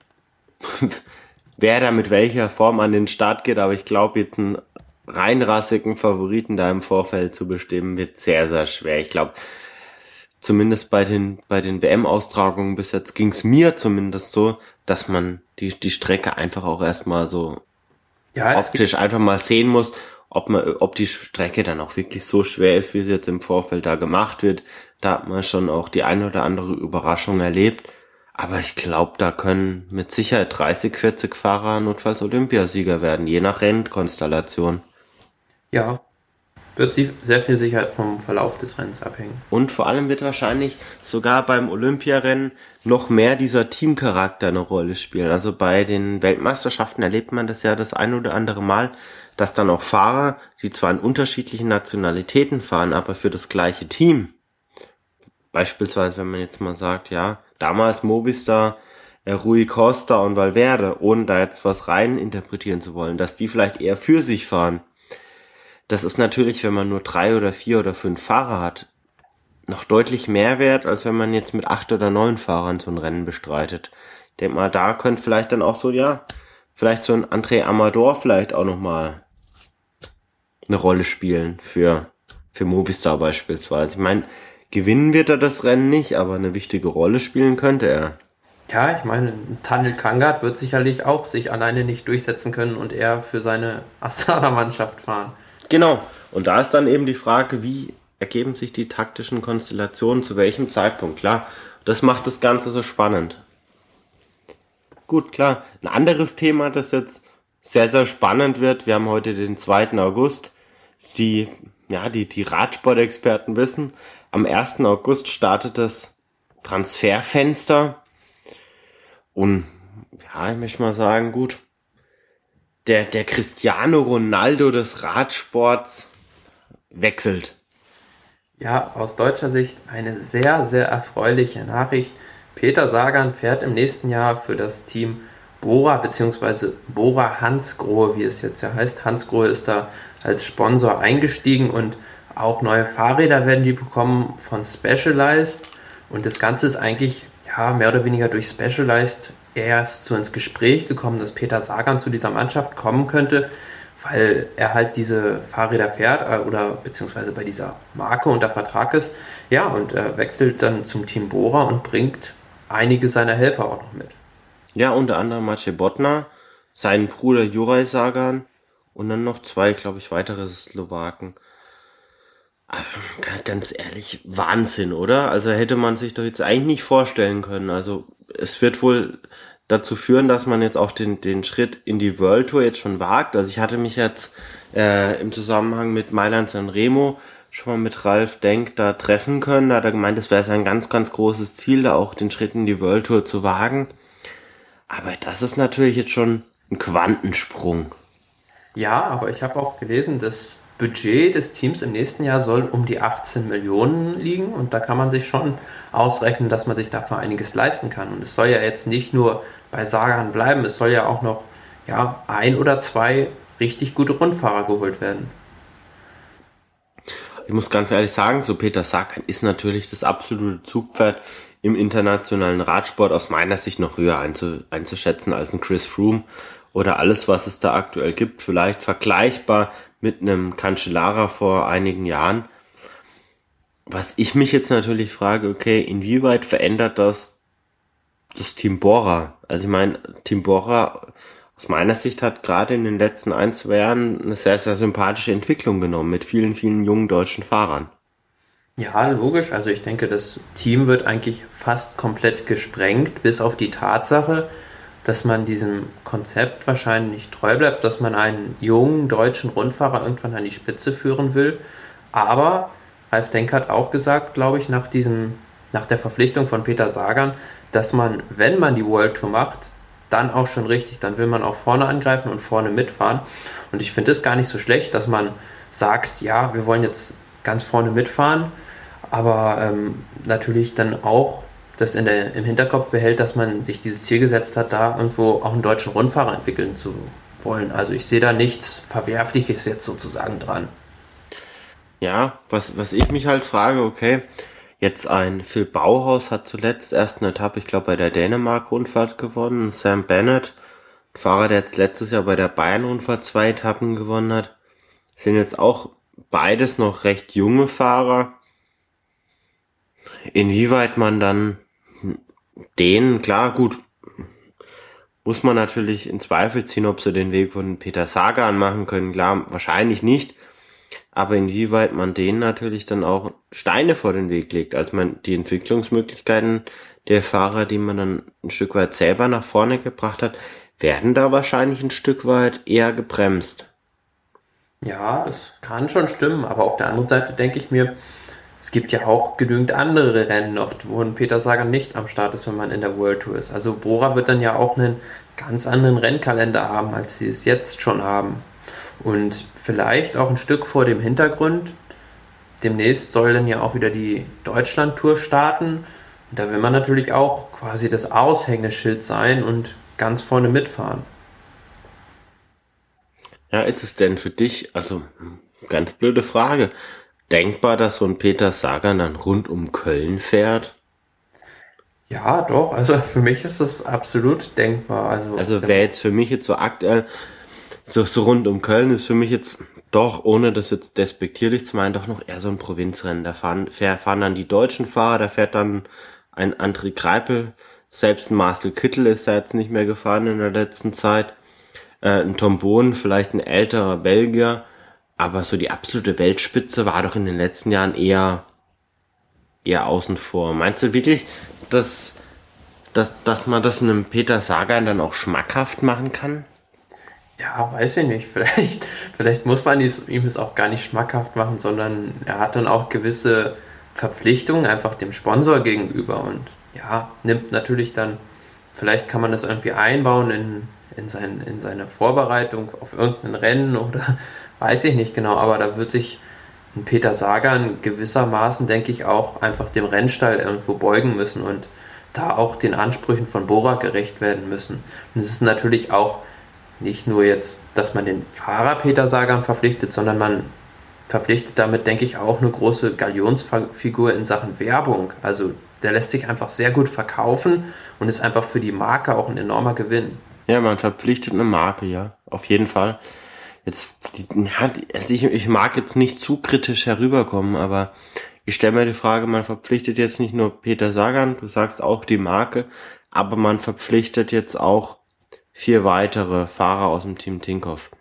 [SPEAKER 1] wer da mit welcher Form an den Start geht. Aber ich glaube, jetzt einen reinrassigen Favoriten da im Vorfeld zu bestimmen, wird sehr, sehr schwer. Ich glaube, zumindest bei den WM-Austragungen bis jetzt ging es mir zumindest so, dass man die Strecke einfach auch erstmal so optisch einfach mal sehen muss, ob die Strecke dann auch wirklich so schwer ist, wie sie jetzt im Vorfeld da gemacht wird. Da hat man schon auch die eine oder andere Überraschung erlebt. Aber ich glaube, da können mit Sicherheit 30, 40 Fahrer notfalls Olympiasieger werden, je nach Rennkonstellation.
[SPEAKER 2] Ja, wird sehr viel sicher vom Verlauf des Rennens abhängen.
[SPEAKER 1] Und vor allem wird wahrscheinlich sogar beim Olympiarennen noch mehr dieser Teamcharakter eine Rolle spielen. Also bei den Weltmeisterschaften erlebt man das ja das ein oder andere Mal, dass dann auch Fahrer, die zwar in unterschiedlichen Nationalitäten fahren, aber für das gleiche Team, beispielsweise wenn man jetzt mal sagt, ja, damals Movistar, Rui Costa und Valverde, ohne da jetzt was rein interpretieren zu wollen, dass die vielleicht eher für sich fahren. Das ist natürlich, wenn man nur 3 oder 4 oder 5 Fahrer hat, noch deutlich mehr wert, als wenn man jetzt mit 8 oder 9 Fahrern so ein Rennen bestreitet. Ich denke mal, da könnte vielleicht dann auch so, ja, vielleicht so ein André Amador vielleicht auch nochmal eine Rolle spielen für Movistar beispielsweise. Ich meine, gewinnen wird er das Rennen nicht, aber eine wichtige Rolle spielen könnte er.
[SPEAKER 2] Ja, ich meine, Tanel Kangat wird sicherlich auch sich alleine nicht durchsetzen können und eher für seine Astana-Mannschaft fahren.
[SPEAKER 1] Genau, und da ist dann eben die Frage, wie ergeben sich die taktischen Konstellationen, zu welchem Zeitpunkt, klar. Das macht das Ganze so spannend. Gut, klar. Ein anderes Thema, das jetzt sehr, sehr spannend wird, wir haben heute den 2. August, die Radsport-Experten wissen, am 1. August startet das Transferfenster und ja, ich möchte mal sagen, gut, der Cristiano Ronaldo des Radsports wechselt.
[SPEAKER 2] Ja, aus deutscher Sicht eine sehr, sehr erfreuliche Nachricht. Peter Sagan fährt im nächsten Jahr für das Team Bora bzw. Bora Hansgrohe, wie es jetzt ja heißt. Hansgrohe ist da als Sponsor eingestiegen und auch neue Fahrräder werden die bekommen von Specialized. Und das Ganze ist eigentlich ja mehr oder weniger durch Specialized erst so ins Gespräch gekommen, dass Peter Sagan zu dieser Mannschaft kommen könnte, weil er halt diese Fahrräder fährt oder beziehungsweise bei dieser Marke unter Vertrag ist. Ja, und er wechselt dann zum Team Bora und bringt einige seiner Helfer auch noch mit.
[SPEAKER 1] Ja, unter anderem Maciej Bodnar, seinen Bruder Juraj Sagan und dann noch 2, glaube ich, weitere Slowaken. Aber ganz ehrlich, Wahnsinn, oder? Also hätte man sich doch jetzt eigentlich nicht vorstellen können. Also es wird wohl dazu führen, dass man jetzt auch den Schritt in die World Tour jetzt schon wagt. Also ich hatte mich jetzt im Zusammenhang mit Mailand Sanremo schon mal mit Ralf Denk da treffen können. Da hat er gemeint, es wäre sein ganz, ganz großes Ziel, da auch den Schritt in die World Tour zu wagen. Aber das ist natürlich jetzt schon ein Quantensprung.
[SPEAKER 2] Ja, aber ich habe auch gelesen, das Budget des Teams im nächsten Jahr soll um die 18 Millionen liegen und da kann man sich schon ausrechnen, dass man sich dafür einiges leisten kann. Und es soll ja jetzt nicht nur bei Sagan bleiben, es soll ja auch noch ja, ein oder zwei richtig gute Rundfahrer geholt werden.
[SPEAKER 1] Ich muss ganz ehrlich sagen, so Peter Sagan ist natürlich das absolute Zugpferd im internationalen Radsport aus meiner Sicht noch höher einzuschätzen als ein Chris Froome oder alles, was es da aktuell gibt. Vielleicht vergleichbar mit einem Cancellara vor einigen Jahren. Was ich mich jetzt natürlich frage, okay, inwieweit verändert das Team Bora? Also ich meine, Team Bora aus meiner Sicht hat gerade in den letzten 1, 2 Jahren eine sehr, sehr sympathische Entwicklung genommen mit vielen, vielen jungen deutschen Fahrern.
[SPEAKER 2] Ja, logisch. Also ich denke, das Team wird eigentlich fast komplett gesprengt, bis auf die Tatsache, dass man diesem Konzept wahrscheinlich nicht treu bleibt, dass man einen jungen deutschen Rundfahrer irgendwann an die Spitze führen will. Aber Ralf Denk hat auch gesagt, glaube ich, nach der Verpflichtung von Peter Sagan, dass man, wenn man die World Tour macht, dann auch schon richtig, dann will man auch vorne angreifen und vorne mitfahren. Und ich finde es gar nicht so schlecht, dass man sagt, ja, wir wollen jetzt ganz vorne mitfahren, aber natürlich dann auch das im Hinterkopf behält, dass man sich dieses Ziel gesetzt hat, da irgendwo auch einen deutschen Rundfahrer entwickeln zu wollen. Also ich sehe da nichts Verwerfliches jetzt sozusagen dran.
[SPEAKER 1] Ja, was ich mich halt frage, okay, jetzt ein Phil Bauhaus hat zuletzt erst eine Etappe, ich glaube bei der Dänemark-Rundfahrt gewonnen. Sam Bennett, ein Fahrer, der jetzt letztes Jahr bei der Bayern-Rundfahrt 2 Etappen gewonnen hat, sind jetzt auch beides noch recht junge Fahrer. Inwieweit man dann denen, klar, gut, muss man natürlich in Zweifel ziehen, ob sie den Weg von Peter Sagan machen können. Klar, wahrscheinlich nicht. Aber inwieweit man denen natürlich dann auch Steine vor den Weg legt. Also man die Entwicklungsmöglichkeiten der Fahrer, die man dann ein Stück weit selber nach vorne gebracht hat, werden da wahrscheinlich ein Stück weit eher gebremst.
[SPEAKER 2] Ja, das kann schon stimmen, aber auf der anderen Seite denke ich mir, es gibt ja auch genügend andere Rennen noch, wo ein Peter Sagan nicht am Start ist, wenn man in der World Tour ist. Also Bora wird dann ja auch einen ganz anderen Rennkalender haben, als sie es jetzt schon haben. Und vielleicht auch ein Stück vor dem Hintergrund. Demnächst soll dann ja auch wieder die Deutschland-Tour starten. Und da will man natürlich auch quasi das Aushängeschild sein und ganz vorne mitfahren.
[SPEAKER 1] Ja, ist es denn für dich, also ganz blöde Frage, denkbar, dass so ein Peter Sagan dann rund um Köln fährt?
[SPEAKER 2] Ja, doch, also für mich ist das absolut denkbar. Also
[SPEAKER 1] Also wäre jetzt für mich jetzt so aktuell, so rund um Köln ist für mich jetzt doch, ohne das jetzt despektierlich zu meinen, doch noch eher so ein Provinzrennen. Da fahren dann die deutschen Fahrer, da fährt dann ein André Greipel, selbst ein Marcel Kittel ist da jetzt nicht mehr gefahren in der letzten Zeit. Ein Tom Bohn, vielleicht ein älterer Belgier, aber so die absolute Weltspitze war doch in den letzten Jahren eher außen vor. Meinst du wirklich, dass man das einem Peter Sagan dann auch schmackhaft machen kann?
[SPEAKER 2] ja, weiß ich nicht. Vielleicht muss man ihm es auch gar nicht schmackhaft machen, sondern er hat dann auch gewisse Verpflichtungen einfach dem Sponsor gegenüber und ja, nimmt natürlich dann, vielleicht kann man das irgendwie einbauen in seine Vorbereitung auf irgendein Rennen oder weiß ich nicht genau, aber da wird sich ein Peter Sagan gewissermaßen, denke ich, auch einfach dem Rennstall irgendwo beugen müssen und da auch den Ansprüchen von Bora gerecht werden müssen. Und es ist natürlich auch nicht nur jetzt, dass man den Fahrer Peter Sagan verpflichtet, sondern man verpflichtet damit, denke ich, auch eine große Galionsfigur in Sachen Werbung. Also der lässt sich einfach sehr gut verkaufen und ist einfach für die Marke auch ein enormer Gewinn.
[SPEAKER 1] Ja, man verpflichtet eine Marke, ja, auf jeden Fall. Jetzt, ich mag jetzt nicht zu kritisch herüberkommen, aber ich stelle mir die Frage, man verpflichtet jetzt nicht nur Peter Sagan, du sagst auch die Marke, aber man verpflichtet jetzt auch 4 weitere Fahrer aus dem Team Tinkoff.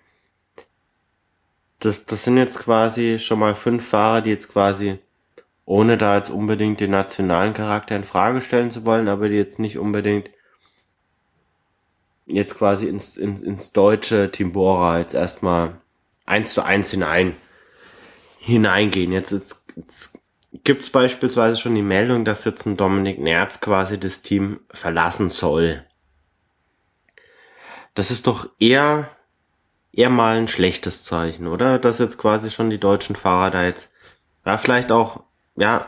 [SPEAKER 1] Das sind jetzt quasi schon mal 5 Fahrer, die jetzt quasi, ohne da jetzt unbedingt den nationalen Charakter in Frage stellen zu wollen, aber die jetzt nicht unbedingt jetzt quasi ins deutsche Team Bora jetzt erstmal 1:1 hineingehen. Jetzt gibt's beispielsweise schon die Meldung, dass jetzt ein Dominik Nerz quasi das Team verlassen soll. Das ist doch eher eher mal ein schlechtes Zeichen, oder? Dass jetzt quasi schon die deutschen Fahrer da jetzt, ja, vielleicht auch, ja,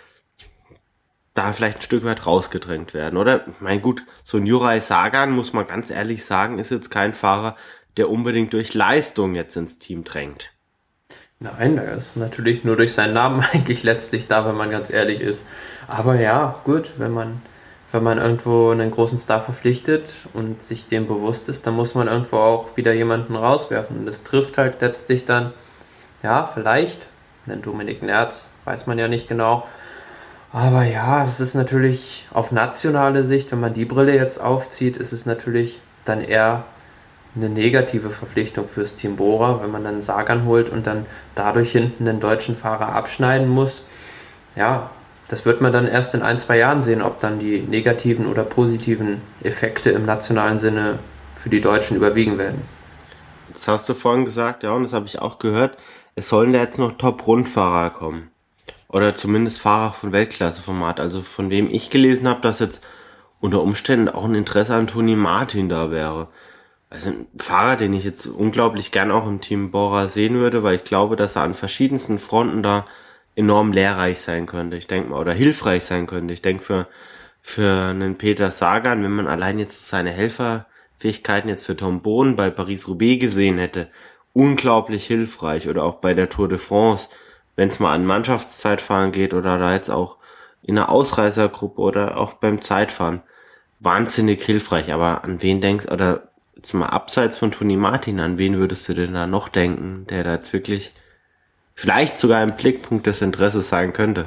[SPEAKER 1] da vielleicht ein Stück weit rausgedrängt werden, oder? Mein gut, so ein Juraj Sagan, muss man ganz ehrlich sagen, ist jetzt kein Fahrer, der unbedingt durch Leistung jetzt ins Team drängt.
[SPEAKER 2] Nein, er ist natürlich nur durch seinen Namen eigentlich letztlich da, wenn man ganz ehrlich ist. Aber ja, gut, wenn man irgendwo einen großen Star verpflichtet und sich dem bewusst ist, dann muss man irgendwo auch wieder jemanden rauswerfen. Und das trifft halt letztlich dann, ja, vielleicht einen Dominik Nerz, weiß man ja nicht genau. Aber ja, es ist natürlich auf nationale Sicht, wenn man die Brille jetzt aufzieht, ist es natürlich dann eher eine negative Verpflichtung fürs Team Bora, wenn man dann Sagan holt und dann dadurch hinten den deutschen Fahrer abschneiden muss. Ja, das wird man dann erst in 1, 2 Jahren sehen, ob dann die negativen oder positiven Effekte im nationalen Sinne für die Deutschen überwiegen werden.
[SPEAKER 1] Das hast du vorhin gesagt, ja, und das habe ich auch gehört. Es sollen da jetzt noch Top-Rundfahrer kommen. Oder zumindest Fahrer von Weltklasse-Format. Also von dem ich gelesen habe, dass jetzt unter Umständen auch ein Interesse an Toni Martin da wäre. Also ein Fahrer, den ich jetzt unglaublich gern auch im Team Bora sehen würde, weil ich glaube, dass er an verschiedensten Fronten da enorm lehrreich sein könnte. Ich denke mal, oder hilfreich sein könnte. Ich denke für einen Peter Sagan, wenn man allein jetzt seine Helferfähigkeiten jetzt für Tom Bohn bei Paris-Roubaix gesehen hätte, unglaublich hilfreich. Oder auch bei der Tour de France, wenn es mal an Mannschaftszeitfahren geht oder da jetzt auch in einer Ausreißergruppe oder auch beim Zeitfahren, wahnsinnig hilfreich. Aber an wen denkst, oder jetzt mal abseits von Toni Martin, an wen würdest du denn da noch denken, der da jetzt wirklich vielleicht sogar ein Blickpunkt des Interesses sein könnte?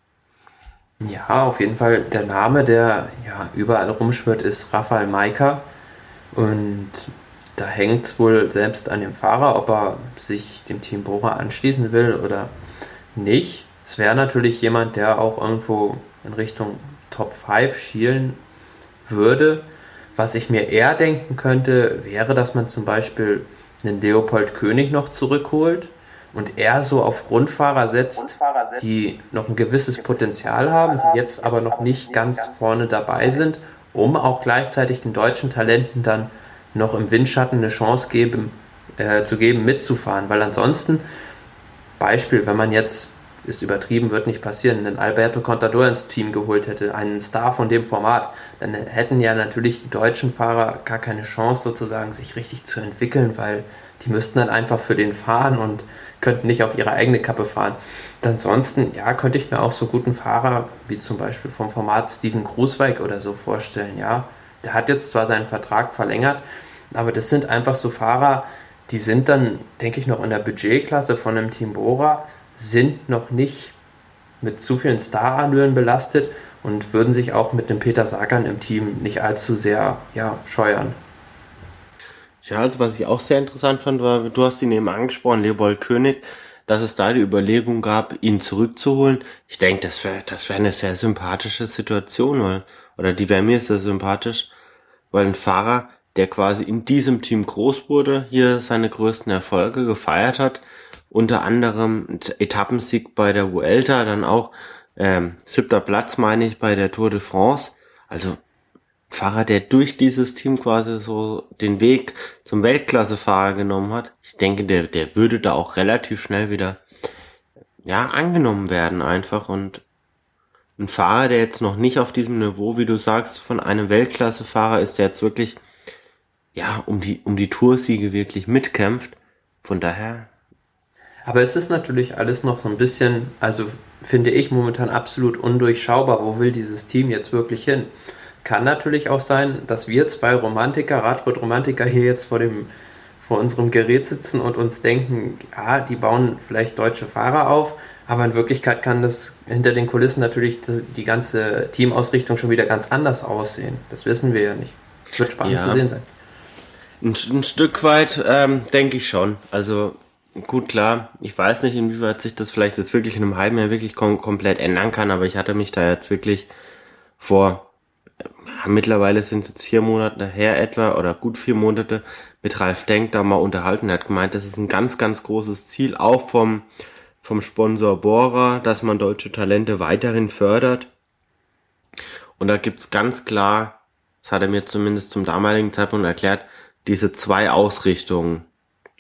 [SPEAKER 2] Ja, auf jeden Fall der Name, der ja überall rumschwirrt, ist Rafael Majka. Und da hängt es wohl selbst an dem Fahrer, ob er sich dem Team Bora anschließen will oder nicht. Es wäre natürlich jemand, der auch irgendwo in Richtung Top 5 schielen würde. Was ich mir eher denken könnte, wäre, dass man zum Beispiel einen Leopold König noch zurückholt und er so auf Rundfahrer setzt, die noch ein gewisses Potenzial haben, die jetzt aber noch nicht ganz vorne dabei sind, um auch gleichzeitig den deutschen Talenten dann noch im Windschatten eine Chance zu geben, mitzufahren. Weil ansonsten, Beispiel, wenn man jetzt, ist übertrieben, wird nicht passieren, einen Alberto Contador ins Team geholt hätte, einen Star von dem Format, dann hätten ja natürlich die deutschen Fahrer gar keine Chance sozusagen, sich richtig zu entwickeln, weil die müssten dann einfach für den fahren und könnten nicht auf ihre eigene Kappe fahren. Ansonsten, ja, könnte ich mir auch so guten Fahrer, wie zum Beispiel vom Format Steven Kruijswijk oder so vorstellen, ja. Der hat jetzt zwar seinen Vertrag verlängert, aber das sind einfach so Fahrer, die sind dann, denke ich, noch in der Budgetklasse von einem Team Bora, sind noch nicht mit zu vielen Starallüren belastet und würden sich auch mit einem Peter Sagan im Team nicht allzu sehr scheuern.
[SPEAKER 1] Ja, also was ich auch sehr interessant fand, war, du hast ihn eben angesprochen, Leopold König, dass es da die Überlegung gab, ihn zurückzuholen. Ich denke, das wäre eine sehr sympathische Situation, oder die wäre mir sehr sympathisch, weil ein Fahrer, der quasi in diesem Team groß wurde, hier seine größten Erfolge gefeiert hat, unter anderem ein Etappensieg bei der Vuelta, dann auch 7. Platz, meine ich, bei der Tour de France. Also Fahrer, der durch dieses Team quasi so den Weg zum Weltklassefahrer genommen hat. Ich denke, der würde da auch relativ schnell wieder, ja, angenommen werden einfach. Und ein Fahrer, der jetzt noch nicht auf diesem Niveau, wie du sagst, von einem Weltklassefahrer ist, der jetzt wirklich, ja, um die Toursiege wirklich mitkämpft. Von daher.
[SPEAKER 2] Aber es ist natürlich alles noch so ein bisschen, also finde ich momentan absolut undurchschaubar. Wo will dieses Team jetzt wirklich hin? Kann natürlich auch sein, dass wir zwei Romantiker, Radsport-Romantiker hier jetzt vor unserem Gerät sitzen und uns denken, ja, die bauen vielleicht deutsche Fahrer auf, aber in Wirklichkeit kann das hinter den Kulissen natürlich die ganze Teamausrichtung schon wieder ganz anders aussehen. Das wissen wir ja nicht. Wird spannend zu sehen sein.
[SPEAKER 1] Ein Stück weit denke ich schon. Also gut, klar, ich weiß nicht, inwieweit sich das vielleicht jetzt wirklich in einem halben Jahr wirklich komplett ändern kann, aber ich hatte mich da jetzt wirklich mittlerweile sind es jetzt 4 Monate her etwa, oder gut 4 Monate, mit Ralf Denk da mal unterhalten. Er hat gemeint, das ist ein ganz, ganz großes Ziel, auch vom Sponsor Bora, dass man deutsche Talente weiterhin fördert. Und da gibt's ganz klar, das hat er mir zumindest zum damaligen Zeitpunkt erklärt, diese 2 Ausrichtungen.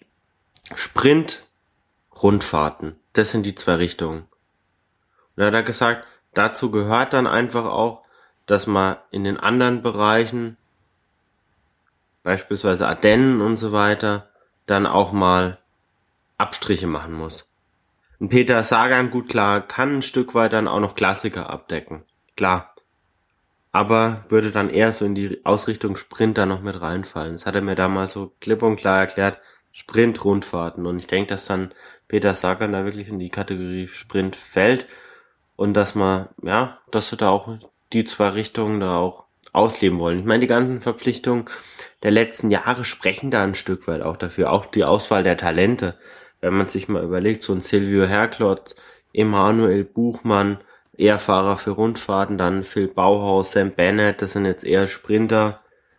[SPEAKER 1] Sprint, Rundfahrten. Das sind die 2 Richtungen. Und da hat er gesagt, dazu gehört dann einfach auch, dass man in den anderen Bereichen, beispielsweise Ardennen und so weiter, dann auch mal Abstriche machen muss. Und Peter Sagan, gut klar, kann ein Stück weit dann auch noch Klassiker abdecken. Klar. Aber würde dann eher so in die Ausrichtung Sprint da noch mit reinfallen. Das hat er mir damals so klipp und klar erklärt. Sprint, Rundfahrten. Und ich denke, dass dann Peter Sagan da wirklich in die Kategorie Sprint fällt. Und dass man, ja, dass sie da auch die 2 Richtungen da auch ausleben wollen. Ich meine, die ganzen Verpflichtungen der letzten Jahre sprechen da ein Stück weit auch dafür. Auch die Auswahl der Talente. Wenn man sich mal überlegt, so ein Silvio Herklotz, Emanuel Buchmann, eher Fahrer für Rundfahrten, dann Phil Bauhaus, Sam Bennett, das sind jetzt eher Sprinter.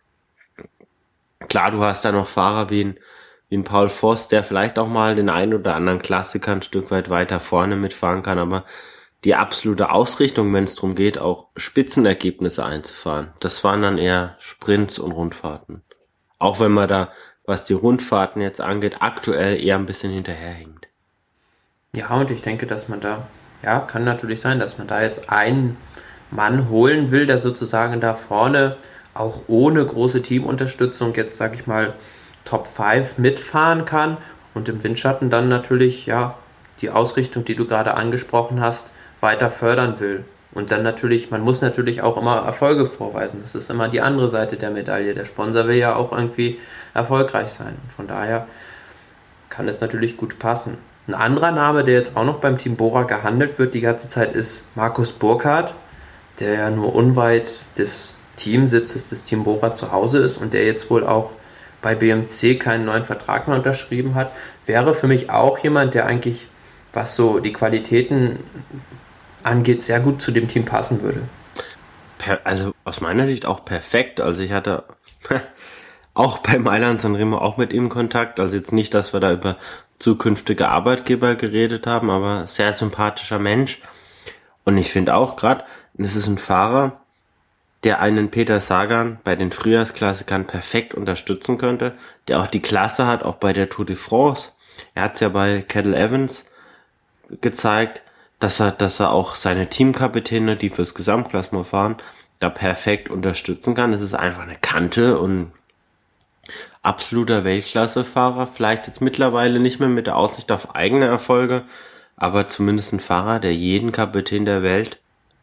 [SPEAKER 1] Klar, du hast da noch Fahrer wie ein Paul Voss, der vielleicht auch mal den einen oder anderen Klassiker ein Stück weit weiter vorne mitfahren kann, aber die absolute Ausrichtung, wenn es darum geht, auch Spitzenergebnisse einzufahren, das waren dann eher Sprints und Rundfahrten. Auch wenn man da, was die Rundfahrten jetzt angeht, aktuell eher ein bisschen hinterherhängt.
[SPEAKER 2] Ja, und ich denke, dass man da, ja, kann natürlich sein, dass man da jetzt einen Mann holen will, der sozusagen da vorne auch ohne große Teamunterstützung jetzt, sag ich mal, Top 5 mitfahren kann und im Windschatten dann natürlich, ja, die Ausrichtung, die du gerade angesprochen hast, weiter fördern will. Und dann natürlich, man muss natürlich auch immer Erfolge vorweisen. Das ist immer die andere Seite der Medaille. Der Sponsor will ja auch irgendwie erfolgreich sein. Von daher kann es natürlich gut passen. Ein anderer Name, der jetzt auch noch beim Team Bora gehandelt wird die ganze Zeit, ist Markus Burkhardt, der ja nur unweit des Teamsitzes des Team Bora zu Hause ist und der jetzt wohl auch bei BMC keinen neuen Vertrag mehr unterschrieben hat. Wäre für mich auch jemand, der eigentlich, was so die Qualitäten angeht, sehr gut zu dem Team passen würde.
[SPEAKER 1] Also aus meiner Sicht auch perfekt. Also ich hatte auch bei Mailand Sanremo auch mit ihm Kontakt. Also jetzt nicht, dass wir da über zukünftige Arbeitgeber geredet haben, aber sehr sympathischer Mensch. Und ich finde auch gerade, es ist ein Fahrer, der einen Peter Sagan bei den Frühjahrsklassikern perfekt unterstützen könnte, der auch die Klasse hat, auch bei der Tour de France. Er hat es ja bei Cadel Evans gezeigt, dass er auch seine Teamkapitäne, die fürs Gesamtklassement fahren, da perfekt unterstützen kann. Es ist einfach eine Kante und absoluter Weltklassefahrer. Vielleicht jetzt mittlerweile nicht mehr mit der Aussicht auf eigene Erfolge, aber zumindest ein Fahrer, der jeden Kapitän der Welt,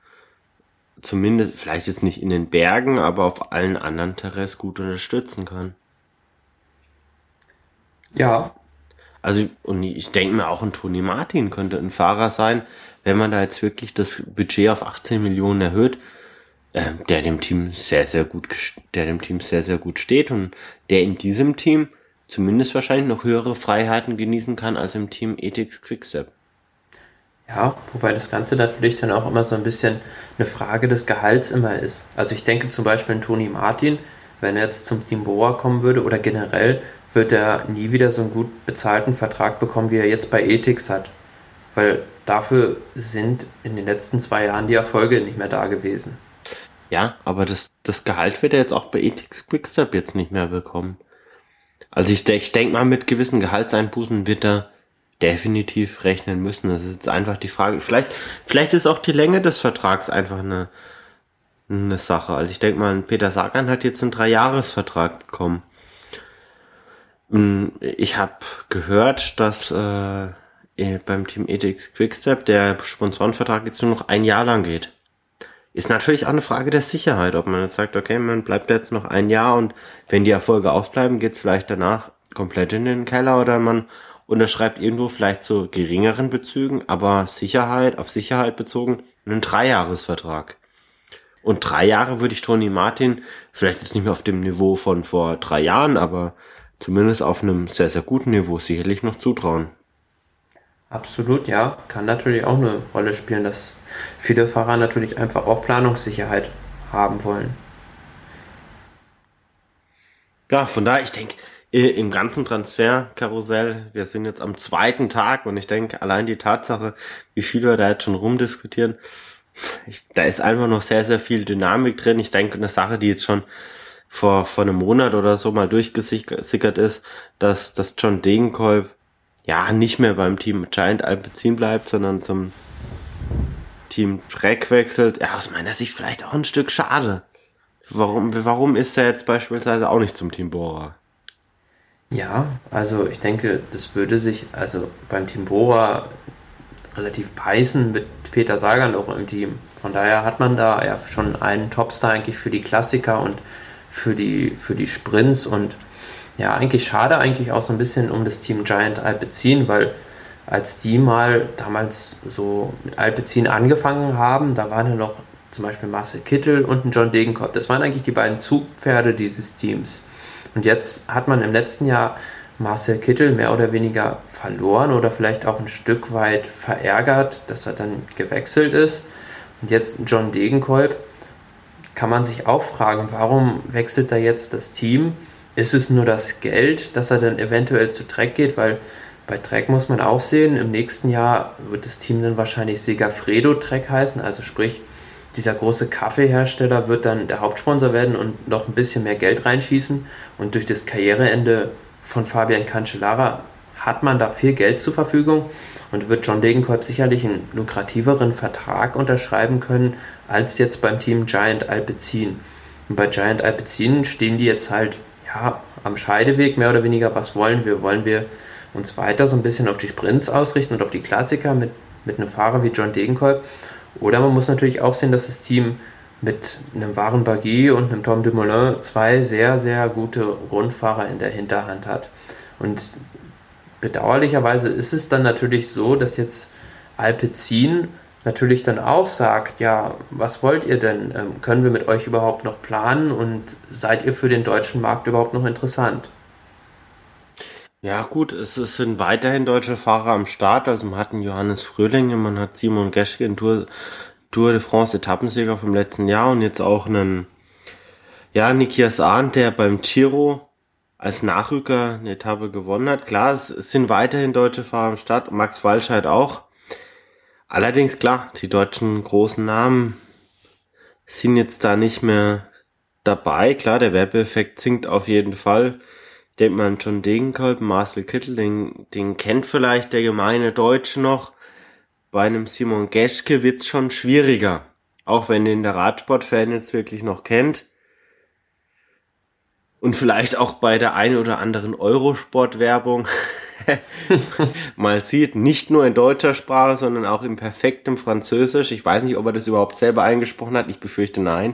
[SPEAKER 1] zumindest vielleicht jetzt nicht in den Bergen, aber auf allen anderen Terrains gut unterstützen kann.
[SPEAKER 2] Ja.
[SPEAKER 1] Also, und ich denke mir auch, ein Tony Martin könnte ein Fahrer sein, wenn man da jetzt wirklich das Budget auf 18 Millionen erhöht, der dem Team sehr, sehr gut steht und der in diesem Team zumindest wahrscheinlich noch höhere Freiheiten genießen kann als im Team Ethics Quickstep.
[SPEAKER 2] Ja, wobei das Ganze natürlich dann auch immer so ein bisschen eine Frage des Gehalts immer ist. Also ich denke zum Beispiel an Tony Martin, wenn er jetzt zum Team Bora kommen würde oder generell, wird er nie wieder so einen gut bezahlten Vertrag bekommen, wie er jetzt bei Ethics hat. Weil dafür sind in den letzten 2 Jahren die Erfolge nicht mehr da gewesen.
[SPEAKER 1] Ja, aber das Gehalt wird er jetzt auch bei Ethics Quickstep jetzt nicht mehr bekommen. Also ich denke mal, mit gewissen Gehaltseinbußen wird er definitiv rechnen müssen. Das ist jetzt einfach die Frage. Vielleicht ist auch die Länge des Vertrags einfach eine Sache. Also ich denke mal, Peter Sagan hat jetzt einen 3-Jahres-Vertrag bekommen. Ich habe gehört, dass beim Team Ethics Quickstep der Sponsorenvertrag jetzt nur noch 1 Jahr lang geht. Ist natürlich auch eine Frage der Sicherheit, ob man jetzt sagt, okay, man bleibt jetzt noch 1 Jahr und wenn die Erfolge ausbleiben, geht's vielleicht danach komplett in den Keller oder man unterschreibt irgendwo vielleicht zu geringeren Bezügen, aber auf Sicherheit bezogen, einen 3-Jahres-Vertrag. Und 3 Jahre würde ich Tony Martin, vielleicht jetzt nicht mehr auf dem Niveau von vor 3 Jahren, aber zumindest auf einem sehr, sehr guten Niveau sicherlich noch zutrauen.
[SPEAKER 2] Absolut, ja. Kann natürlich auch eine Rolle spielen, dass viele Fahrer natürlich einfach auch Planungssicherheit haben wollen.
[SPEAKER 1] Ja, von daher, ich denke, im ganzen Transferkarussell, wir sind jetzt am 2. Tag und ich denke, allein die Tatsache, wie viel wir da jetzt schon rumdiskutieren, da ist einfach noch sehr, sehr viel Dynamik drin. Ich denke, eine Sache, die jetzt schon vor einem Monat oder so mal durchgesickert ist, dass John Degenkolb ja, nicht mehr beim Team Giant Alpecin bleibt, sondern zum Team Trek wechselt. Ja, aus meiner Sicht vielleicht auch ein Stück schade. Warum ist er jetzt beispielsweise auch nicht zum Team Bora?
[SPEAKER 2] Ja, also ich denke, das würde sich also beim Team Bora relativ beißen mit Peter Sagan noch im Team. Von daher hat man da ja schon einen Topstar eigentlich für die Klassiker und für die Sprints und ja, eigentlich schade eigentlich auch so ein bisschen um das Team Giant Alpecin, weil als die mal damals so mit Alpecin angefangen haben, da waren ja noch zum Beispiel Marcel Kittel und ein John Degenkolb. Das waren eigentlich die beiden Zugpferde dieses Teams. Und jetzt hat man im letzten Jahr Marcel Kittel mehr oder weniger verloren oder vielleicht auch ein Stück weit verärgert, dass er dann gewechselt ist. Und jetzt John Degenkolb, kann man sich auch fragen, warum wechselt er jetzt das Team? Ist es nur das Geld, dass er dann eventuell zu Trek geht? Weil bei Trek muss man auch sehen, im nächsten Jahr wird das Team dann wahrscheinlich Segafredo Trek heißen, also sprich, dieser große Kaffeehersteller wird dann der Hauptsponsor werden und noch ein bisschen mehr Geld reinschießen. Und durch das Karriereende von Fabian Cancellara hat man da viel Geld zur Verfügung und wird John Degenkolb sicherlich einen lukrativeren Vertrag unterschreiben können als jetzt beim Team Giant Alpecin. Und bei Giant Alpecin stehen die jetzt halt ja, am Scheideweg, mehr oder weniger. Was wollen wir? Wollen wir uns weiter so ein bisschen auf die Sprints ausrichten und auf die Klassiker mit einem Fahrer wie John Degenkolb? Oder man muss natürlich auch sehen, dass das Team mit einem Warren Barguil und einem Tom Dumoulin zwei sehr, sehr gute Rundfahrer in der Hinterhand hat. Und bedauerlicherweise ist es dann natürlich so, dass jetzt Alpecin natürlich dann auch sagt, ja, was wollt ihr denn? Können wir mit euch überhaupt noch planen und seid ihr für den deutschen Markt überhaupt noch interessant?
[SPEAKER 1] Ja gut, es sind weiterhin deutsche Fahrer am Start. Also man hat einen Johannes Fröhlinge, man hat Simon Geschke, den Tour de France Etappensieger vom letzten Jahr und jetzt auch einen, ja, Nikias Arndt, der beim Giro als Nachrücker eine Etappe gewonnen hat. Klar, es sind weiterhin deutsche Fahrer am Start, Max Walscheid auch. Allerdings klar, die deutschen großen Namen sind jetzt da nicht mehr dabei. Klar, der Werbeeffekt sinkt auf jeden Fall. Denkt man John Degenkolb, Marcel Kittel, den kennt vielleicht der gemeine Deutsche noch. Bei einem Simon Geschke wird's schon schwieriger. Auch wenn den der Radsportfan jetzt wirklich noch kennt. Und vielleicht auch bei der einen oder anderen Eurosport-Werbung mal sieht, nicht nur in deutscher Sprache, sondern auch in perfektem Französisch. Ich weiß nicht, ob er das überhaupt selber eingesprochen hat. Ich befürchte nein.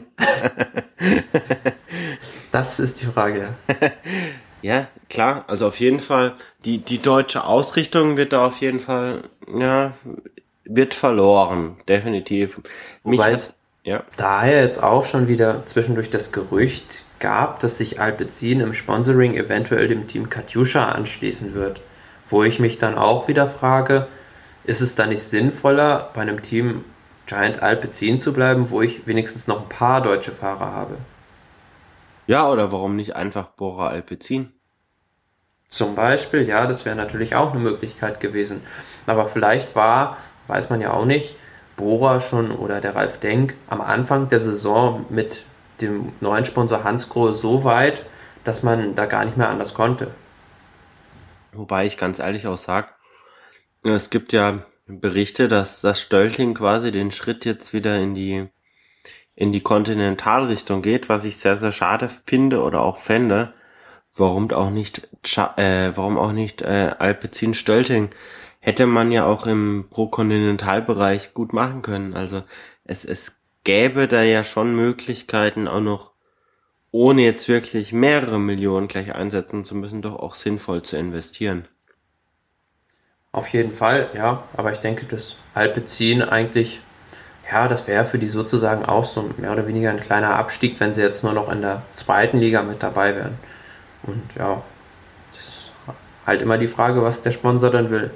[SPEAKER 2] Das ist die Frage, ja.
[SPEAKER 1] Ja, klar. Also auf jeden Fall, die deutsche Ausrichtung wird da auf jeden Fall, ja, wird verloren. Definitiv.
[SPEAKER 2] Wobei es daher jetzt auch schon wieder zwischendurch das Gerücht gab, dass sich Alpecin im Sponsoring eventuell dem Team Katusha anschließen wird. Wo ich mich dann auch wieder frage, ist es da nicht sinnvoller, bei einem Team Giant Alpecin zu bleiben, wo ich wenigstens noch ein paar deutsche Fahrer habe?
[SPEAKER 1] Ja, oder warum nicht einfach Bora Alpecin?
[SPEAKER 2] Zum Beispiel, ja, das wäre natürlich auch eine Möglichkeit gewesen. Aber vielleicht weiß man ja auch nicht, Bora schon oder der Ralf Denk am Anfang der Saison mit dem neuen Sponsor Hansgrohe so weit, dass man da gar nicht mehr anders konnte.
[SPEAKER 1] Wobei ich ganz ehrlich auch sage, es gibt ja Berichte, dass das Stölting quasi den Schritt jetzt wieder in die Kontinentalrichtung geht, was ich sehr, sehr schade finde oder auch fände. Warum auch nicht Alpecin Stölting? Hätte man ja auch im Pro-Kontinentalbereich gut machen können. Also es gäbe da ja schon Möglichkeiten, auch noch ohne jetzt wirklich mehrere Millionen gleich einsetzen zu müssen, doch auch sinnvoll zu investieren.
[SPEAKER 2] Auf jeden Fall, ja, aber ich denke, dass Alpecin eigentlich, ja, das wäre für die sozusagen auch so mehr oder weniger ein kleiner Abstieg, wenn sie jetzt nur noch in der zweiten Liga mit dabei wären. Und ja, das ist halt immer die Frage, was der Sponsor dann will.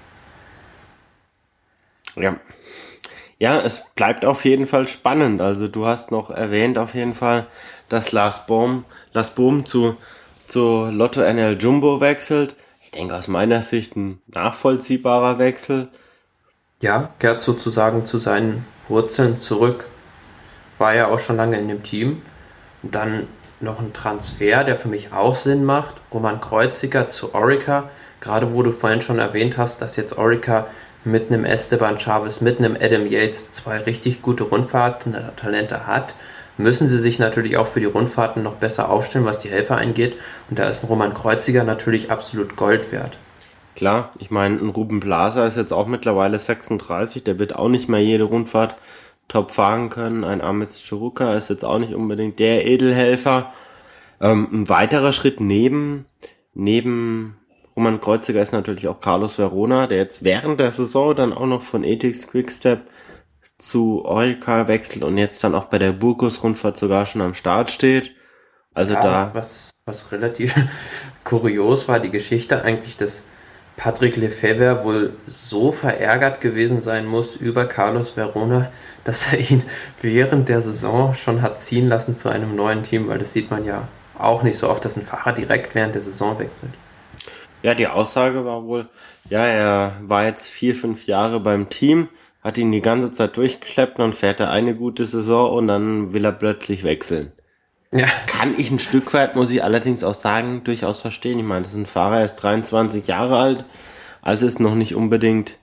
[SPEAKER 1] Ja. Ja, es bleibt auf jeden Fall spannend. Also du hast noch erwähnt auf jeden Fall, dass Lars Boom zu Lotto NL Jumbo wechselt. Ich denke aus meiner Sicht ein nachvollziehbarer Wechsel.
[SPEAKER 2] Ja, kehrt sozusagen zu seinen Wurzeln zurück. War ja auch schon lange in dem Team. Und dann noch ein Transfer, der für mich auch Sinn macht. Roman Kreuziger zu Orica gerade wo du vorhin schon erwähnt hast, dass jetzt Orica mit einem Esteban Chavez, mit einem Adam Yates zwei richtig gute Rundfahrten-Talente hat, müssen sie sich natürlich auch für die Rundfahrten noch besser aufstellen, was die Helfer angeht. Und da ist ein Roman Kreuziger natürlich absolut Gold wert.
[SPEAKER 1] Klar, ich meine, ein Ruben Blaser ist jetzt auch mittlerweile 36, der wird auch nicht mehr jede Rundfahrt top fahren können. Ein Amitz Churuka ist jetzt auch nicht unbedingt der Edelhelfer. Ein weiterer Schritt neben Roman Kreuziger ist natürlich auch Carlos Verona, der jetzt während der Saison dann auch noch von Ethics Quickstep zu Orica wechselt und jetzt dann auch bei der Burgos-Rundfahrt sogar schon am Start steht. Also
[SPEAKER 2] Ja,
[SPEAKER 1] da,
[SPEAKER 2] was relativ kurios war, die Geschichte eigentlich, dass Patrick Lefevre wohl so verärgert gewesen sein muss über Carlos Verona, dass er ihn während der Saison schon hat ziehen lassen zu einem neuen Team, weil das sieht man ja auch nicht so oft, dass ein Fahrer direkt während der Saison wechselt.
[SPEAKER 1] ja, die Aussage war wohl, ja, er war jetzt 4, 5 Jahre beim Team, hat ihn die ganze Zeit durchgeschleppt und fährt er eine gute Saison und dann will er plötzlich wechseln.
[SPEAKER 2] Ja,
[SPEAKER 1] Kann ich ein Stück weit, muss ich allerdings auch sagen, durchaus verstehen. Ich meine, das ist ein Fahrer, er ist 23 Jahre alt, also ist noch nicht unbedingt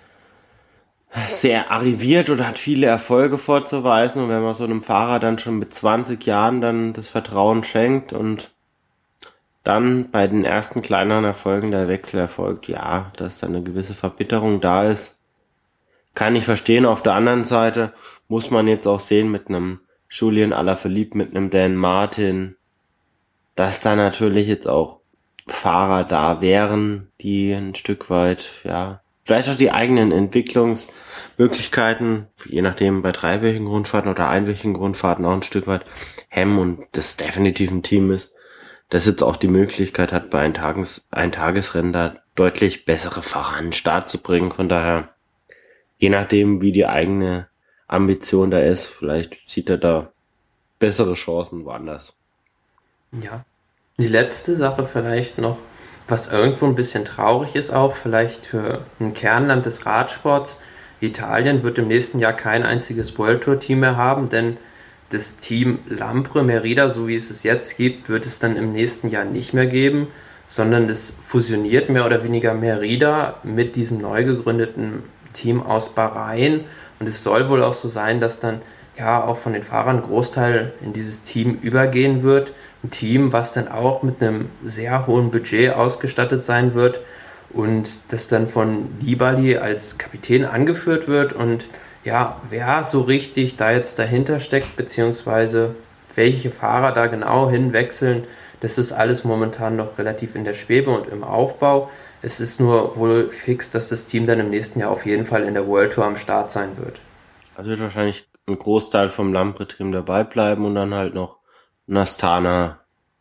[SPEAKER 1] sehr arriviert oder hat viele Erfolge vorzuweisen. Und wenn man so einem Fahrer dann schon mit 20 Jahren dann das Vertrauen schenkt und dann bei den ersten kleineren Erfolgen der Wechsel erfolgt, ja, dass dann eine gewisse Verbitterung da ist, kann ich verstehen. Auf der anderen Seite muss man jetzt auch sehen mit einem Julian Alaphilippe, mit einem Dan Martin, dass da natürlich jetzt auch Fahrer da wären, die ein Stück weit, ja, vielleicht auch die eigenen Entwicklungsmöglichkeiten, je nachdem bei 3-wöchigen Rundfahrten oder einwöchigen Rundfahrten auch ein Stück weit hemmen und das definitiv ein Team ist, das jetzt auch die Möglichkeit hat, bei ein Tagesrennen da deutlich bessere Fahrer an den Start zu bringen. Von daher, je nachdem, wie die eigene Ambition da ist, vielleicht sieht er da bessere Chancen woanders.
[SPEAKER 2] ja. Die letzte Sache vielleicht noch, was irgendwo ein bisschen traurig ist auch, vielleicht für ein Kernland des Radsports. Italien wird im nächsten Jahr kein einziges World Tour Team mehr haben, denn das Team Lampre Merida, so wie es jetzt gibt, wird es dann im nächsten Jahr nicht mehr geben, sondern es fusioniert mehr oder weniger Merida mit diesem neu gegründeten Team aus Bahrain. Und es soll wohl auch so sein, dass dann ja auch von den Fahrern ein Großteil in dieses Team übergehen wird. Ein Team, was dann auch mit einem sehr hohen Budget ausgestattet sein wird und das dann von Nibali als Kapitän angeführt wird. Und ja, wer so richtig da jetzt dahinter steckt, beziehungsweise welche Fahrer da genau hinwechseln, das ist alles momentan noch relativ in der Schwebe und im Aufbau. Es ist nur wohl fix, dass das Team dann im nächsten Jahr auf jeden Fall in der World Tour am Start sein wird.
[SPEAKER 1] Also wird wahrscheinlich ein Großteil vom Lampre-Team dabei bleiben und dann halt noch ein Astana-Teil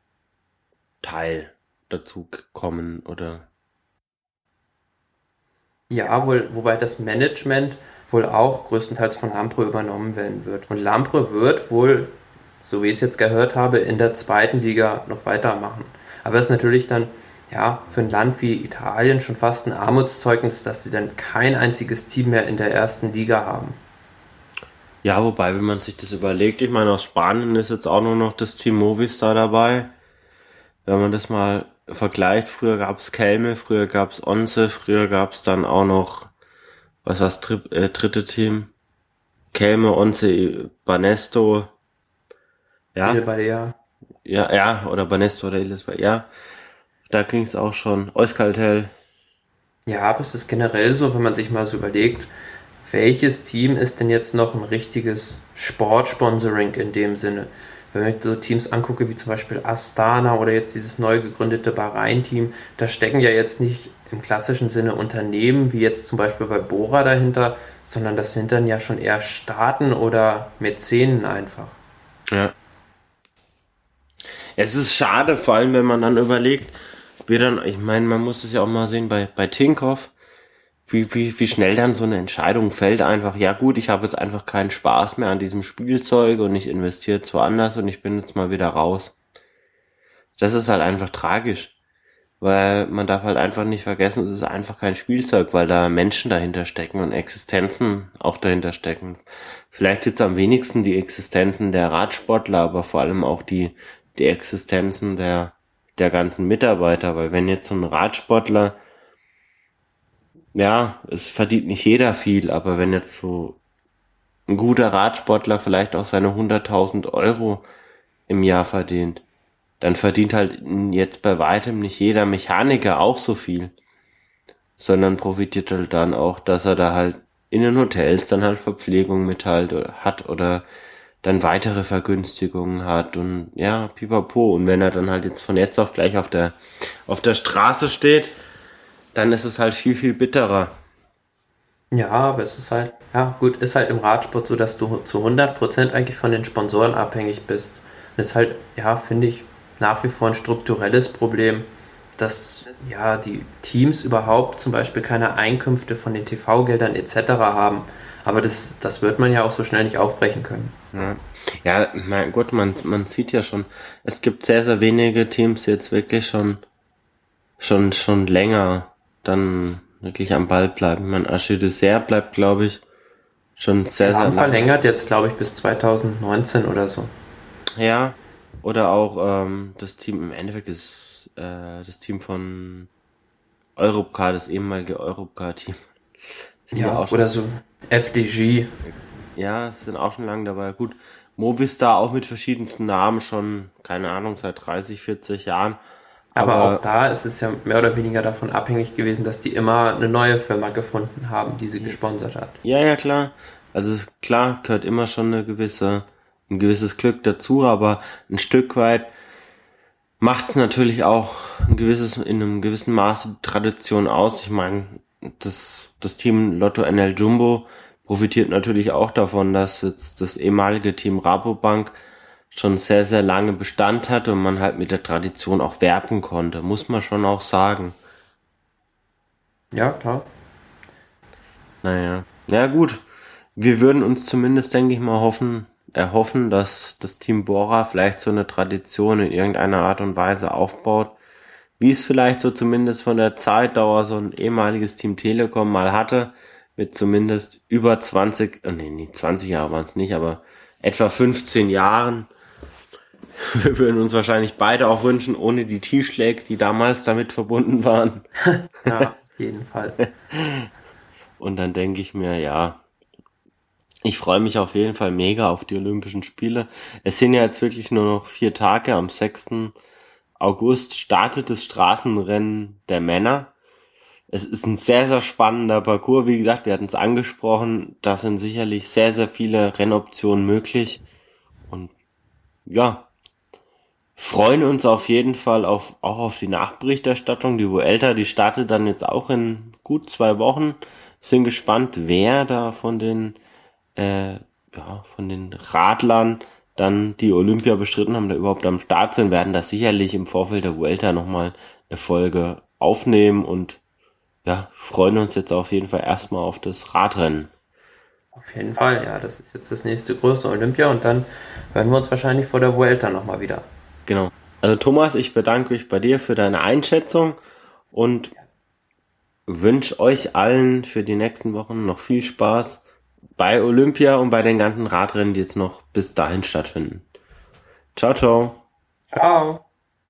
[SPEAKER 1] dazu kommen, oder?
[SPEAKER 2] Ja, wohl, wobei das Management wohl auch größtenteils von Lampre übernommen werden wird. Und Lampre wird wohl, so wie ich es jetzt gehört habe, in der zweiten Liga noch weitermachen. Aber es ist natürlich dann, ja, für ein Land wie Italien schon fast ein Armutszeugnis, dass sie dann kein einziges Team mehr in der ersten Liga haben.
[SPEAKER 1] Ja, wobei, wenn man sich das überlegt, ich meine, aus Spanien ist jetzt auch nur noch das Team Movistar dabei. Wenn man das mal vergleicht, früher gab's Kelme, früher gab's Once, früher gab's dann auch noch, was war's, dritte Team? Kelme, Once, Banesto, ja,
[SPEAKER 2] Ja,
[SPEAKER 1] ja, oder Banesto oder Illes, ja, da ging's auch schon. Euskaltel,
[SPEAKER 2] ja, aber es ist generell so, wenn man sich mal so überlegt, welches Team ist denn jetzt noch ein richtiges Sportsponsoring in dem Sinne? Wenn ich so Teams angucke, wie zum Beispiel Astana oder jetzt dieses neu gegründete Bahrain-Team, da stecken ja jetzt nicht im klassischen Sinne Unternehmen, wie jetzt zum Beispiel bei Bora dahinter, sondern das sind dann ja schon eher Staaten oder Mäzenen einfach.
[SPEAKER 1] ja. Es ist schade, vor allem wenn man dann überlegt, ich meine, man muss es ja auch mal sehen bei Tinkoff, wie schnell dann so eine Entscheidung fällt, einfach, ja gut, ich habe jetzt einfach keinen Spaß mehr an diesem Spielzeug und ich investiere jetzt woanders und ich bin jetzt mal wieder raus. Das ist halt einfach tragisch, weil man darf halt einfach nicht vergessen, es ist einfach kein Spielzeug, weil da Menschen dahinter stecken und Existenzen auch dahinter stecken. Vielleicht jetzt am wenigsten die Existenzen der Radsportler, aber vor allem auch die Existenzen der ganzen Mitarbeiter, weil wenn jetzt so ein Radsportler ja, es verdient nicht jeder viel, aber wenn jetzt so ein guter Radsportler vielleicht auch seine 100.000 € im Jahr verdient, dann verdient halt jetzt bei weitem nicht jeder Mechaniker auch so viel, sondern profitiert halt dann auch, dass er da halt in den Hotels dann halt Verpflegung mit halt hat oder dann weitere Vergünstigungen hat und ja, pipapo. Und wenn er dann halt jetzt von jetzt auf gleich auf der Straße steht, dann ist es halt viel, viel bitterer.
[SPEAKER 2] Ja, aber es ist halt, ja gut, ist halt im Radsport so, dass du zu 100% eigentlich von den Sponsoren abhängig bist. Das ist halt, ja, finde ich, nach wie vor ein strukturelles Problem, dass ja die Teams überhaupt zum Beispiel keine Einkünfte von den TV-Geldern etc. haben. Aber das wird man ja auch so schnell nicht aufbrechen können.
[SPEAKER 1] Ja, ja, mein Gott, man sieht ja schon, es gibt sehr, sehr wenige Teams, die jetzt wirklich schon länger dann wirklich am Ball bleiben. Mein Arche Dessert bleibt, glaube ich, schon
[SPEAKER 2] Die
[SPEAKER 1] sehr, sehr
[SPEAKER 2] haben
[SPEAKER 1] lang.
[SPEAKER 2] verlängert jetzt, glaube ich, bis 2019 oder so.
[SPEAKER 1] Ja, oder auch das Team im Endeffekt das Team von Europcar, das ehemalige Europcar-Team, sind ja
[SPEAKER 2] Ja,
[SPEAKER 1] auch schon,
[SPEAKER 2] oder so FDG.
[SPEAKER 1] ja, sind auch schon lange dabei. Gut, Movistar auch mit verschiedensten Namen schon, keine Ahnung, seit 30, 40 Jahren.
[SPEAKER 2] Aber auch
[SPEAKER 1] Aber
[SPEAKER 2] da ist es ja mehr oder weniger davon abhängig gewesen, dass die immer eine neue Firma gefunden haben, die sie gesponsert hat.
[SPEAKER 1] ja, ja, klar. Also klar, gehört immer schon ein gewisses Glück dazu, aber ein Stück weit macht es natürlich auch in einem gewissen Maße die Tradition aus. Ich meine, das Team Lotto NL Jumbo profitiert natürlich auch davon, dass jetzt das ehemalige Team Rabobank schon sehr, sehr lange Bestand hat und man halt mit der Tradition auch werben konnte, muss man schon auch sagen.
[SPEAKER 2] Ja, klar.
[SPEAKER 1] Naja, ja gut. Wir würden uns zumindest, denke ich mal, erhoffen, dass das Team Bora vielleicht so eine Tradition in irgendeiner Art und Weise aufbaut, wie es vielleicht so zumindest von der Zeitdauer so ein ehemaliges Team Telekom mal hatte, mit zumindest über 20, nee, 20 Jahre waren es nicht, aber etwa 15 Jahren. Wir würden uns wahrscheinlich beide auch wünschen, ohne die Tiefschläge, die damals damit verbunden waren.
[SPEAKER 2] Ja, auf jeden Fall.
[SPEAKER 1] Und dann denke ich mir, ja, ich freue mich auf jeden Fall mega auf die Olympischen Spiele. Es sind ja jetzt wirklich nur noch 4 Tage. Am 6. August startet das Straßenrennen der Männer. Es ist ein sehr, sehr spannender Parcours. Wie gesagt, wir hatten es angesprochen. Da sind sicherlich sehr, sehr viele Rennoptionen möglich. Und ja, freuen uns auf jeden Fall auch auf die Nachberichterstattung. Die Vuelta, die startet dann jetzt auch in gut 2 Wochen. Sind gespannt, wer da von den Radlern dann die Olympia bestritten haben, da überhaupt am Start sind, werden das sicherlich im Vorfeld der Vuelta nochmal eine Folge aufnehmen und ja, freuen uns jetzt auf jeden Fall erstmal auf das Radrennen.
[SPEAKER 2] Auf jeden Fall, ja, das ist jetzt das nächste große Olympia und dann hören wir uns wahrscheinlich vor der Vuelta nochmal wieder.
[SPEAKER 1] Genau. Also Thomas, ich bedanke mich bei dir für deine Einschätzung und wünsche euch allen für die nächsten Wochen noch viel Spaß bei Olympia und bei den ganzen Radrennen, die jetzt noch bis dahin stattfinden. Ciao, ciao.
[SPEAKER 2] Ciao.